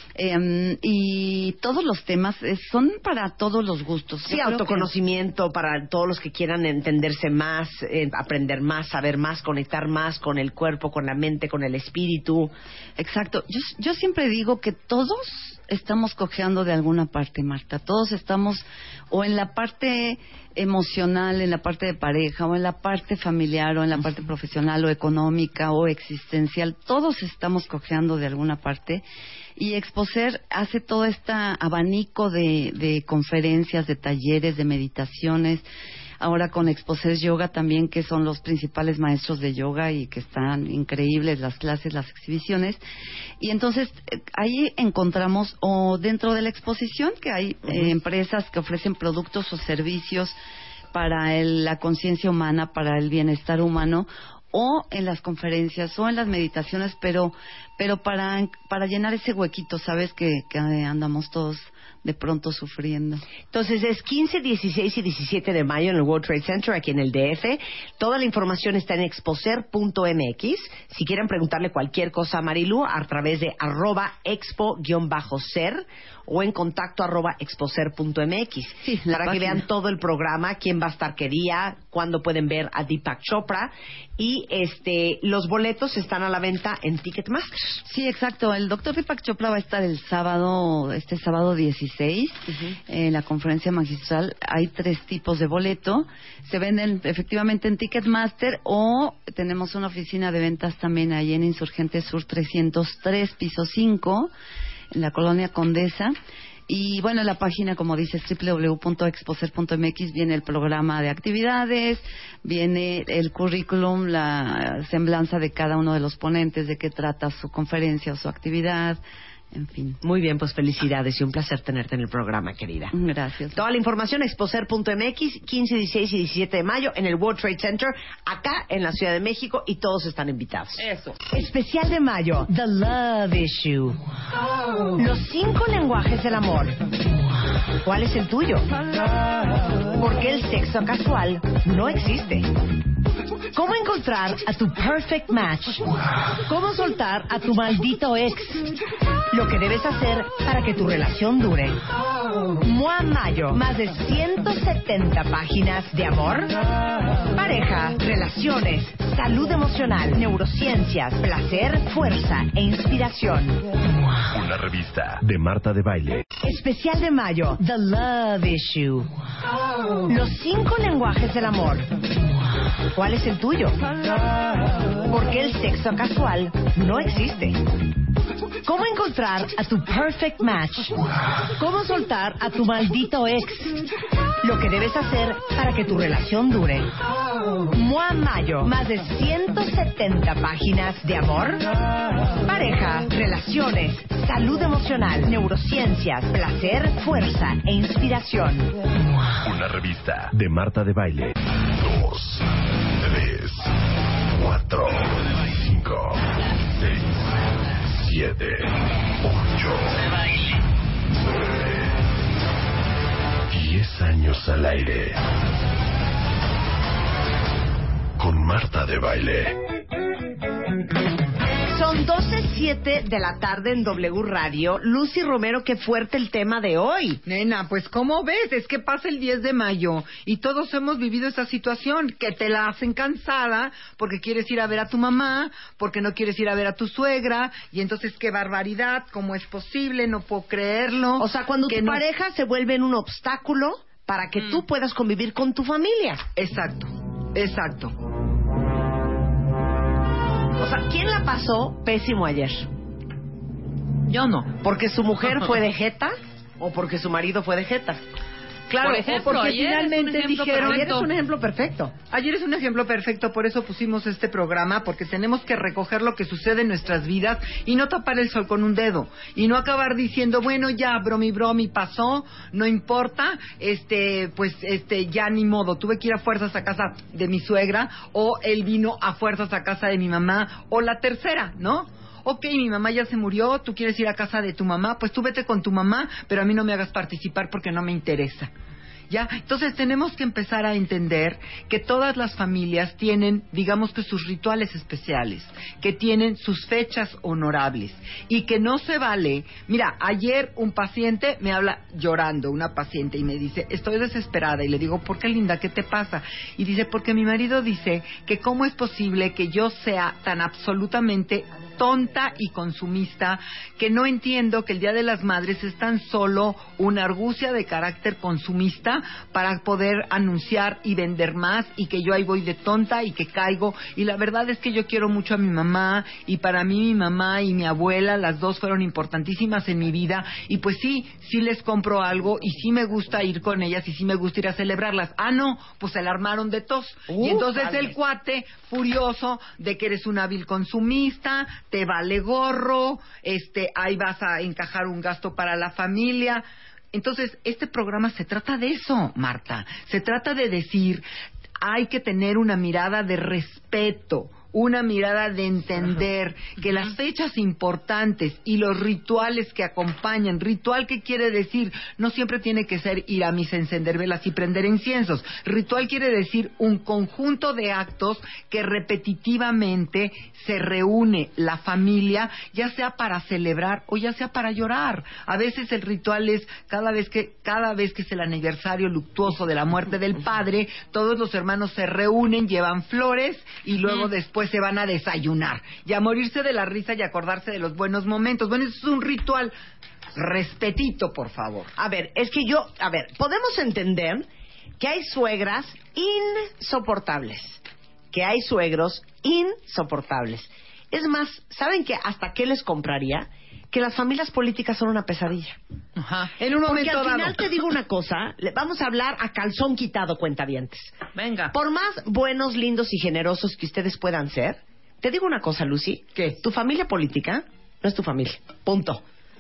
Y todos los temas son para todos los gustos. Sí, autoconocimiento para todos los que quieran entenderse más, aprender más, saber más, conectar más con el cuerpo, con la mente, con el espíritu. Exacto. Yo siempre digo que todos estamos cojeando de alguna parte, Marta. Todos estamos o en la parte emocional, en la parte de pareja, o en la parte familiar, o en la parte profesional, o económica, o existencial. Todos estamos cojeando de alguna parte. Y Exposer hace todo este abanico de conferencias, de talleres, de meditaciones. Ahora con Exposer Yoga también, que son los principales maestros de yoga y que están increíbles las clases, las exhibiciones. Y entonces ahí encontramos, o dentro de la exposición, que hay empresas que ofrecen productos o servicios para la conciencia humana, para el bienestar humano, o en las conferencias o en las meditaciones, pero para llenar ese huequito, ¿sabes? Que andamos todos de pronto sufriendo. Entonces es 15, 16 y 17 de mayo en el World Trade Center, aquí en el DF. Toda la información está en exposer.mx. Si quieren preguntarle cualquier cosa a Marilu, a través de @expo_ser o en contacto @exposer.mx. Sí, para que vean todo el programa, quién va a estar qué día, cuándo pueden ver a Deepak Chopra. Y los boletos están a la venta en Ticketmaster. Sí, exacto. El doctor Deepak Chopra va a estar este sábado 16, en la conferencia magistral. Hay 3 tipos de boleto. Se venden efectivamente en Ticketmaster, o tenemos una oficina de ventas también ahí en Insurgente Sur 303, piso 5, en la colonia Condesa. Y bueno, en la página, como dices, www.exposer.mx, viene el programa de actividades, viene el currículum, la semblanza de cada uno de los ponentes, de qué trata su conferencia o su actividad, En fin. Muy bien, pues felicidades y un placer tenerte en el programa, querida. Gracias. Toda la información exposer.mx, 15, 16 y 17 de mayo en el World Trade Center, acá en la Ciudad de México, y todos están invitados. Eso. Especial de mayo, The Love Issue. Los 5 lenguajes del amor. ¿Cuál es el tuyo? Porque el sexo casual no existe. ¿Cómo encontrar a tu perfect match? ¿Cómo soltar a tu maldito ex? Lo que debes hacer para que tu relación dure. MOA Mayo, más de 170 páginas de amor, pareja, relaciones, salud emocional, neurociencias, placer, fuerza e inspiración. Una revista de Marta de Baile. Especial de mayo, The Love Issue. Los 5 lenguajes del amor. ¿Cuál es el tuyo? Porque el sexo casual no existe. ¿Cómo encontrar a tu perfect match? ¿Cómo soltar a tu maldito ex? Lo que debes hacer para que tu relación dure. MOA Mayo, más de 170 páginas de amor, pareja, relaciones, salud emocional, neurociencias, placer, fuerza e inspiración. Una revista de Marta de Baile. 2, 3, 4, 5, 6, 7, 8, 9, 10 años al aire. Con Marta de Baile. Son 12:07 de la tarde en W Radio. Lucy Romero, qué fuerte el tema de hoy. Nena, pues ¿cómo ves? Es que pasa el 10 de mayo y todos hemos vivido esa situación, que te la hacen cansada porque quieres ir a ver a tu mamá, porque no quieres ir a ver a tu suegra, y entonces qué barbaridad, ¿cómo es posible? No puedo creerlo. O sea, cuando tu pareja se vuelve en un obstáculo para que tú puedas convivir con tu familia. Exacto, exacto. O sea, ¿quién la pasó pésimo ayer? Yo no. ¿Porque su mujer fue de jeta o porque su marido fue de jeta? Claro, por ejemplo, porque finalmente dijeron... Ayer es un ejemplo perfecto. Ayer es un ejemplo perfecto, por eso pusimos este programa, porque tenemos que recoger lo que sucede en nuestras vidas y no tapar el sol con un dedo. Y no acabar diciendo, bueno, ya, bromi, pasó, no importa, ya ni modo, tuve que ir a fuerzas a casa de mi suegra, o él vino a fuerzas a casa de mi mamá, o la tercera, ¿no? Ok, mi mamá ya se murió, tú quieres ir a casa de tu mamá, pues tú vete con tu mamá, pero a mí no me hagas participar porque no me interesa. ¿Ya? Entonces tenemos que empezar a entender que todas las familias tienen, digamos que sus rituales especiales, que tienen sus fechas honorables y que no se vale. Mira, ayer un paciente me habla llorando, una paciente, y me dice, estoy desesperada, y le digo, ¿por qué, linda? ¿Qué te pasa? Y dice, porque mi marido dice que cómo es posible que yo sea tan absolutamente tonta y consumista, que no entiendo que el Día de las Madres es tan solo una argucia de carácter consumista para poder anunciar y vender más, y que yo ahí voy de tonta y que caigo. Y la verdad es que yo quiero mucho a mi mamá, y para mí mi mamá y mi abuela, las dos fueron importantísimas en mi vida, y pues sí les compro algo y sí me gusta ir con ellas y sí me gusta ir a celebrarlas. Ah, no, pues se la armaron de tos. Y entonces el cuate, furioso de que eres un hábil consumista, te vale gorro, ahí vas a encajar un gasto para la familia. Entonces, este programa se trata de eso, Marta. Se trata de decir, hay que tener una mirada de respeto, una mirada de entender que las fechas importantes y los rituales que acompañan, ritual que quiere decir, no siempre tiene que ser ir a misa, encender velas y prender inciensos. Ritual quiere decir un conjunto de actos que repetitivamente se reúne la familia, ya sea para celebrar o ya sea para llorar. A veces el ritual es cada vez que es el aniversario luctuoso de la muerte del padre, todos los hermanos se reúnen, llevan flores y luego después se van a desayunar y a morirse de la risa y acordarse de los buenos momentos. Bueno, eso es un ritual. Respetito, por favor. A ver, podemos entender que hay suegras insoportables, que hay suegros insoportables. Es más, ¿saben qué? ¿Hasta qué les compraría? Que las familias políticas son una pesadilla. Ajá. En un momento Porque al dado. final te digo una cosa, vamos a hablar a calzón quitado, cuentavientes. Venga. Por más buenos, lindos y generosos que ustedes puedan ser, te digo una cosa, Lucy. ¿Qué? Tu familia política no es tu familia. Punto.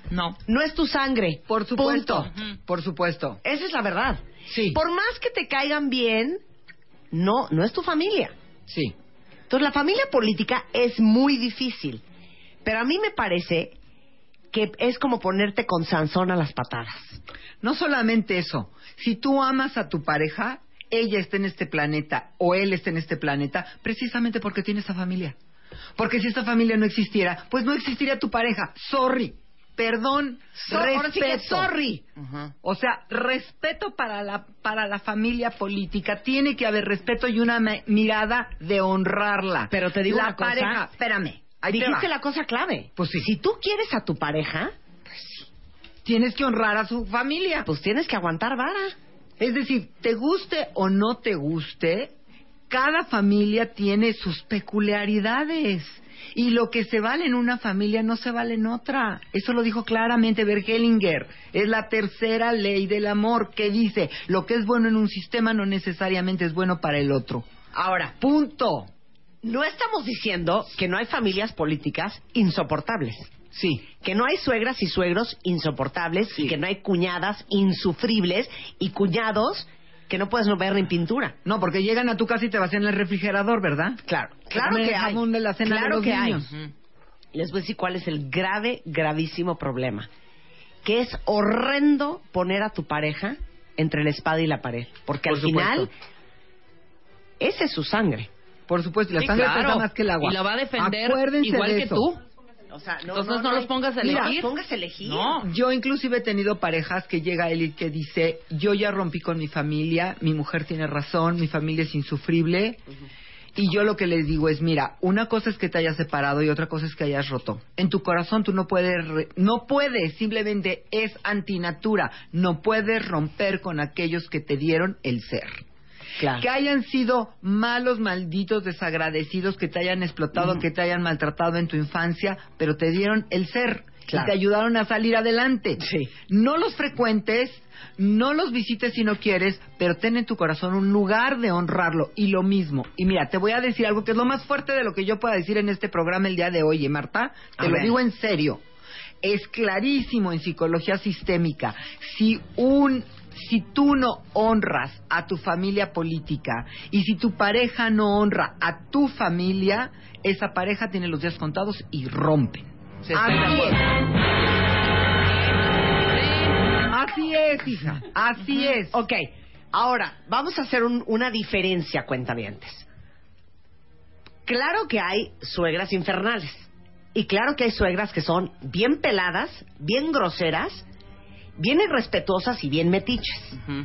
No. No es tu sangre. Por supuesto. Punto. Por supuesto. Esa es la verdad. Sí. Por más que te caigan bien, no es tu familia. Sí. Entonces la familia política es muy difícil. Pero a mí me parece que es como ponerte con Sansón a las patadas. No solamente eso. Si tú amas a tu pareja, ella está en este planeta o él está en este planeta precisamente porque tiene esa familia. Porque si esta familia no existiera, pues no existiría tu pareja. Sorry. Perdón. Ahora sí que Respeto. sorry. O sea, respeto para la familia política. Tiene que haber respeto y una mirada de honrarla. Pero te digo la una cosa. pareja, espérame. Ahí te Dijiste va. la cosa clave. Pues sí. Si tú quieres a tu pareja, Tienes que honrar a su familia. pues tienes que aguantar vara. Es decir, te guste o no te guste, cada familia tiene sus peculiaridades. Y lo que se vale en una familia no se vale en otra. Eso lo dijo claramente Bert Hellinger. Es la tercera ley del amor que dice, lo que es bueno en un sistema no necesariamente es bueno para el otro. Ahora, Punto. no estamos diciendo que no hay familias políticas insoportables. Sí. Que no hay suegras y suegros insoportables y que no hay cuñadas insufribles y cuñados que no puedes ver en pintura. No, porque llegan a tu casa y te vacían el refrigerador, ¿verdad? Claro Comen que el hay. jamón de la cena Claro de los que hay. niños. Les voy a decir cuál es el gravísimo problema. Que es horrendo poner a tu pareja entre la espada y la pared. Porque Por al final, supuesto. esa es su sangre. Por supuesto, y la Sí, sangre claro. pesa más que el agua. Y la va a defender Acuérdense igual de que eso. tú. O sea, Entonces no los pongas a Mira, elegir. pongas a elegir. No. Yo inclusive he tenido parejas que llega él y que dice, yo ya rompí con mi familia, mi mujer tiene razón, mi familia es insufrible. Y yo lo que les digo es, mira, una cosa es que te hayas separado y otra cosa es que hayas roto. En tu corazón tú no puedes, simplemente es antinatura. No puedes romper con aquellos que te dieron el ser. Claro. Que hayan sido malos, malditos, desagradecidos, que te hayan explotado, que te hayan maltratado en tu infancia, pero te dieron el ser Claro. y te ayudaron a salir adelante. Sí. No los frecuentes, no los visites si no quieres, pero ten en tu corazón un lugar de honrarlo. Y lo mismo. Y mira, te voy a decir algo que es lo más fuerte de lo que yo pueda decir en este programa el día de hoy, Marta. Te A lo ver. digo en serio. Es clarísimo en psicología sistémica. Si tú no honras a tu familia política y si tu pareja no honra a tu familia, esa pareja tiene los días contados y rompen. Sí, estoy de Así acuerdo. es. Así es, hija. Así es. Ok, ahora, vamos a hacer una diferencia, cuentavientes. Claro que hay suegras infernales. Y claro que hay suegras que son bien peladas, bien groseras, bien irrespetuosas y bien metiches.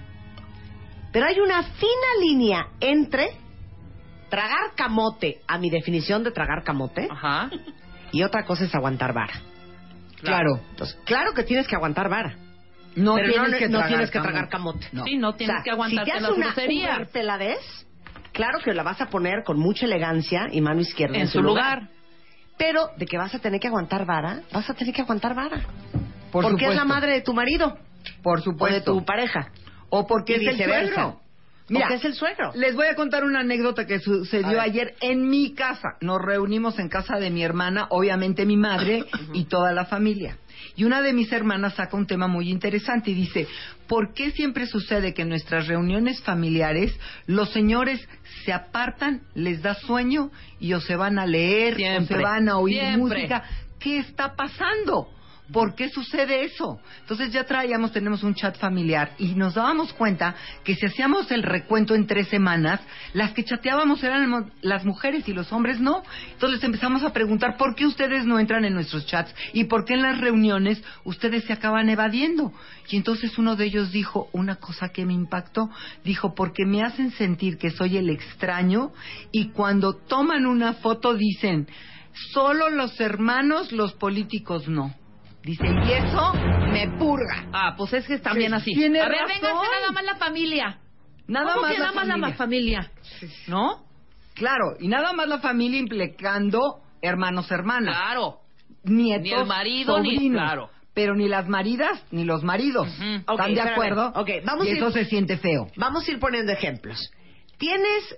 Pero hay una fina línea entre tragar camote, a mi definición de tragar camote, Ajá. y otra cosa es aguantar vara. Claro. Entonces, claro que tienes que aguantar vara. No pero tienes que no tragar tienes que camote. tragar camote. No. Sí, no tienes O sea, que aguantarte si te las hace una groserías. peladez, claro que la vas a poner con mucha elegancia y mano izquierda En su lugar. Pero de que vas a tener que aguantar vara, vas a tener que aguantar vara. Por porque es supuesto. la madre de tu marido Por o de supuesto. tu pareja. O porque Y es el viceversa. suegro. Mira, es el suegro. Les voy a contar una anécdota que A sucedió ver. ayer en mi casa. Nos reunimos en casa de mi hermana, obviamente mi madre y toda la familia. Y una de mis hermanas saca un tema muy interesante y dice, ¿por qué siempre sucede que en nuestras reuniones familiares los señores se apartan, les da sueño y o se van a leer Siempre. o se van a oír Siempre. música? ¿Qué está pasando? ¿Por qué sucede eso? Entonces ya tenemos un chat familiar y nos dábamos cuenta que si hacíamos el recuento en 3 semanas, las que chateábamos eran las mujeres y los hombres no. Entonces empezamos a preguntar por qué ustedes no entran en nuestros chats y por qué en las reuniones ustedes se acaban evadiendo. Y entonces uno de ellos dijo una cosa que me impactó. Dijo, porque me hacen sentir que soy el extraño y cuando toman una foto dicen, solo los hermanos, los políticos no. Dice, y eso me purga. Ah, pues es que es también Sí, así. tiene A ver, razón. véngase nada más la familia. Nada ¿Cómo más que la nada más la familia? ¿No? Claro, y nada más la familia implicando hermanos, hermanas. Claro. Nietos, Ni el marido, ni- sobrinos. claro. Pero ni las maridas, ni los maridos. Ok, ¿Están de espérame. acuerdo? Ok, vamos y a ir- eso se siente feo. Vamos a ir poniendo ejemplos. Tienes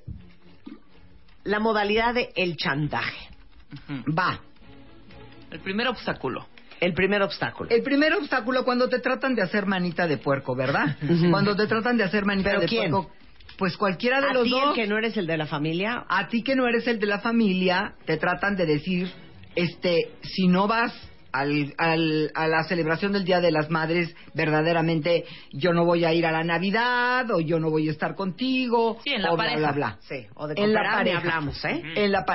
la modalidad de el chantaje. Va. El primer obstáculo. El primer obstáculo. El primer obstáculo cuando te tratan de hacer manita de puerco, ¿verdad? Cuando te tratan de hacer manita de ¿quién? puerco. Pues cualquiera de los ¿A ti dos. el que no eres el de la familia? A ti que no eres el de la familia, te tratan de decir, si no vas a la celebración del Día de las Madres, verdaderamente yo no voy a ir a la Navidad, o yo no voy a estar contigo, sí, en la o pareja. bla, bla, bla. Sí, o de en la cooperar pareja hablamos, ¿eh? En la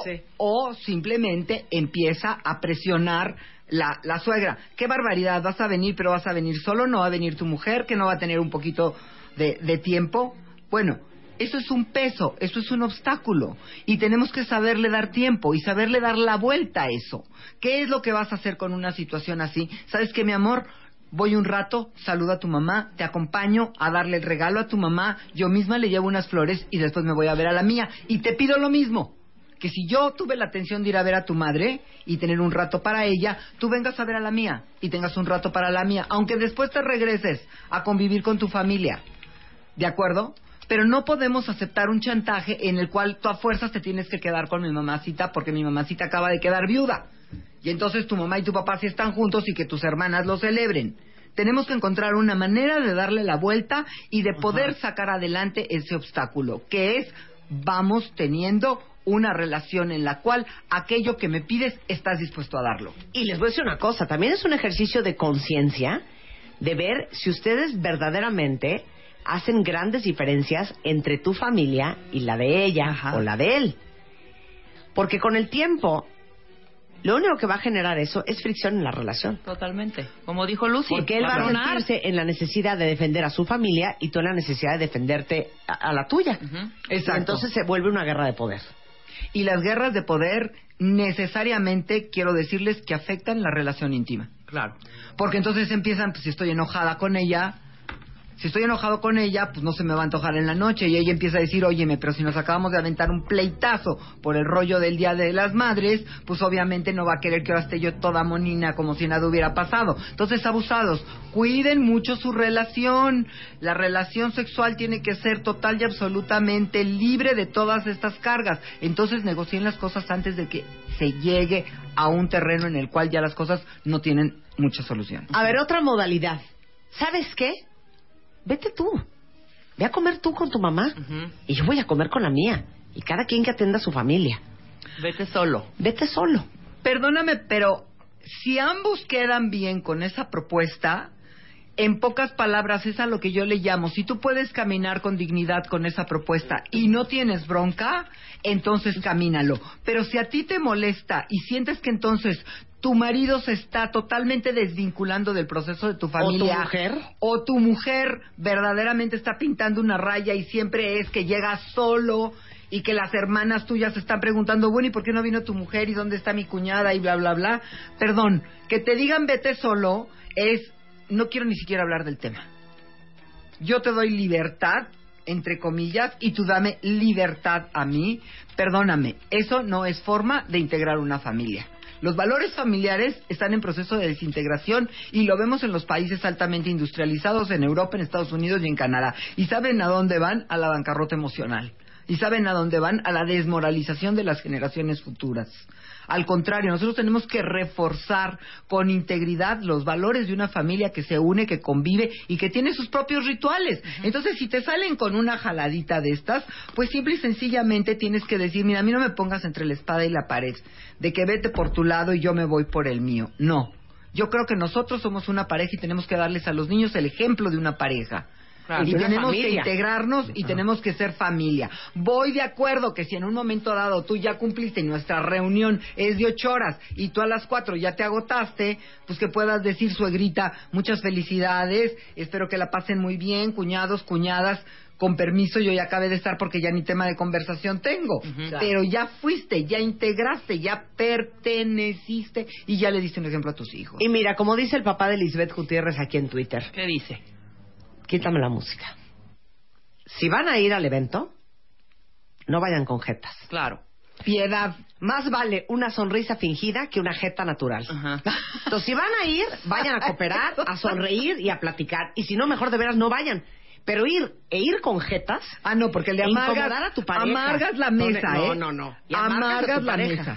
o simplemente empieza a presionar la suegra. Qué barbaridad, vas a venir, pero vas a venir solo, no va a venir tu mujer, que no va a tener un poquito de tiempo. Bueno, eso es un peso, eso es un obstáculo. Y tenemos que saberle dar tiempo y saberle dar la vuelta a eso. ¿Qué es lo que vas a hacer con una situación así? ¿Sabes qué, mi amor? Voy un rato, saludo a tu mamá, te acompaño a darle el regalo a tu mamá, yo misma le llevo unas flores y después me voy a ver a la mía. Y te pido lo mismo, que si yo tuve la atención de ir a ver a tu madre y tener un rato para ella, tú vengas a ver a la mía y tengas un rato para la mía, aunque después te regreses a convivir con tu familia. ¿De acuerdo? Pero no podemos aceptar un chantaje en el cual tú a fuerzas te tienes que quedar con mi mamacita porque mi mamacita acaba de quedar viuda. Y entonces tu mamá y tu papá sí están juntos y que tus hermanas lo celebren. Tenemos que encontrar una manera de darle la vuelta y de poder sacar adelante ese obstáculo, que es, vamos teniendo una relación en la cual aquello que me pides estás dispuesto a darlo. Y les voy a decir una cosa, también es un ejercicio de conciencia, de ver si ustedes verdaderamente hacen grandes diferencias entre tu familia y la de ella o la de él. Porque con el tiempo, lo único que va a generar eso es fricción en la relación. Totalmente. Como dijo Lucy. Porque él va a sentirse en la necesidad de defender a su familia y tú en la necesidad de defenderte a la tuya. Exacto. Entonces se vuelve una guerra de poder. Y las guerras de poder necesariamente, quiero decirles, que afectan la relación íntima. Claro. Porque entonces empiezan, pues si estoy enojada con ella, si estoy enojado con ella, pues no se me va a antojar en la noche. Y ella empieza a decir, óyeme, pero si nos acabamos de aventar un pleitazo por el rollo del Día de las Madres, pues obviamente no va a querer que ahora esté yo toda monina como si nada hubiera pasado. Entonces, abusados, cuiden mucho su relación. La relación sexual tiene que ser total y absolutamente libre de todas estas cargas. Entonces, negocien las cosas antes de que se llegue a un terreno en el cual ya las cosas no tienen mucha solución. A ver, otra modalidad. ¿Sabes qué? Vete tú. Ve a comer tú con tu mamá. Y yo voy a comer con la mía. Y cada quien que atienda a su familia. Vete solo. Vete solo. Perdóname, pero si ambos quedan bien con esa propuesta, en pocas palabras es a lo que yo le llamo, si tú puedes caminar con dignidad con esa propuesta y no tienes bronca, entonces camínalo. Pero si a ti te molesta y sientes que entonces tu marido se está totalmente desvinculando del proceso de tu familia, o tu mujer verdaderamente está pintando una raya y siempre es que llega solo y que las hermanas tuyas están preguntando, bueno, ¿y por qué no vino tu mujer? ¿Y dónde está mi cuñada? Y bla, bla, bla. Perdón, que te digan vete solo es, no quiero ni siquiera hablar del tema. Yo te doy libertad, entre comillas, y tú dame libertad a mí. Perdóname, eso no es forma de integrar una familia. Los valores familiares están en proceso de desintegración y lo vemos en los países altamente industrializados, en Europa, en Estados Unidos y en Canadá. ¿Y saben a dónde van? A la bancarrota emocional. ¿Y saben a dónde van? A la desmoralización de las generaciones futuras. Al contrario, nosotros tenemos que reforzar con integridad los valores de una familia que se une, que convive y que tiene sus propios rituales. Entonces, si te salen con una jaladita de estas, pues simple y sencillamente tienes que decir, mira, a mí no me pongas entre la espada y la pared, de que vete por tu lado y yo me voy por el mío. No. Yo creo que nosotros somos una pareja y tenemos que darles a los niños el ejemplo de una pareja. Claro, y tenemos que integrarnos y tenemos que ser familia. Voy de acuerdo que si en un momento dado tú ya cumpliste y nuestra reunión es de 8 horas y tú a las 4 ya te agotaste, pues que puedas decir, suegrita, muchas felicidades, espero que la pasen muy bien, cuñados, cuñadas, con permiso, yo ya acabé de estar porque ya ni tema de conversación tengo. Pero ya fuiste, ya integraste, ya perteneciste y ya le diste un ejemplo a tus hijos. Y mira, como dice el papá de Lisbeth Gutiérrez aquí en Twitter. ¿Qué dice? Quítame la música. Si van a ir al evento, no vayan con jetas. Claro. Piedad. Más vale una sonrisa fingida que una jeta natural. Entonces, si van a ir, vayan a cooperar, a sonreír y a platicar. Y si no, mejor de veras no vayan. Pero ir con jetas. Ah, no, porque le amargas a tu pareja. Amargas la mesa, no. Y amargas la mesa.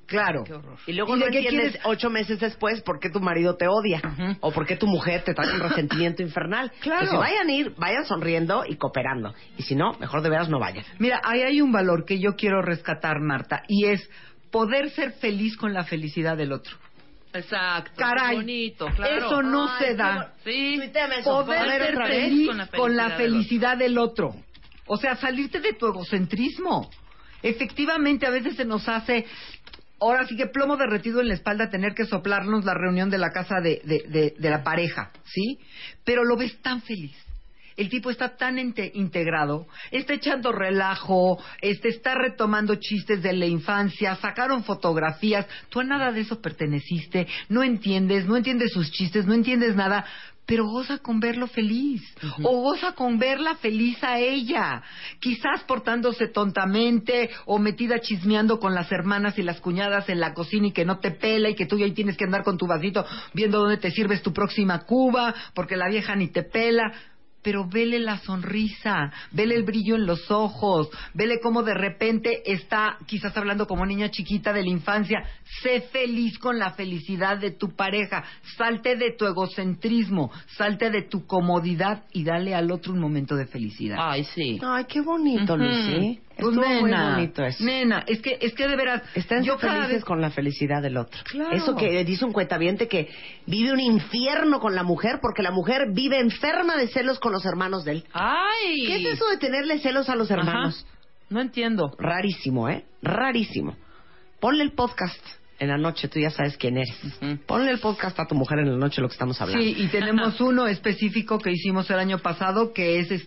Claro. Qué horror. Y luego ¿Y no de qué entiendes quieres? 8 meses después por qué tu marido te odia. O por qué tu mujer te trae un resentimiento infernal. Claro. Entonces, si vayan a ir, vayan sonriendo y cooperando. Y si no, mejor de veras no vayan. Mira, ahí hay un valor que yo quiero rescatar, Marta, y es poder ser feliz con la felicidad del otro. Exacto. Caray, Qué bonito, claro. eso no Ay, se da. Sí. Tuiteame eso. Poder A ver, ser otra vez. feliz con la del felicidad del otro. O sea, salirte de tu egocentrismo. Efectivamente, a veces se nos hace, ahora sí que plomo derretido en la espalda tener que soplarnos la reunión de la casa de la pareja, ¿sí? Pero lo ves tan feliz. El tipo está tan integrado, está echando relajo, está retomando chistes de la infancia, sacaron fotografías, tú a nada de eso perteneciste, no entiendes sus chistes, no entiendes nada, pero goza con verlo feliz, o goza con verla feliz a ella, quizás portándose tontamente, o metida chismeando con las hermanas y las cuñadas en la cocina y que no te pela y que tú ya ahí tienes que andar con tu vasito viendo dónde te sirves tu próxima cuba, porque la vieja ni te pela. Pero vele la sonrisa, vele el brillo en los ojos, vele cómo de repente está quizás hablando como niña chiquita de la infancia. Sé feliz con la felicidad de tu pareja, salte de tu egocentrismo, salte de tu comodidad y dale al otro un momento de felicidad. Ay, sí. Ay, qué bonito, Lucy. Pues Estuvo muy nena, bonito eso. nena, es que de veras, Estén yo cada felices vez con la felicidad del otro. Claro. Eso que dice un cuentaviente que vive un infierno con la mujer porque la mujer vive enferma de celos con los hermanos de él. Ay. ¿Qué es eso de tenerle celos a los hermanos? Ajá. No entiendo. Rarísimo, ¿eh? Rarísimo. Ponle el podcast en la noche, tú ya sabes quién eres. Ponle el podcast a tu mujer en la noche, lo que estamos hablando. Sí, y tenemos uno específico que hicimos el año pasado que es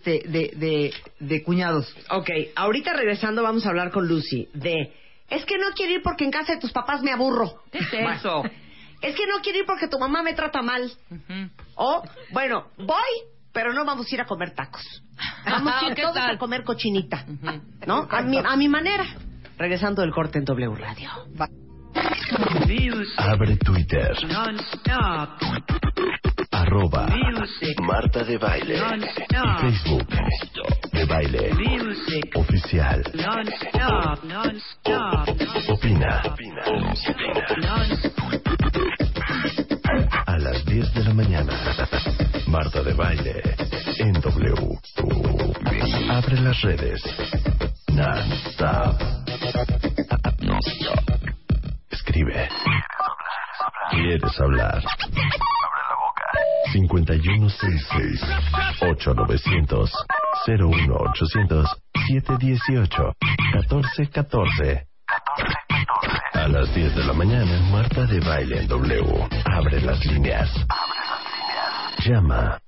de cuñados. Ok, ahorita regresando vamos a hablar con Lucy de... Es que no quiero ir porque en casa de tus papás me aburro. ¿Qué es eso? Es que no quiero ir porque tu mamá me trata mal. O, bueno, voy, pero no vamos a ir a comer tacos. Vamos a ir ¿Qué todos tal? a comer cochinita. ¿No? A mi manera. Regresando del corte en W Radio. Abre Twitter. Arroba Marta de Baile. Y Facebook de Baile Oficial. Opina. A las 10 de la mañana. Marta de Baile en W. Abre las redes. Non-stop. Escribe. ¿Quieres hablar? 5166-8900 01800-718-1414. A las 10 de la mañana, Marta de Baile en W. Abre las líneas. Llama.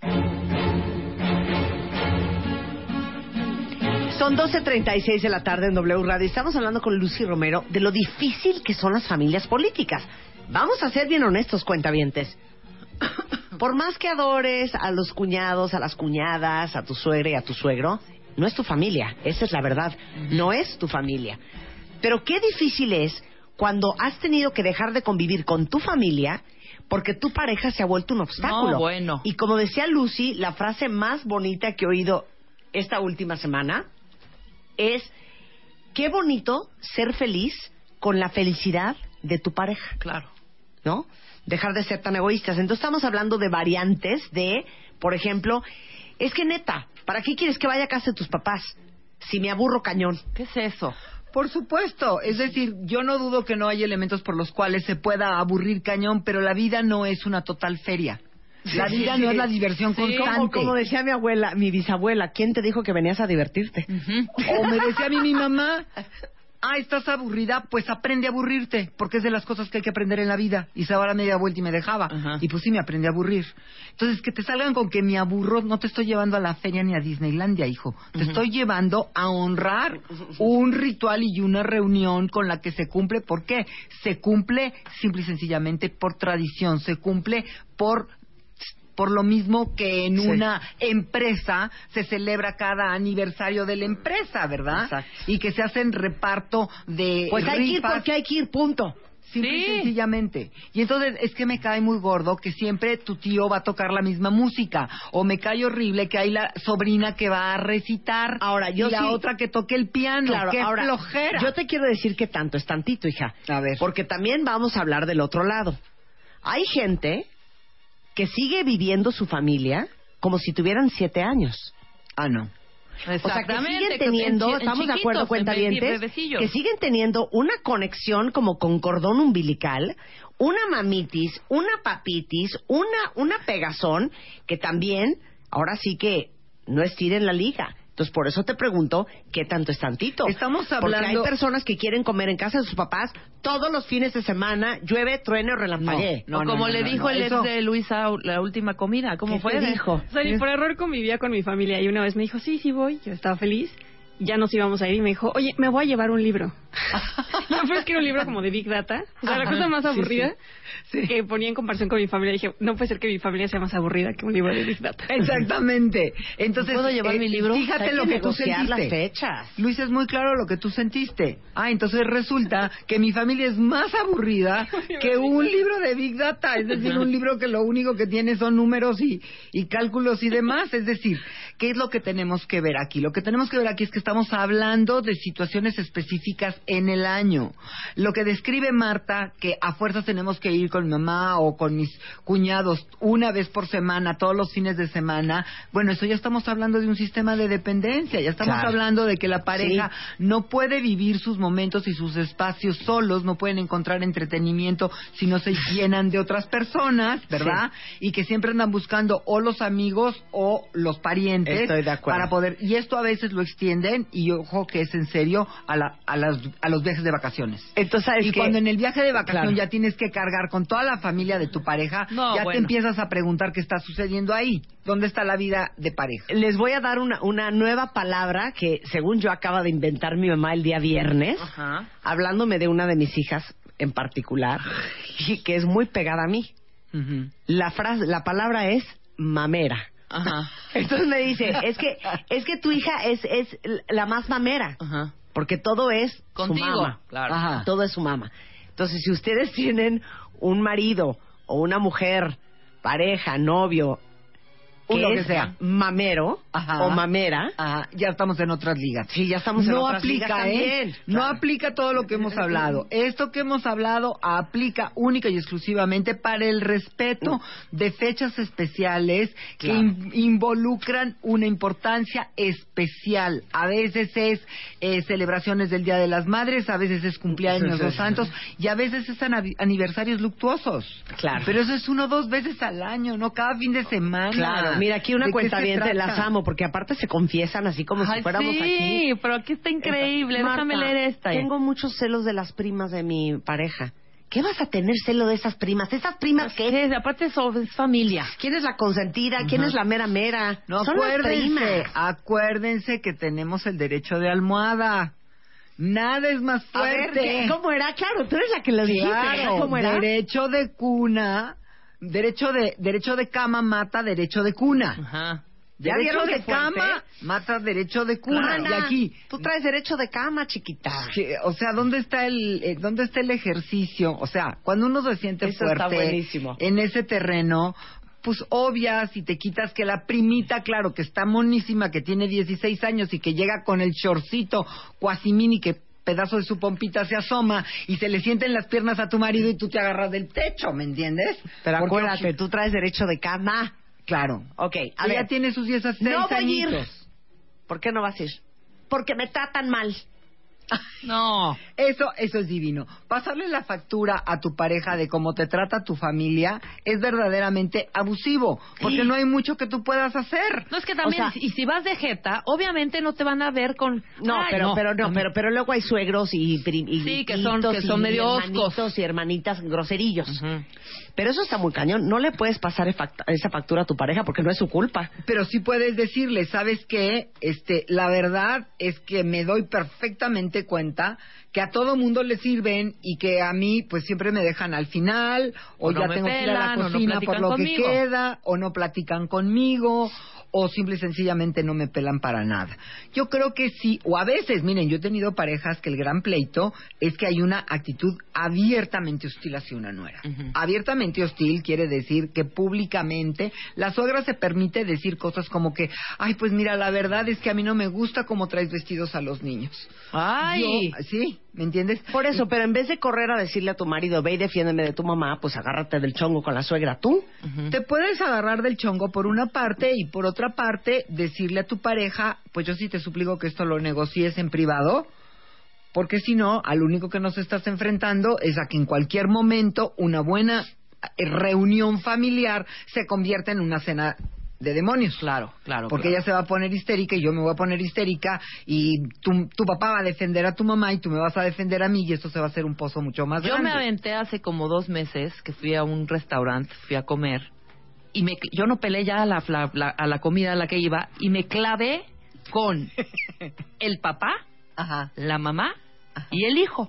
Son 12:36 de la tarde en W Radio. Estamos hablando con Lucy Romero de lo difícil que son las familias políticas. Vamos a ser bien honestos, cuentavientes. Por más que adores a los cuñados, a las cuñadas, a tu suegra y a tu suegro, no es tu familia. Esa es la verdad. No es tu familia. Pero qué difícil es cuando has tenido que dejar de convivir con tu familia porque tu pareja se ha vuelto un obstáculo. No, bueno. Y como decía Lucy, la frase más bonita que he oído esta última semana es: qué bonito ser feliz con la felicidad de tu pareja. Claro. ¿No? Dejar de ser tan egoístas. Entonces estamos hablando de variantes de, por ejemplo, es que neta, ¿para qué quieres que vaya a casa de tus papás si me aburro cañón? ¿Qué es eso? Por supuesto, es decir, yo no dudo que no hay elementos por los cuales se pueda aburrir cañón, pero la vida no es una total feria. La vida no es la diversión constante. Como decía mi abuela, mi bisabuela, ¿quién te dijo que venías a divertirte? O me decía a mí mi mamá, ¿estás aburrida? Pues aprende a aburrirte, porque es de las cosas que hay que aprender en la vida. Y se daba la media vuelta y me dejaba. Y pues sí, me aprendí a aburrir. Entonces, que te salgan con que me aburro, no te estoy llevando a la feria ni a Disneylandia, hijo. Te estoy llevando a honrar un ritual y una reunión con la que se cumple. ¿Por qué? Se cumple simple y sencillamente por tradición. Se cumple por lo mismo que en una empresa se celebra cada aniversario de la empresa, ¿verdad? Exacto. Y que se hacen reparto de pues hay que ir rifas. porque hay que ir, punto. Simple y sencillamente. Y entonces es que me cae muy gordo que siempre tu tío va a tocar la misma música. O me cae horrible que hay la sobrina que va a recitar. Ahora, yo y la sí- otra que toque el piano. Claro, ¡Qué ahora, flojera! yo te quiero decir que tanto es tantito, hija. A ver. Porque también vamos a hablar del otro lado. Hay gente que sigue viviendo su familia como si tuvieran 7 años. Ah, no. O sea, que Exactamente, siguen que teniendo, en estamos de acuerdo, chiquitos, cuentavientes, en bebecillos. que siguen teniendo una conexión como con cordón umbilical, una mamitis, una papitis, una pegazón, que también, ahora sí que no estiren la liga. Entonces, por eso te pregunto, ¿qué tanto es tantito? Estamos Porque hay hablando- personas que quieren comer en casa de sus papás todos los fines de semana, llueve, truene o relampaguee. o como le dijo el ex de Luisa la última comida. ¿Cómo ¿Qué fue? te dijo? O sea, y por error convivía con mi familia y una vez me dijo, sí voy, yo estaba feliz. Ya nos íbamos a ir y me dijo, oye, me voy a llevar un libro. No, pero es que era un libro como de Big Data. O sea, la cosa más aburrida que ponía en comparación con mi familia. Dije, no puede ser que mi familia sea más aburrida que un libro de Big Data. Exactamente. Entonces, ¿Puedo llevar mi libro? Fíjate Hay lo que que tú negociar sentiste. las fechas. Luis, es muy claro lo que tú sentiste. Entonces resulta que mi familia es más aburrida que un libro de Big Data. Es decir, un libro que lo único que tiene son números y cálculos y demás. Es decir, ¿qué es lo que tenemos que ver aquí? Lo que tenemos que ver aquí es que estamos hablando de situaciones específicas en el año. Lo que describe Marta, que a fuerzas tenemos que ir con mi mamá o con mis cuñados una vez por semana, todos los fines de semana, bueno, eso ya estamos hablando de un sistema de dependencia, ya estamos Claro. hablando de que la pareja no puede vivir sus momentos y sus espacios solos, no pueden encontrar entretenimiento si no se llenan de otras personas, ¿verdad? Y que siempre andan buscando o los amigos o los parientes. Estoy de acuerdo. Para poder, y esto a veces lo extienden, y ojo que es en serio, a los viajes de vacaciones. Entonces, ¿sabes Y qué? cuando en el viaje de vacación Claro. ya tienes que cargar con toda la familia de tu pareja, No, ya bueno. te empiezas a preguntar qué está sucediendo ahí. ¿Dónde está la vida de pareja? Les voy a dar una nueva palabra que, según yo, acaba de inventar mi mamá el día viernes, Ajá. hablándome de una de mis hijas en particular, y que es muy pegada a mí. La palabra es mamera. Ajá. Entonces me dice, es que tu hija es la más mamera, Ajá. porque todo es Contigo, su mamá. claro. Ajá. Todo es su mamá. Entonces, si ustedes tienen un marido o una mujer, pareja, novio, Lo que es sea. mamero Ajá. o mamera, Ya estamos en otras ligas. sí, ya estamos en No otras ligas aplica, también. No Claro. aplica todo lo que hemos hablado. Esto que hemos hablado aplica única y exclusivamente para el respeto de fechas especiales que Claro. involucran una importancia especial. A veces es celebraciones del Día de las Madres, a veces es cumpleaños de los santos y a veces es aniversarios luctuosos. Claro. Pero eso es 1 o 2 veces al año, no cada fin de semana. Claro, mira, aquí una ¿De qué cuenta se bien, te trata? las amo, porque aparte se confiesan así como Ay, si fuéramos sí, aquí. pero aquí está increíble. Marta, Déjame leer esta. Tengo muchos celos de las primas de mi pareja. ¿Qué vas a tener celo de esas primas? ¿Esas primas qué? Sí, aparte es familia. ¿Quién es la consentida? ¿Quién es la mera mera? No, Son las acuérdense, primas. acuérdense que tenemos el derecho de almohada. Nada es más A ver, fuerte. ¿cómo era? Claro, tú eres la que lo dijiste. Claro, ¿Cómo era? derecho de cuna, derecho de cama mata derecho de cuna. Ajá. ¿Ya Derecho vieron de qué fuerte? cama mata derecho de cuna. Ana, Y aquí, tú traes derecho de cama, chiquita. o sea, ¿dónde está el ejercicio? O sea, cuando uno se siente Eso está fuerte buenísimo. en ese terreno, pues obvias y te quitas que la primita, claro, que está monísima, que tiene 16 años y que llega con el shortcito cuasi mini que pedazo de su pompita se asoma y se le sienten las piernas a tu marido y tú te agarras del techo, ¿me entiendes? Pero Porque, acuérdate, tú traes derecho de cama. claro. Ok, a Ella ver. tiene sus 16 No voy a ir. añitos. ¿Por qué no vas a ir? Porque me tratan mal. No. Eso es divino. Pasarle la factura a tu pareja de cómo te trata tu familia es verdaderamente abusivo, porque no hay mucho que tú puedas hacer. No, es que también, O sea, y si vas de jeta, obviamente no te van a ver con... No, Ay, pero luego hay suegros y Sí, que son titos medio y oscos. hermanitos y hermanitas groserillos. Ujú. Pero eso está muy cañón. No le puedes pasar esa factura a tu pareja porque no es su culpa. Pero sí puedes decirle, ¿sabes qué? La verdad es que me doy perfectamente cuenta que a todo mundo le sirven y que a mí pues siempre me dejan al final o O no ya me tengo que ir a la pelan, o no cocina por platican lo conmigo. que queda o no platican conmigo o simple y sencillamente no me pelan para nada. Yo creo que sí, o a veces, miren, yo he tenido parejas que el gran pleito es que hay una actitud abiertamente hostil hacia una nuera. Abiertamente hostil quiere decir que públicamente la suegra se permite decir cosas como que, ay, pues mira, la verdad es que a mí no me gusta cómo traes vestidos a los niños. Ay. Sí, ¿me entiendes? Por eso, pero en vez de correr a decirle a tu marido, ve y defiéndeme de tu mamá, pues agárrate del chongo con la suegra tú. Te puedes agarrar del chongo por una parte y por otra parte decirle a tu pareja, pues yo sí te suplico que esto lo negocies en privado, porque si no, al único que nos estás enfrentando es a que en cualquier momento una buena reunión familiar se convierta en una cena de demonios. Claro. Porque ella se va a poner histérica y yo me voy a poner histérica y tu papá va a defender a tu mamá y tú me vas a defender a mí y esto se va a hacer un pozo mucho más grande. Yo me aventé hace como 2 meses que fui a un restaurante, fui a comer y yo no peleé ya a la comida a la que iba y me clavé con el papá, la mamá y el hijo.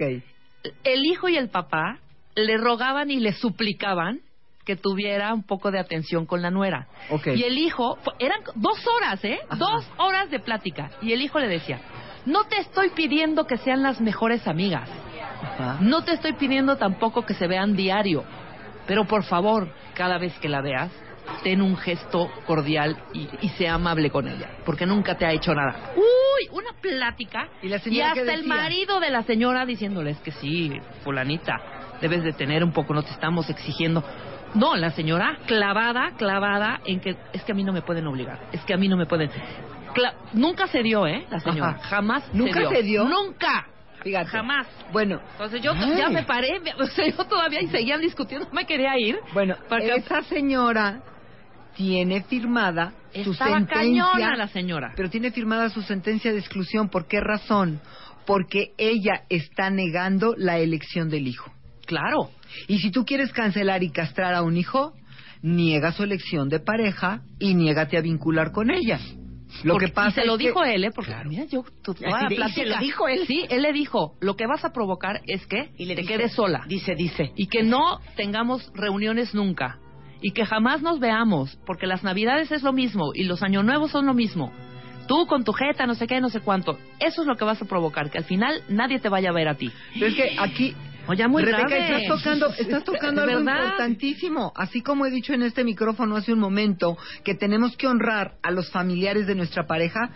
El hijo y el papá le rogaban y le suplicaban que tuviera un poco de atención con la nuera. Y el hijo, eran 2 horas, 2 horas de plática. Y el hijo le decía, no te estoy pidiendo que sean las mejores amigas. No te estoy pidiendo tampoco que se vean diario. Pero por favor, cada vez que la veas, ten un gesto cordial y sea amable con ella. Porque nunca te ha hecho nada. ¡Uy! Una plática. Y hasta el marido de la señora diciéndoles que sí, fulanita, debes de tener un poco, no te estamos exigiendo. No, la señora clavada en que es que a mí no me pueden obligar, es que a mí no me pueden. Nunca se dio, la señora. Jamás ¿Nunca se dio? Nunca. Fíjate. Jamás. Bueno. Entonces yo ya me paré, o sea, yo todavía y seguían discutiendo, me quería ir. Bueno, porque esa señora tiene firmada su sentencia. Cañona la señora. Pero tiene firmada su sentencia de exclusión. ¿Por qué razón? Porque ella está negando la elección del hijo. Claro. Y si tú quieres cancelar y castrar a un hijo, niega su elección de pareja y niégate a vincular con ella. Lo que pasa y se lo dijo él, porque claro. Mira, se lo dijo él. Sí, él le dijo, lo que vas a provocar es que te quedes sola. Dice. Y que no tengamos reuniones nunca. Y que jamás nos veamos, porque las Navidades es lo mismo y los Años Nuevos son lo mismo. Tú con tu jeta, no sé qué, no sé cuánto. Eso es lo que vas a provocar, que al final nadie te vaya a ver a ti. Pero es que aquí... Oye, muy Rebeca, grave. estás tocando algo importantísimo. Así como he dicho en este micrófono hace un momento, que tenemos que honrar a los familiares de nuestra pareja,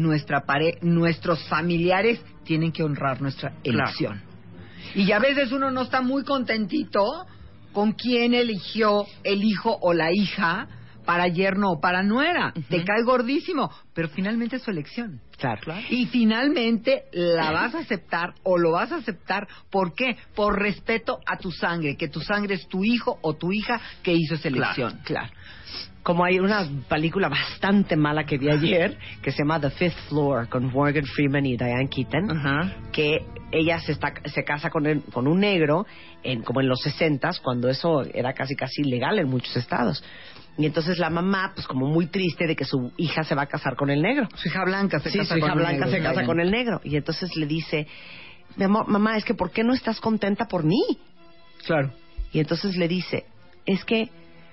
nuestros familiares tienen que honrar nuestra elección. Y a veces uno no está muy contentito con quién eligió el hijo o la hija para yerno o para nuera. Te cae gordísimo, pero finalmente es su elección. Claro. Y finalmente la vas a aceptar o lo vas a aceptar. ¿Por qué? Por respeto a tu sangre, que tu sangre es tu hijo o tu hija que hizo esa elección. Claro. Como hay una película bastante mala que vi ayer, que se llama The Fifth Floor, con Morgan Freeman y Diane Keaton, que ella se casa con un negro como en los 60s, cuando eso era casi ilegal en muchos estados. Y entonces la mamá, pues como muy triste de que su hija se va a casar con el negro. Su hija blanca se casa su hija blanca se casa con el negro. Y entonces le dice, mi amor, mamá, es que ¿por qué no estás contenta por mí? Claro. Y entonces le dice, es que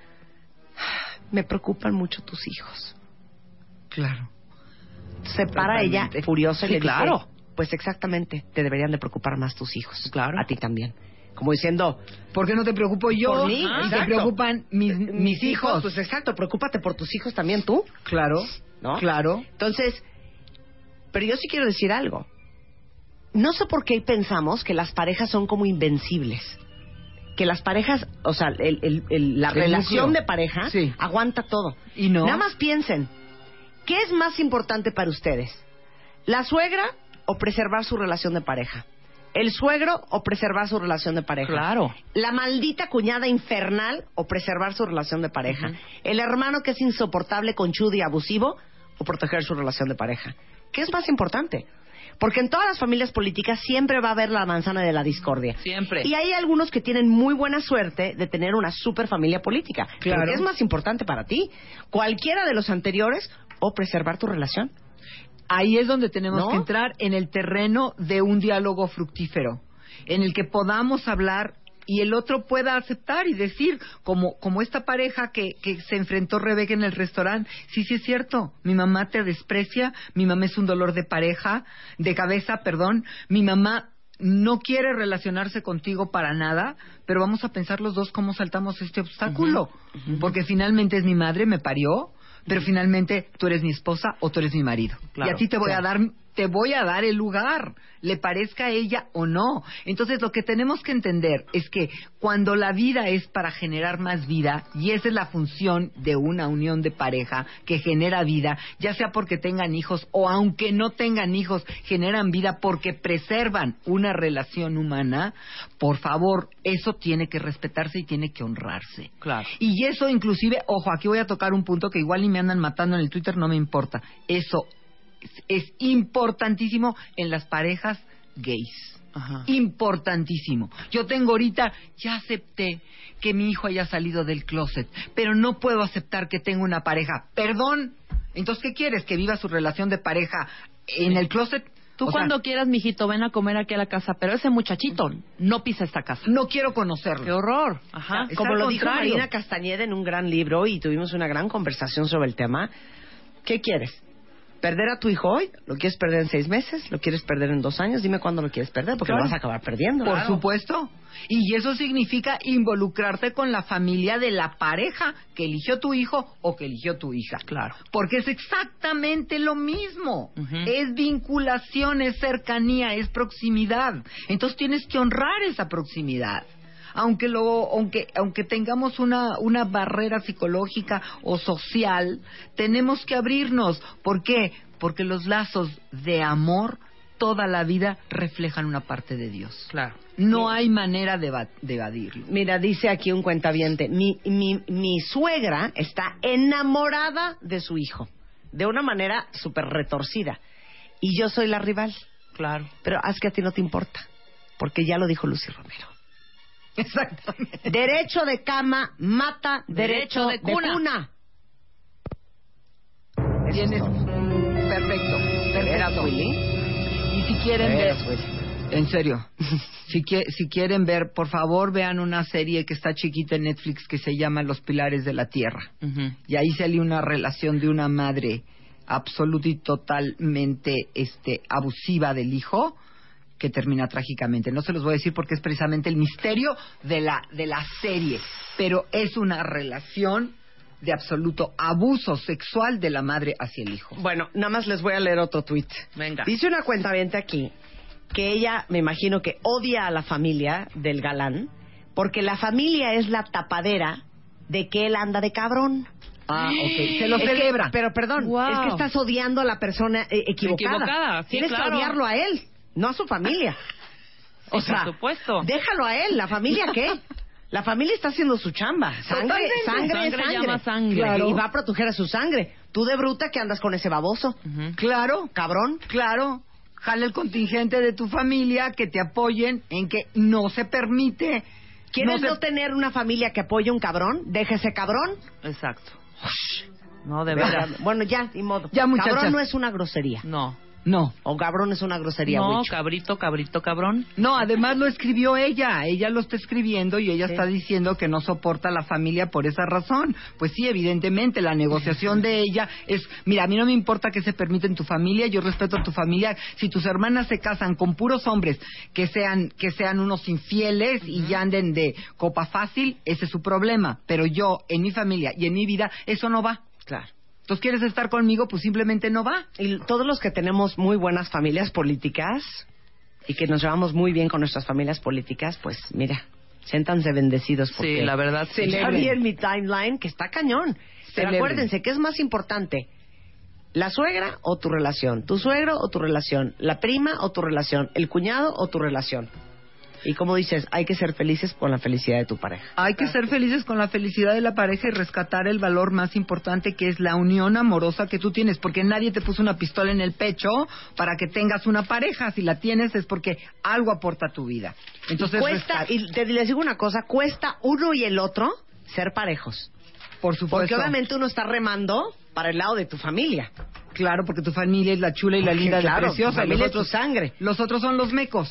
me preocupan mucho tus hijos. Claro. Se para ella furiosa y le dice, claro. Pues exactamente, te deberían de preocupar más tus hijos. Claro. A ti también. Como diciendo, ¿por qué no te preocupo yo? Por mí, y te preocupan mis hijos. Pues exacto, preocúpate por tus hijos también tú. Claro, ¿no? Claro. Entonces, pero yo sí quiero decir algo. No sé por qué pensamos que las parejas son como invencibles. Que las parejas, o sea, la relación de pareja aguanta todo. Y no. Nada más piensen, ¿qué es más importante para ustedes? ¿La suegra o preservar su relación de pareja? ¿El suegro o preservar su relación de pareja? Claro. ¿La maldita cuñada infernal o preservar su relación de pareja? ¿El hermano que es insoportable, conchudo y abusivo o proteger su relación de pareja? ¿Qué es más importante? Porque en todas las familias políticas siempre va a haber la manzana de la discordia. Siempre. Y hay algunos que tienen muy buena suerte de tener una super familia política. Claro. ¿Pero qué es más importante para ti? ¿Cualquiera de los anteriores o preservar tu relación? Ahí es donde tenemos que entrar en el terreno de un diálogo fructífero, en el que podamos hablar y el otro pueda aceptar y decir, como esta pareja que se enfrentó Rebeca en el restaurante, sí es cierto, mi mamá te desprecia, mi mamá es un dolor de cabeza, mi mamá no quiere relacionarse contigo para nada, pero vamos a pensar los dos cómo saltamos este obstáculo, porque finalmente es mi madre, me parió, pero finalmente tú eres mi esposa o tú eres mi marido. Claro, y a ti te voy a dar el lugar, le parezca a ella o no. Entonces lo que tenemos que entender es que cuando la vida es para generar más vida, y esa es la función de una unión de pareja que genera vida, ya sea porque tengan hijos o aunque no tengan hijos, generan vida porque preservan una relación humana, por favor, eso tiene que respetarse y tiene que honrarse. Claro. Y eso inclusive, ojo, aquí voy a tocar un punto que igual y me andan matando en el Twitter, no me importa. Eso es importantísimo en las parejas gays. Ajá. Importantísimo. Yo tengo ahorita, ya acepté que mi hijo haya salido del closet, pero no puedo aceptar que tenga una pareja. Perdón. Entonces, ¿qué quieres? ¿Que viva su relación de pareja en el closet? Tú cuando quieras, mijito, ven a comer aquí a la casa, pero ese muchachito no pisa esta casa. No quiero conocerlo. ¡Qué horror! Ajá. Como lo dijo Marina Castañeda en un gran libro y tuvimos una gran conversación sobre el tema. ¿Qué quieres? ¿Perder a tu hijo hoy? ¿Lo quieres perder en 6 meses? ¿Lo quieres perder en 2 años? Dime cuándo lo quieres perder, porque lo vas a acabar perdiendo. Por supuesto. Y eso significa involucrarte con la familia de la pareja que eligió tu hijo o que eligió tu hija. Claro. Porque es exactamente lo mismo. Es vinculación, es cercanía, es proximidad. Entonces tienes que honrar esa proximidad. Aunque tengamos una barrera psicológica o social, tenemos que abrirnos. ¿Por qué? Porque los lazos de amor toda la vida reflejan una parte de Dios. Claro. No hay manera de evadirlo. Mira, dice aquí un cuentaviente, mi suegra está enamorada de su hijo, de una manera súper retorcida, y yo soy la rival. Claro. Pero haz que a ti no te importa, porque ya lo dijo Lucy Romero. Exactamente. Derecho de cama mata derecho de cuna. Tienes... Perfecto. Y si quieren ver... En serio. Si quieren ver, por favor, vean una serie que está chiquita en Netflix que se llama Los Pilares de la Tierra. Y ahí sale una relación de una madre absoluta y totalmente abusiva del hijo, que termina trágicamente. No se los voy a decir porque es precisamente el misterio de la serie, pero es una relación de absoluto abuso sexual de la madre hacia el hijo. Bueno, nada más les voy a leer otro tuit. Venga. Dice una cuentaviente aquí que ella, me imagino que odia a la familia del galán porque la familia es la tapadera de que él anda de cabrón. Ah, ok. Se lo celebra. Pero perdón, es que estás odiando a la persona equivocada. Sí, tienes que odiarlo a él, no a su familia. O sea, por supuesto. Déjalo a él. ¿La familia qué? La familia está haciendo su chamba. Sangre. Llama sangre. Claro. Y va a proteger a su sangre. Tú de bruta que andas con ese baboso. Claro. Cabrón. Claro. Jala el contingente de tu familia que te apoyen en que no se permite. ¿Quieres no tener una familia que apoye a un cabrón? Deja ese cabrón. Exacto. No, de verdad. Bueno, ya, ni modo. Ya, muchachas. Cabrón no es una grosería. No. O cabrón es una grosería. No, Wicho. cabrito, cabrón. No, además lo escribió ella. Ella lo está escribiendo y ella está diciendo que no soporta a la familia por esa razón. Pues sí, evidentemente, la negociación de ella es, mira, a mí no me importa que se permita en tu familia, yo respeto a tu familia. Si tus hermanas se casan con puros hombres que sean unos infieles y ya anden de copa fácil, ese es su problema. Pero yo, en mi familia y en mi vida, eso no va. Claro. Entonces, ¿quieres estar conmigo? Pues simplemente no va. Y todos los que tenemos muy buenas familias políticas y que nos llevamos muy bien con nuestras familias políticas, pues mira, siéntanse bendecidos. Porque sí, la verdad. Sí, ya vi en mi timeline que está cañón. Pero acuérdense, ¿qué es más importante? ¿La suegra o tu relación? ¿Tu suegro o tu relación? ¿La prima o tu relación? ¿El cuñado o tu relación? Y como dices, hay que ser felices con la felicidad de tu pareja. Hay que ser felices con la felicidad de la pareja y rescatar el valor más importante, que es la unión amorosa que tú tienes, porque nadie te puso una pistola en el pecho para que tengas una pareja. Si la tienes es porque algo aporta a tu vida. Entonces cuesta, y les digo una cosa, cuesta uno y el otro ser parejos. Por supuesto. Porque obviamente uno está remando para el lado de tu familia. Claro, porque tu familia es la chula y la linda y la Claro, preciosa. tu familia Los otros, es tu sangre. Los otros son los mecos.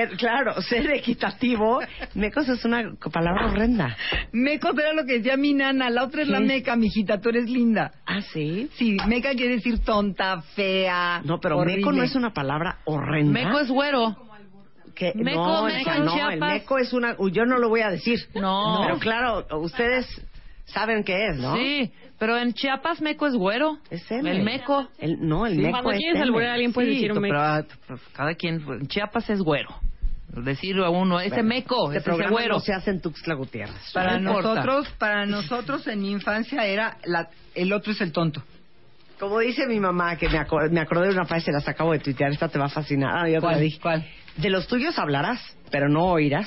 Ser equitativo. Mecos es una palabra horrenda. Mecos era lo que decía mi nana. La otra es la meca, mijita. Tú eres linda. ¿Ah, sí? Sí, meca quiere decir tonta, fea. No, pero horrible. meco no es una palabra horrenda. Meco es güero. Que, Meco, no, meco hija, en no, Chiapas. el meco es una... Yo no lo voy a decir. No. Pero claro, ustedes saben qué es, ¿no? Sí, pero en Chiapas meco es güero. Es M. El meco. El meco Cuando es quieres M. alburear a alguien puedes decir un meco. Pero cada quien... En Chiapas es güero. Decir a uno, ese Bueno, meco, este ese programa güero. no se hace en Tuxtla Gutiérrez. Para No importa. nosotros en mi infancia era el otro es el tonto. Como dice mi mamá, que me acordé de una frase, las acabo de tuitear, esta te va a fascinar. Yo te la dije. ¿Cuál? De los tuyos hablarás, pero no oirás.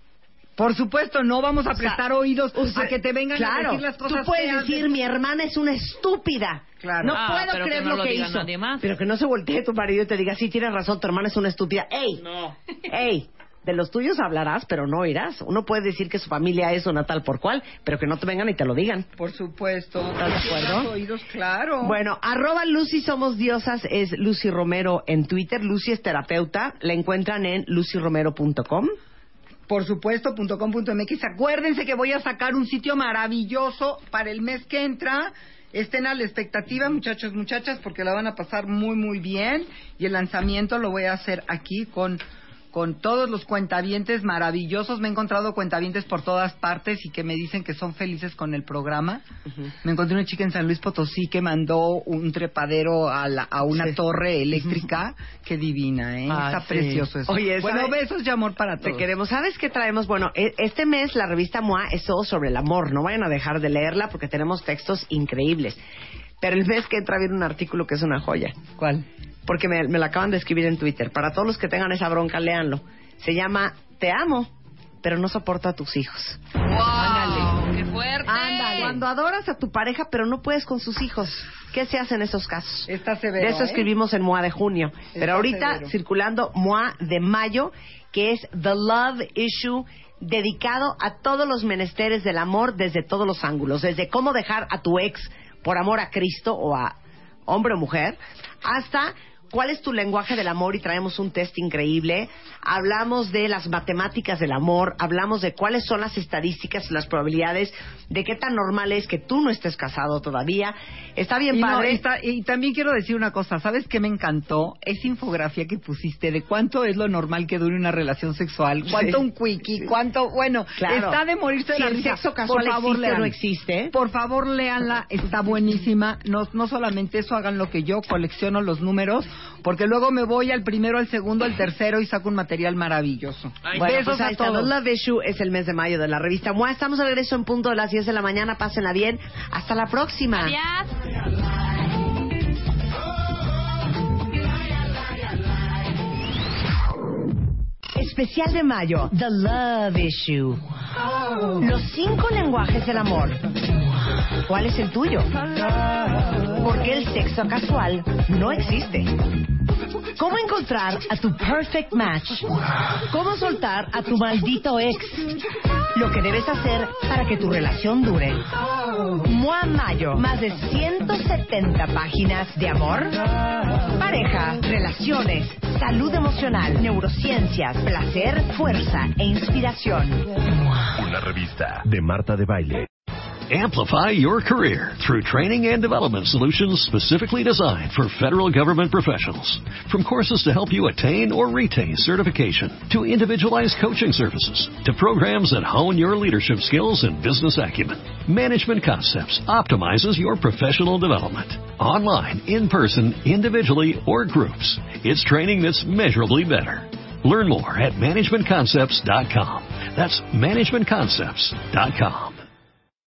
Por supuesto, no vamos a prestar oídos a que te vengan a decir las cosas. Tú puedes feas decir, mi hermana es una estúpida. Claro. No Ah, puedo pero creer que no lo lo que diga hizo. nadie más. Pero que no se voltee tu marido y te diga, sí, tienes razón, tu hermana es una estúpida. ¡Ey! No. ¡Ey! De los tuyos hablarás, pero no oirás. Uno puede decir que su familia es una tal por cual, pero que no te vengan y te lo digan. Por supuesto. ¿Estás de acuerdo? Oídos, claro. Bueno, @Lucy Somos Diosas es Lucy Romero en Twitter. Lucy es terapeuta. La encuentran en lucyromero.com. Por supuesto, .com.mx. Acuérdense que voy a sacar un sitio maravilloso para el mes que entra. Estén a la expectativa, muchachos, muchachas, porque la van a pasar muy, muy bien. Y el lanzamiento lo voy a hacer aquí con todos los cuentavientes maravillosos. Me he encontrado cuentavientes por todas partes y que me dicen que son felices con el programa. Me encontré una chica en San Luis Potosí que mandó un trepadero a una torre eléctrica. Qué divina, ¿eh? Ah, Está sí. precioso eso. Oye, bueno, ¿sabe? besos y amor para Te todos. queremos. ¿Sabes qué traemos? Bueno, este mes la revista MOA es todo sobre el amor. No vayan a dejar de leerla porque tenemos textos increíbles. Pero el mes que entra viene un artículo que es una joya. ¿Cuál? Porque me lo acaban de escribir en Twitter. Para todos los que tengan esa bronca, léanlo. Se llama Te amo, pero no soporto a tus hijos. ¡Wow! ¡Qué fuerte! Ándale. Cuando adoras a tu pareja, pero no puedes con sus hijos. ¿Qué se hace en esos casos? Está severo, De eso escribimos en MOA de junio. Pero ahorita severo. circulando MOA de mayo, que es The Love Issue, dedicado a todos los menesteres del amor desde todos los ángulos. Desde cómo dejar a tu ex por amor a Cristo o a hombre o mujer, hasta cuál es tu lenguaje del amor, y traemos un test increíble. Hablamos de las matemáticas del amor, hablamos de cuáles son las estadísticas y las probabilidades de qué tan normal es que tú no estés casado todavía. Está bien Y, no, padre. y también quiero decir una cosa. ¿Sabes qué me encantó? Esa infografía que pusiste de cuánto es lo normal que dure una relación sexual. Cuánto Sí. un quickie, cuánto... Bueno, Claro. está de morirse de Si la el risa. sexo casual Por favor, existe o lean. no existe. Por favor, léanla. Está buenísima. No solamente eso, hagan lo que yo, colecciono los números, porque luego me voy al primero, al segundo, al tercero y saco un material maravilloso. Bueno, Besos pues ahí a está. The todos. Love Issue es el mes de mayo de la revista MOA. Estamos de regreso en punto de las 10 de la mañana. Pásenla bien. Hasta la próxima. Especial de mayo, The Love Issue. Los 5 lenguajes del amor. ¿Cuál es el tuyo? Porque el sexo casual no existe. ¿Cómo encontrar a tu perfect match? ¿Cómo soltar a tu maldito ex? Lo que debes hacer para que tu relación dure. MOA Mayo, más de 170 páginas de amor, pareja, relaciones, salud emocional, neurociencias, placer, fuerza e inspiración. Una revista de Marta de Baile. Amplify your career through training and development solutions specifically designed for federal government professionals. From courses to help you attain or retain certification, to individualized coaching services, to programs that hone your leadership skills and business acumen, Management Concepts optimizes your professional development. Online, in person, individually, or groups, it's training that's measurably better. Learn more at managementconcepts.com. That's managementconcepts.com.